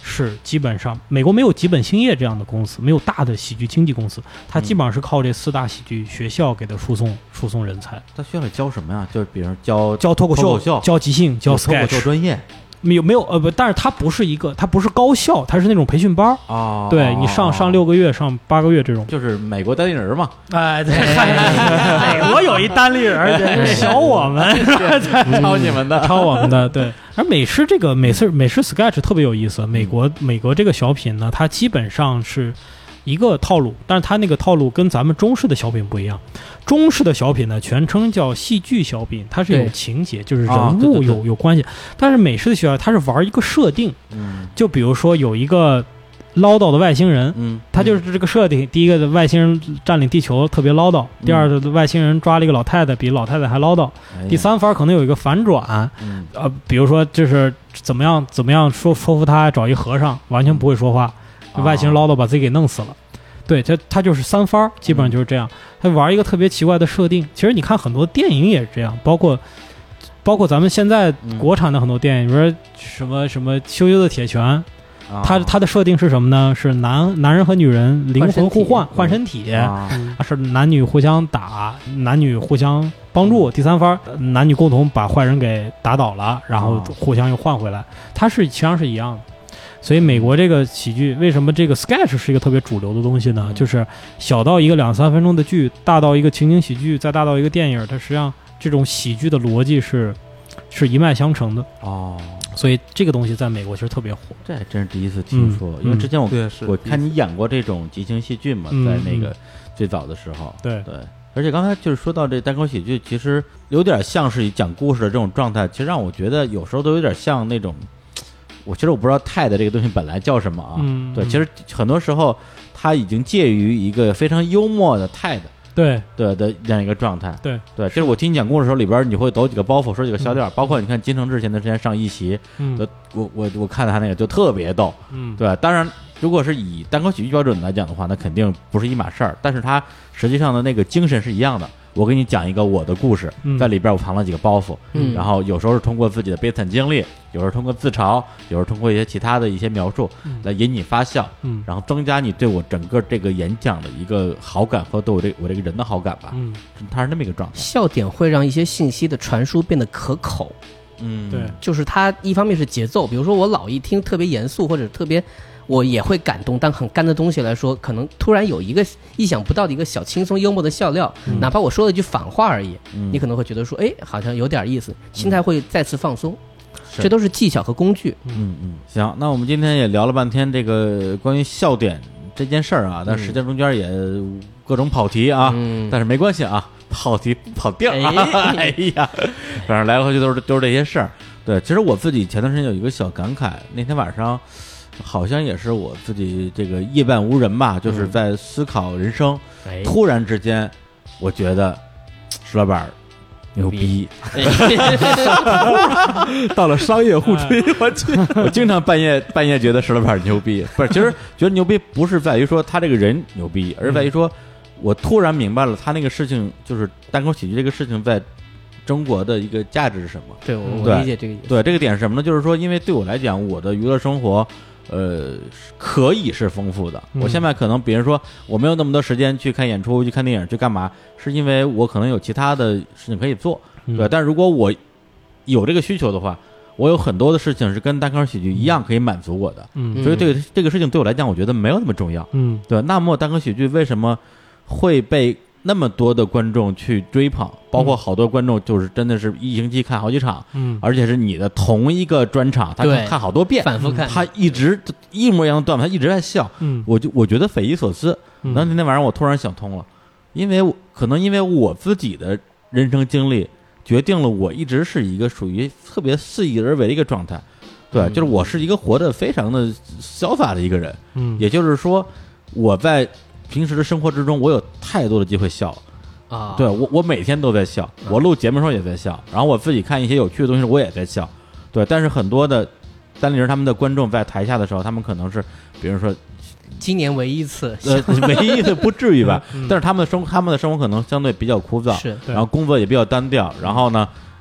是基本上美国没有吉本兴业这样的公司，没有大的喜剧经纪公司，它基本上是靠这四大喜剧学校给它输送输送人才。 他学校里教什么呀？就比如教教脱口秀、教即兴、教 sketch 脱口秀专业。 没有没有呃不，但是它不是一个，它不是高校，它是那种培训班啊。 对你上上六个月、上八个月这种， 就是美国单立人嘛。 哎，对，美国有一单立人，小我们抄你们的， 抄我们的。对，而美式这个美式美式 sketch 特别有意思。美国美国这个小品呢，它基本上是一个套路，但是它那个套路跟咱们中式的小品不一样。中式的小品呢，全称叫戏剧小品，它是有情节，就是人物有、啊、有关系。但是美式的小品，它是玩一个设定，嗯，就比如说有一个唠叨的外星人，嗯，他就是这个设定。第一个的外星人占领地球特别唠叨，第二个的外星人抓了一个老太太，比老太太还唠叨，嗯、第三番可能有一个反转，嗯，呃，比如说就是怎么样怎么样说说服他找一和尚，完全不会说话，嗯、外星人唠叨把自己给弄死了。对，他他就是三番，基本上就是这样。他玩一个特别奇怪的设定。其实你看很多电影也是这样，包括包括咱们现在国产的很多电影，比如说什么什么《羞羞的铁拳》，它它的设定是什么呢？是男男人和女人灵魂互换换身体，啊，是男女互相打，男女互相帮助，第三番男女共同把坏人给打倒了，然后互相又换回来。它是实际上是一样的。所以美国这个喜剧为什么这个 sketch 是一个特别主流的东西呢？就是小到一个两三分钟的剧，大到一个情景喜剧，再大到一个电影，它实际上这种喜剧的逻辑是是一脉相承的哦。所以这个东西在美国其实特别火， 这还真是第一次听说。嗯、因为之前我、 嗯、 我看你演过这种即兴戏剧嘛，嗯、在那个最早的时候， 对对。而且刚才就是说到这单口喜剧，其实有点像是讲故事的这种状态，其实让我觉得有时候都有点像那种。我其实我不知道泰的这个东西本来叫什么啊，嗯、对，其实很多时候它已经介于一个非常幽默的泰的， 对对的这样一个状态， 对对。就是我听你讲故事的时候，里边你会抖几个包袱，说几个笑料，嗯、包括你看金承志前段时间上一席，嗯，我我我看他那个就特别逗，嗯，对。当然，如果是以单口喜剧标准来讲的话，那肯定不是一码事儿，但是他实际上的那个精神是一样的。我给你讲一个我的故事，嗯、在里边我藏了几个包袱，嗯、然后有时候是通过自己的悲惨经历，有时候通过自嘲，有时候通过一些其他的一些描述，嗯、来引你发笑，嗯、然后增加你对我整个这个演讲的一个好感和对我这我这个人的好感吧。嗯，它是那么一个状态。 笑点会让一些信息的传输变得可口。 嗯，对， 就是它一方面是节奏，比如说我老一听特别严肃或者特别。我也会感动，但很干的东西来说，可能突然有一个意想不到的一个小轻松幽默的笑料，嗯、哪怕我说了一句反话而已，嗯、你可能会觉得说，哎，好像有点意思，心态会再次放松。嗯、这都是技巧和工具。 嗯嗯，行，那我们今天也聊了半天这个关于笑点这件事儿啊，但时间中间也各种跑题啊，嗯、但是没关系啊，跑题不跑调啊。哎, 哎呀，反正来回去都是都是这些事儿。对，其实我自己前段时间有一个小感慨，那天晚上。好像也是我自己这个夜半无人吧，就是在思考人生，嗯、突然之间，我觉得石老板牛逼， 到了商业互吹，我去， 我经常半夜半夜觉得石老板牛逼，不是，其实觉得牛逼不是在于说他这个人牛逼，而是在于说我突然明白了他那个事情，就是单口喜剧这个事情在。中国的一个价值是什么？ 对，我理解这个意思。 对，这个点是什么呢？就是说，因为对我来讲，我的娱乐生活，呃，可以是丰富的。嗯、我现在可能，比如说，我没有那么多时间去看演出、去看电影、去干嘛，是因为我可能有其他的事情可以做。对，嗯、但如果我有这个需求的话，我有很多的事情是跟单口喜剧一样可以满足我的。嗯，所以这个这个事情对我来讲，我觉得没有那么重要。嗯，对。那么单口喜剧为什么会被？那么多的观众去追捧，包括好多观众就是真的是一星期看好几场，嗯，而且是你的同一个专场，他看好多遍， 反复看， 他一直一模一样的段子，他一直在笑，嗯，我就我觉得匪夷所思。嗯、然后那天晚上我突然想通了，因为可能因为我自己的人生经历决定了我一直是一个属于特别肆意而为的一个状态，对，嗯、就是我是一个活得非常的潇洒的一个人，嗯，也就是说我在。平时的生活之中，我有太多的机会笑啊！对我，我每天都在笑，我录节目的时候也在笑，然后我自己看一些有趣的东西，我也在笑。对，但是很多的单立人他们的观众在台下的时候，他们可能是，比如说， 今年唯一一次， 呃，唯一一次不至于吧？嗯、但是他们的生，他们的生活可能相对比较枯燥， 是， 然后工作也比较单调，然后呢，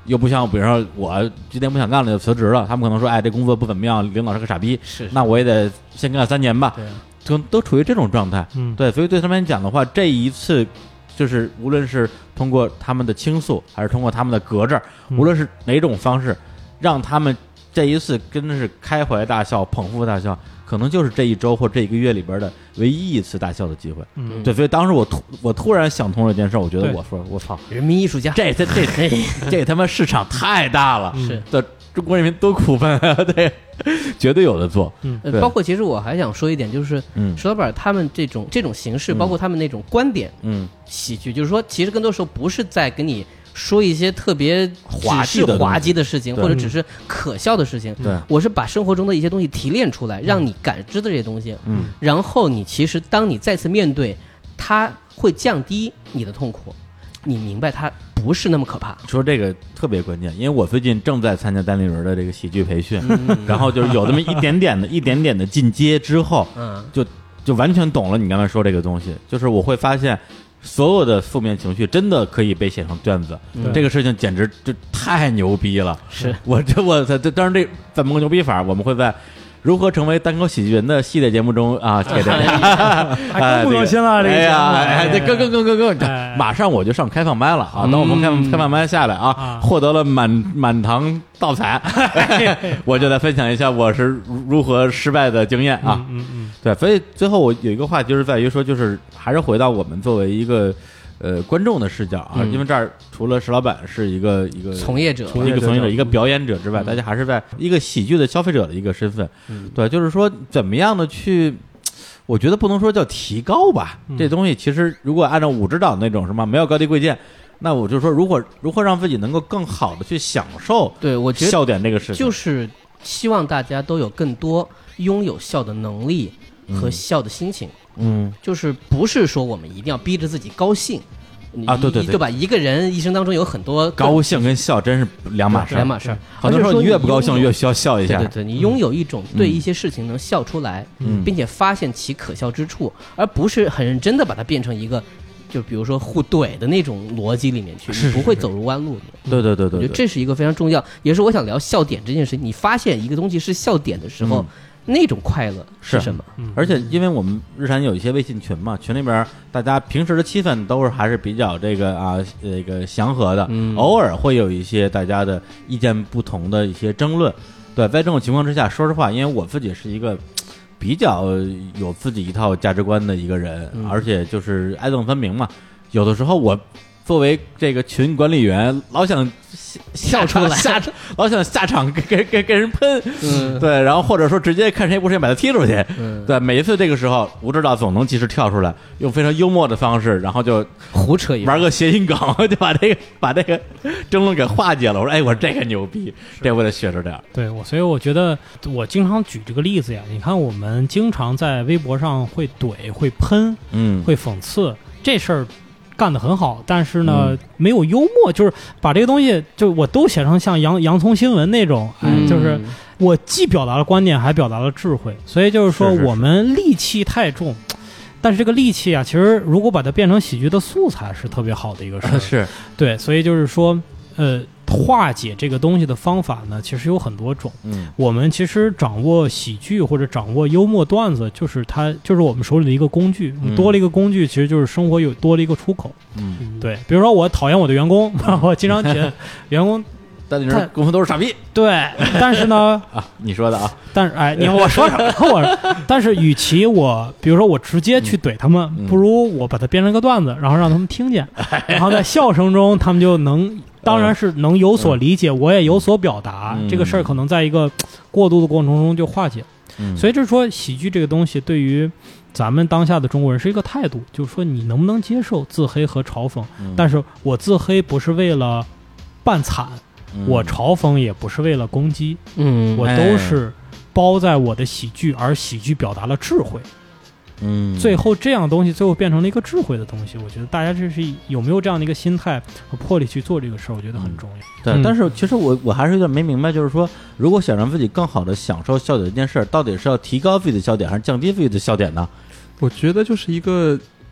又不像比如说我今天不想干了就辞职了，他们可能说哎这工作不怎么样，领导是个傻逼， 是那我也得先干三年吧， 对， 就都处于这种状态。 嗯， 对，所以对他们讲的话，这一次就是无论是通过他们的倾诉，还是通过他们的隔着，无论是哪种方式，让他们这一次真的是开怀大笑、捧腹大笑，可能就是这一周或这一个月里边的唯一一次大笑的机会。 嗯， 对，所以当时我突我突然想通了一件事，我觉得我说我操， 人民艺术家， 这这这这他妈市场太大了， 是的，中国人民多苦闷啊，对，绝对有的做。 嗯，包括其实我还想说一点，就是嗯，石老板他们这种这种形式，包括他们那种观点，嗯，喜剧，就是说，其实更多时候不是在跟你说一些特别滑稽的滑稽的事情，或者只是可笑的事情。 对， 我是把生活中的一些东西提炼出来，让你感知的这些东西。嗯，然后你其实当你再次面对，它会降低你的痛苦，你明白它不是那么可怕。 说这个特别关键，因为我最近正在参加单立人的这个喜剧培训，嗯、然后就是有这么一点点的、一点点的进阶之后，嗯，就就完全懂了你刚才说这个东西，就是我会发现。所有的负面情绪真的可以被写成段子，这个事情简直就太牛逼了。 是我这我这当然这怎么个牛逼法，我们会在如何成为单口喜剧人的系列节目中啊给大家。 更不用心了，这个。 哎呀，哎，这更更更更更，马上我就上开放麦了啊！等我们开开放麦下来啊，获得了满满堂盗彩，我就来分享一下我是如何失败的经验啊。 嗯嗯。 对，所以最后我有一个话题就是在于说，就是还是回到我们作为一个呃观众的视角啊，嗯、因为这儿除了石老板是一个一个从业者， 一个从业者，一个表演者之外，嗯、大家还是在一个喜剧的消费者的一个身份。嗯、对，就是说怎么样的去，我觉得不能说叫提高吧，嗯、这东西其实如果按照武指导那种什么没有高低贵贱。那我就说，如果如何让自己能够更好的去享受， 对我觉得笑点这个事情， 就是希望大家都有更多拥有笑的能力。和笑的心情，嗯，就是不是说我们一定要逼着自己高兴啊，对对对， 对吧？一个人一生当中有很多高兴跟笑真是两码事， 两码事。 很多时候你越不高兴越需要笑一下， 对对对，你拥有一种对一些事情能笑出来， 嗯， 并且发现其可笑之处，而不是很认真的把它变成一个。就比如说互怼的那种逻辑里面去，你不会走入弯路的。 对对对对， 我觉得这是一个非常重要，也是我想聊笑点这件事情。你发现一个东西是笑点的时候。嗯那种快乐是什么？ 而且因为我们日常有一些微信群嘛，群里边大家平时的气氛都是还是比较这个啊这个祥和的，嗯、偶尔会有一些大家的意见不同的一些争论。对，在这种情况之下，说实话，因为我自己是一个比较有自己一套价值观的一个人，嗯、而且就是爱憎分明嘛，有的时候我。作为这个群管理员，老想笑出来， 下老想下场给给给给人喷， 嗯， 对，然后或者说直接看谁不顺眼把他踢出去， 嗯， 对，每一次这个时候，吴指导总能及时跳出来，用非常幽默的方式，然后就胡扯一玩个谐音梗，就把这个把这个争论给化解了。我说，哎，我说这个牛逼，这我得学着点。 对，我所以我觉得我经常举这个例子呀，你看我们经常在微博上会怼、会喷、 嗯， 会讽刺这事儿。干得很好，但是呢，嗯、没有幽默，就是把这个东西，就我都写成像洋洋葱新闻那种，哎， 嗯、 就是我既表达了观点，还表达了智慧，所以就是说我们戾气太重，是是是但是这个戾气啊，其实如果把它变成喜剧的素材，是特别好的一个事儿， 是对，所以就是说，呃。化解这个东西的方法呢，其实有很多种。 嗯， 我们其实掌握喜剧或者掌握幽默段子，就是它就是我们手里的一个工具。 嗯、 多了一个工具，其实就是生活有多了一个出口。 嗯， 对。比如说，我讨厌我的员工，嗯、我经常觉得员工。 但你说公司都是傻逼， 对，但是呢， 啊，你说的啊， 但是哎，你我说什么？我，但是与其我，比如说我直接去怼他们， 嗯、 不如我把它编成一个段子，然后让他们听见，然后在笑声中，他们就能，当然是能有所理解，嗯、我也有所表达， 嗯、 这个事儿可能在一个过渡的过程中就化解。 嗯、 所以就是说，喜剧这个东西对于咱们当下的中国人是一个态度，就是说你能不能接受自黑和嘲讽？ 嗯、 但是我自黑不是为了扮惨。我嘲讽也不是为了攻击， 嗯， 我都是包在我的喜剧，而喜剧表达了智慧， 嗯， 最后这样东西最后变成了一个智慧的东西。我觉得大家这是有没有这样的一个心态和魄力去做这个事儿，我觉得很重要。 嗯、对，嗯、但是其实我我还是有点没明白，就是说，如果想让自己更好的享受笑点这件事儿，到底是要提高自己的笑点，还是降低自己的笑点呢？ 我觉得就是一个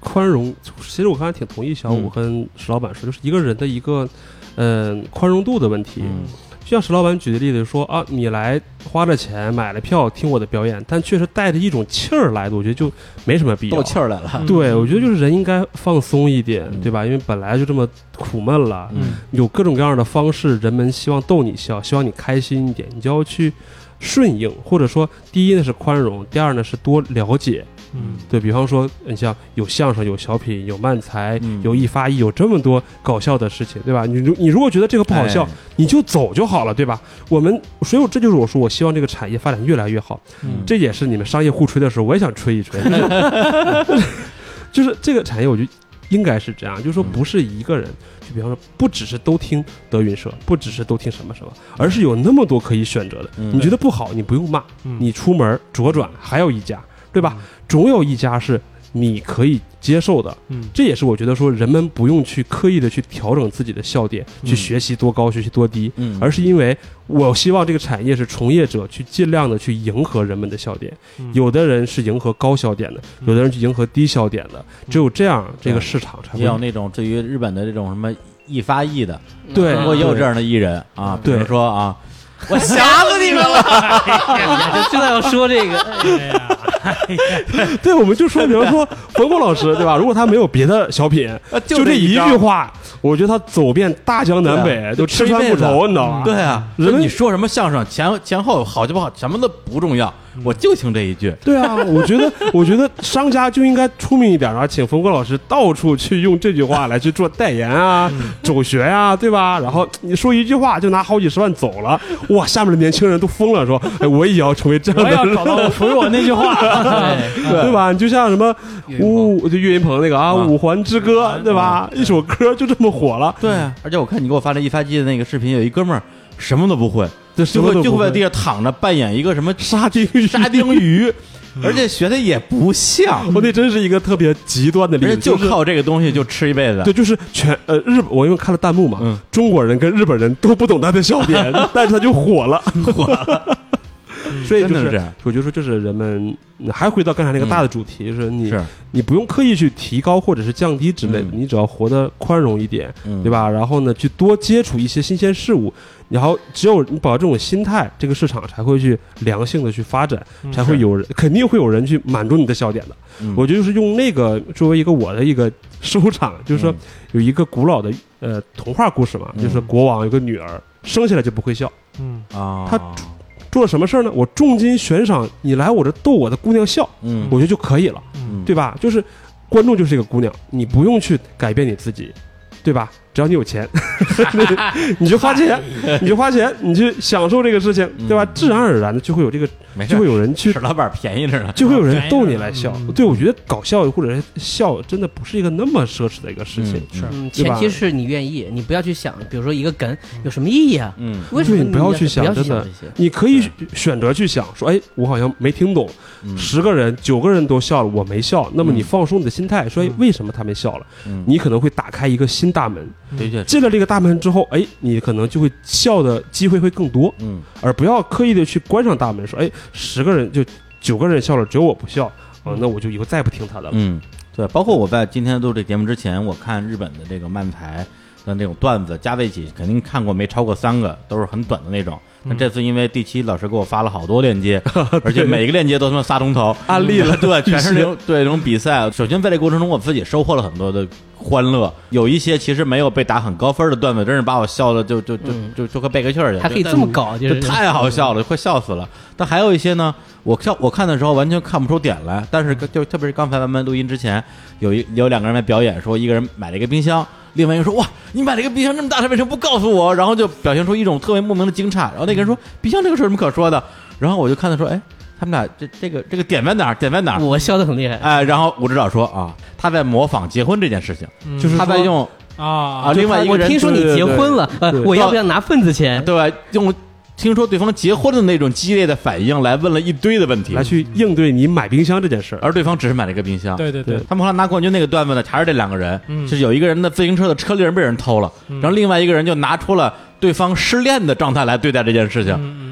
宽容，其实我刚才挺同意小五跟石老板说，就是一个人的一个嗯、呃、宽容度的问题。嗯，就像石老板举的例子说啊，你来花了钱买了票听我的表演，但确实带着一种气儿来的，我觉得就没什么必要。 斗气儿来了。 对，我觉得就是人应该放松一点，嗯、对吧？因为本来就这么苦闷了，嗯，有各种各样的方式，人们希望逗你笑，希望你开心一点，你就要去顺应，或者说，第一呢是宽容，第二呢是多了解。嗯，对，比方说，你像有相声、有小品、有漫才、嗯、有一发一，有这么多搞笑的事情，对吧？你如你如果觉得这个不好笑，哎、你就走就好了，对吧？我们所以这就是我说，我希望这个产业发展越来越好。嗯，这也是你们商业互吹的时候，我也想吹一吹。就是就是这个产业，我觉得应该是这样，就是说不是一个人，就比方说不只是都听德云社，不只是都听什么什么，而是有那么多可以选择的。嗯、你觉得不好，你不用骂，嗯、你出门左转还有一家。对吧？总有一家是你可以接受的，嗯，这也是我觉得说人们不用去刻意的去调整自己的笑点，嗯、去学习多高，学习多低，嗯，而是因为我希望这个产业是从业者去尽量的去迎合人们的笑点，嗯、有的人是迎合高笑点的，嗯、有的人去迎合低笑点的，只有这样，嗯、这个市场才会也有那种至于日本的这种什么艺发艺的， 对， 中国也有这样的艺人啊，比如说啊。我吓死你们了！ 就知道要说这个。哎呀， 对，我们就说，比如说冯巩老师，对吧？如果他没有别的小品，就这一句话，我觉得他走遍大江南北都吃穿不愁，你知道吗？ 对啊，人你说什么相声前前后好就不好，什么都不重要，我就听这一句。 对啊，我觉得，我觉得商家就应该出名一点啊，请冯巩老师到处去用这句话来去做代言啊、走学呀，对吧？然后你说一句话就拿好几十万走了。哇，下面的年轻人都疯了，说：“哎，我也要成为这样的人， 我要找到属于我那句话， 对, 对, 对吧？你就像什么五，就岳云鹏那个啊，《五环之歌》，对吧？一首歌就这么火了。 对，而且我看你给我发的一发机的那个视频，有一哥们儿什么都不会，就会就会在地上躺着扮演一个什么沙丁沙丁鱼。”而且学的也不像， 我那真是一个特别极端的例子， 就靠这个东西就吃一辈子。 对，就是全呃日，我因为看了弹幕嘛，嗯、中国人跟日本人都不懂他的笑点，但是他就火了，火了。所以就是， 这样我就说，就是人们还回到刚才那个大的主题，嗯、就是你是你不用刻意去提高或者是降低之类的，嗯、你只要活得宽容一点，嗯、对吧？然后呢，去多接触一些新鲜事物。然后只有你保持这种心态，这个市场才会去良性的去发展，嗯、才会有人肯定会有人去满足你的笑点的。嗯、我就是用那个作为一个我的一个收场，就是说有一个古老的呃童话故事嘛，嗯、就是国王有个女儿生下来就不会笑，嗯啊，他做了什么事儿呢？我重金悬赏你来我这逗我的姑娘笑，嗯，我觉得就可以了，嗯，对吧？就是观众就是一个姑娘，你不用去改变你自己。对吧？只要你有钱，你就花钱，你就花钱，你去享受这个事情，对吧？自然而然的就会有这个，就会有人去。 史老板便宜着呢， 就会有人逗你来笑。对，我觉得搞笑或者是笑，真的不是一个那么奢侈的一个事情。 是，前提是你愿意，你不要去想，比如说一个梗有什么意义啊？嗯，为什么你不要去想？真的，你可以选择去想，说，哎，我好像没听懂，十个人九个人都笑了，我没笑。那么你放松你的心态，说，哎，为什么他们笑了？你可能会打开一个新大门。 对对， 进了这个大门之后，哎，你可能就会笑的机会会更多，嗯，而不要刻意的去关上大门，说，哎，十个人就九个人笑了，只有我不笑，啊，那我就以后再也不听他的了。 嗯，对，包括我在今天录这节目之前，我看日本的这个漫才的那种段子加在一起，肯定看过没超过三个，都是很短的那种。那这次因为第七老师给我发了好多链接，而且每个链接都他妈仨钟头安利了， 对，全是那种对那种比赛。首先在这个过程中，我自己收获了很多的欢乐，有一些其实没有被打很高分的段子，真是把我笑的就就就就就快背个气儿去， 还可以这么搞， 就太好笑了，快笑死了。但还有一些呢，我笑我看的时候完全看不出点来，但是就特别是刚才咱们录音之前，有一有两个人在表演，说一个人买了一个冰箱。另外一个人说：“哇，你买了一个冰箱这么大，他为什么不告诉我？”然后就表现出一种特别莫名的惊诧。然后那个人说：“冰箱这个事有什么可说的？”然后我就看他说：“哎，他们俩这这个这个点在哪儿？点在哪儿？” 我笑得很厉害。 哎，然后武指导说：“啊，他在模仿结婚这件事情， 嗯、 就是他在用啊啊，另外一个人我听说你结婚了，呃，我要不要拿份子钱？ 对吧？用。”听说对方结婚的那种激烈的反应来问了一堆的问题， 来去应对你买冰箱这件事， 而对方只是买了一个冰箱。 对对对， 他们后来拿冠军那个段子呢，还是这两个人，嗯、就是有一个人的自行车的车铃被人偷了，嗯、然后另外一个人就拿出了对方失恋的状态来对待这件事情，嗯、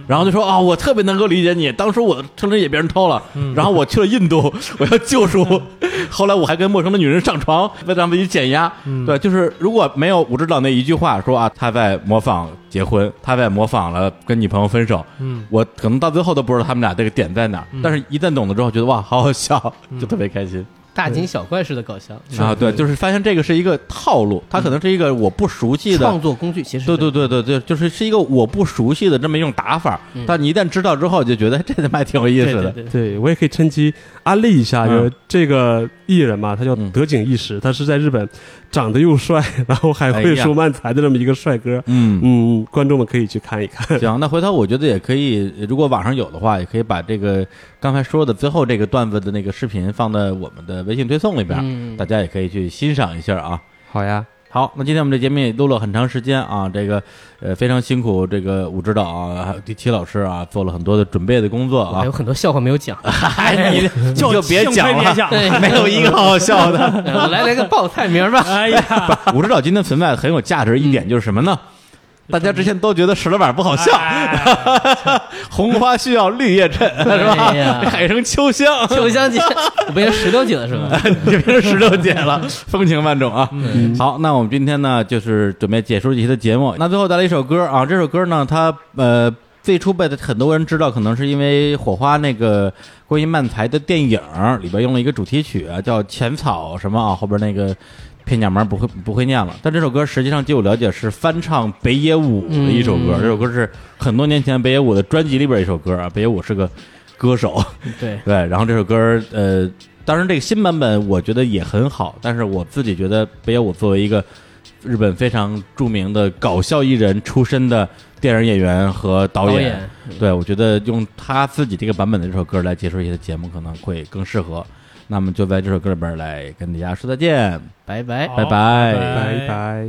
然后就说啊，我特别能够理解你，当时我的车也被人偷了，然后我去了印度，我要救赎，后来我还跟陌生的女人上床，为了让自己减压。对，就是如果没有武指导那一句话说啊，他在模仿结婚，他在模仿了跟女朋友分手，嗯，我可能到最后都不知道他们俩这个点在哪儿，但是一旦懂了之后，觉得哇，好好笑，就特别开心。 大惊小怪式的搞笑啊，对，就是发现这个是一个套路，它可能是一个我不熟悉的创作工具，其实对对对对对，就是是一个我不熟悉的这么一种打法，嗯、但你一旦知道之后，就觉得这他妈挺有意思的。 对, 对, 对, 对我也可以趁机安利一下，嗯、就这个艺人嘛，他叫德井义史，嗯、他是在日本长得又帅，然后还会说漫才的这么一个帅哥。嗯嗯，观众们可以去看一看。 行，那回头我觉得也可以，如果网上有的话，也可以把这个刚才说的最后这个段子的那个视频放在我们的微信推送里边。嗯，大家也可以去欣赏一下啊。 好呀， 好，那今天我们这节目也录了很长时间啊，这个呃非常辛苦，这个武指导啊，还有第七老师啊，做了很多的准备的工作啊， 还有很多笑话没有讲， 哎，你就别讲了，没有一个好好笑的。 我来来个报菜名吧。 哎呀， 武指导今天存在很有价值一点就是什么呢？大家之前都觉得石老板不好笑，哎、红花需要绿叶衬，是吧？哎、改成秋香， 秋香姐，我变成石榴姐了是吧？ 你变成石榴姐了，风情万种啊！嗯、好，那我们今天呢，就是准备结束这期的节目。那最后带来一首歌啊，这首歌呢，它呃最初被很多人知道，可能是因为火花那个关于漫才的电影里边用了一个主题曲啊，叫《浅草》什么啊，后边那个。片假名不会不会念了，但这首歌实际上据我了解是翻唱北野武的一首歌，嗯、这首歌是很多年前北野武的专辑里边一首歌啊。北野武是个歌手， 对对，然后这首歌呃，当然这个新版本我觉得也很好，但是我自己觉得北野武作为一个日本非常著名的搞笑艺人出身的电影演员和导演，导演对我觉得用他自己这个版本的这首歌来结束一些节目可能会更适合。那么就在这首歌里边来跟大家说再见， 拜拜， 拜拜， 拜拜。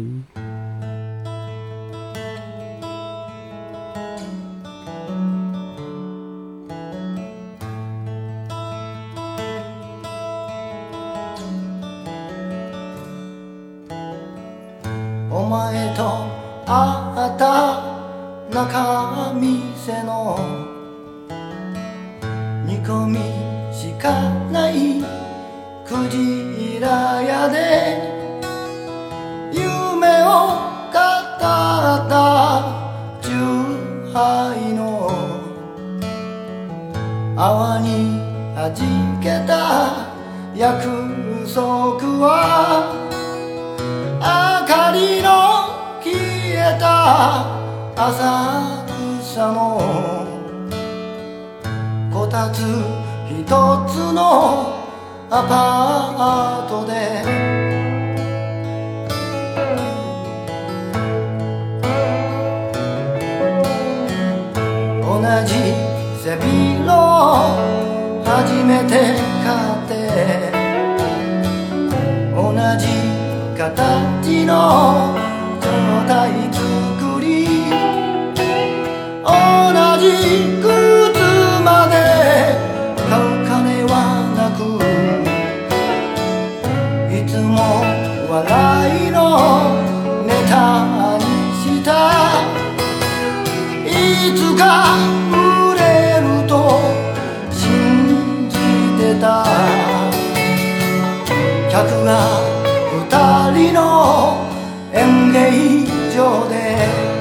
お前と会った中店の煮込みしかないクジラ屋で夢を語った酎ハイの泡にはじけた約束は明かりの消えた浅草のこたつ一つのアパートで同じ背広を初めて買って同じ形の状態作り同じ靴まで買う金はなくいつも笑いのネタにしたいつか売れると信じてた客が二人の演芸場で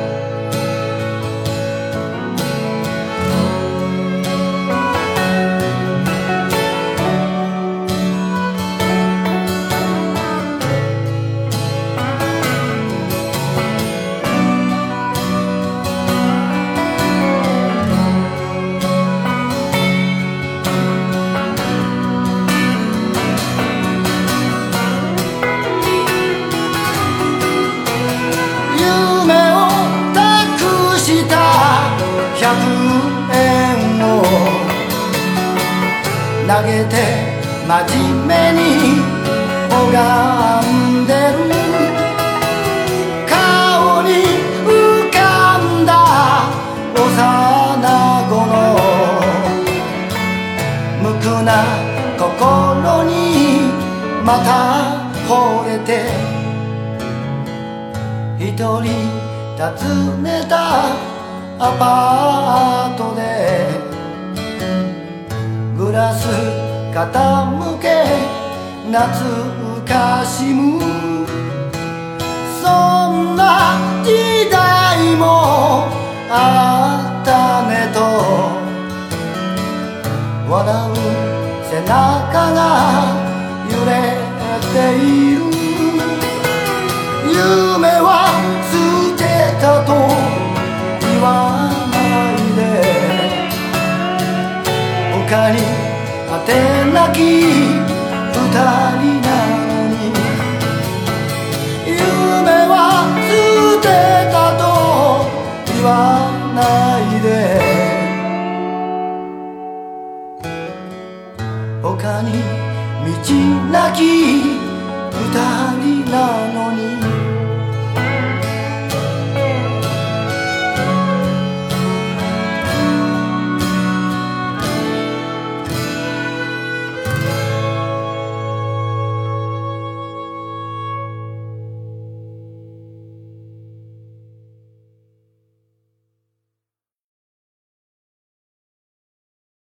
ひゃくえんを投げて真面目に拝んでる顔に浮かんだ幼子の無垢な心にまた惚れて一人訪ねたアパートでグラス傾け懐かしむそんな時代もあったねと笑う背中が揺れている夢は捨てたと言わないで他に果てなき二人なのに夢は捨てたと言わないで他に道なき二人なのに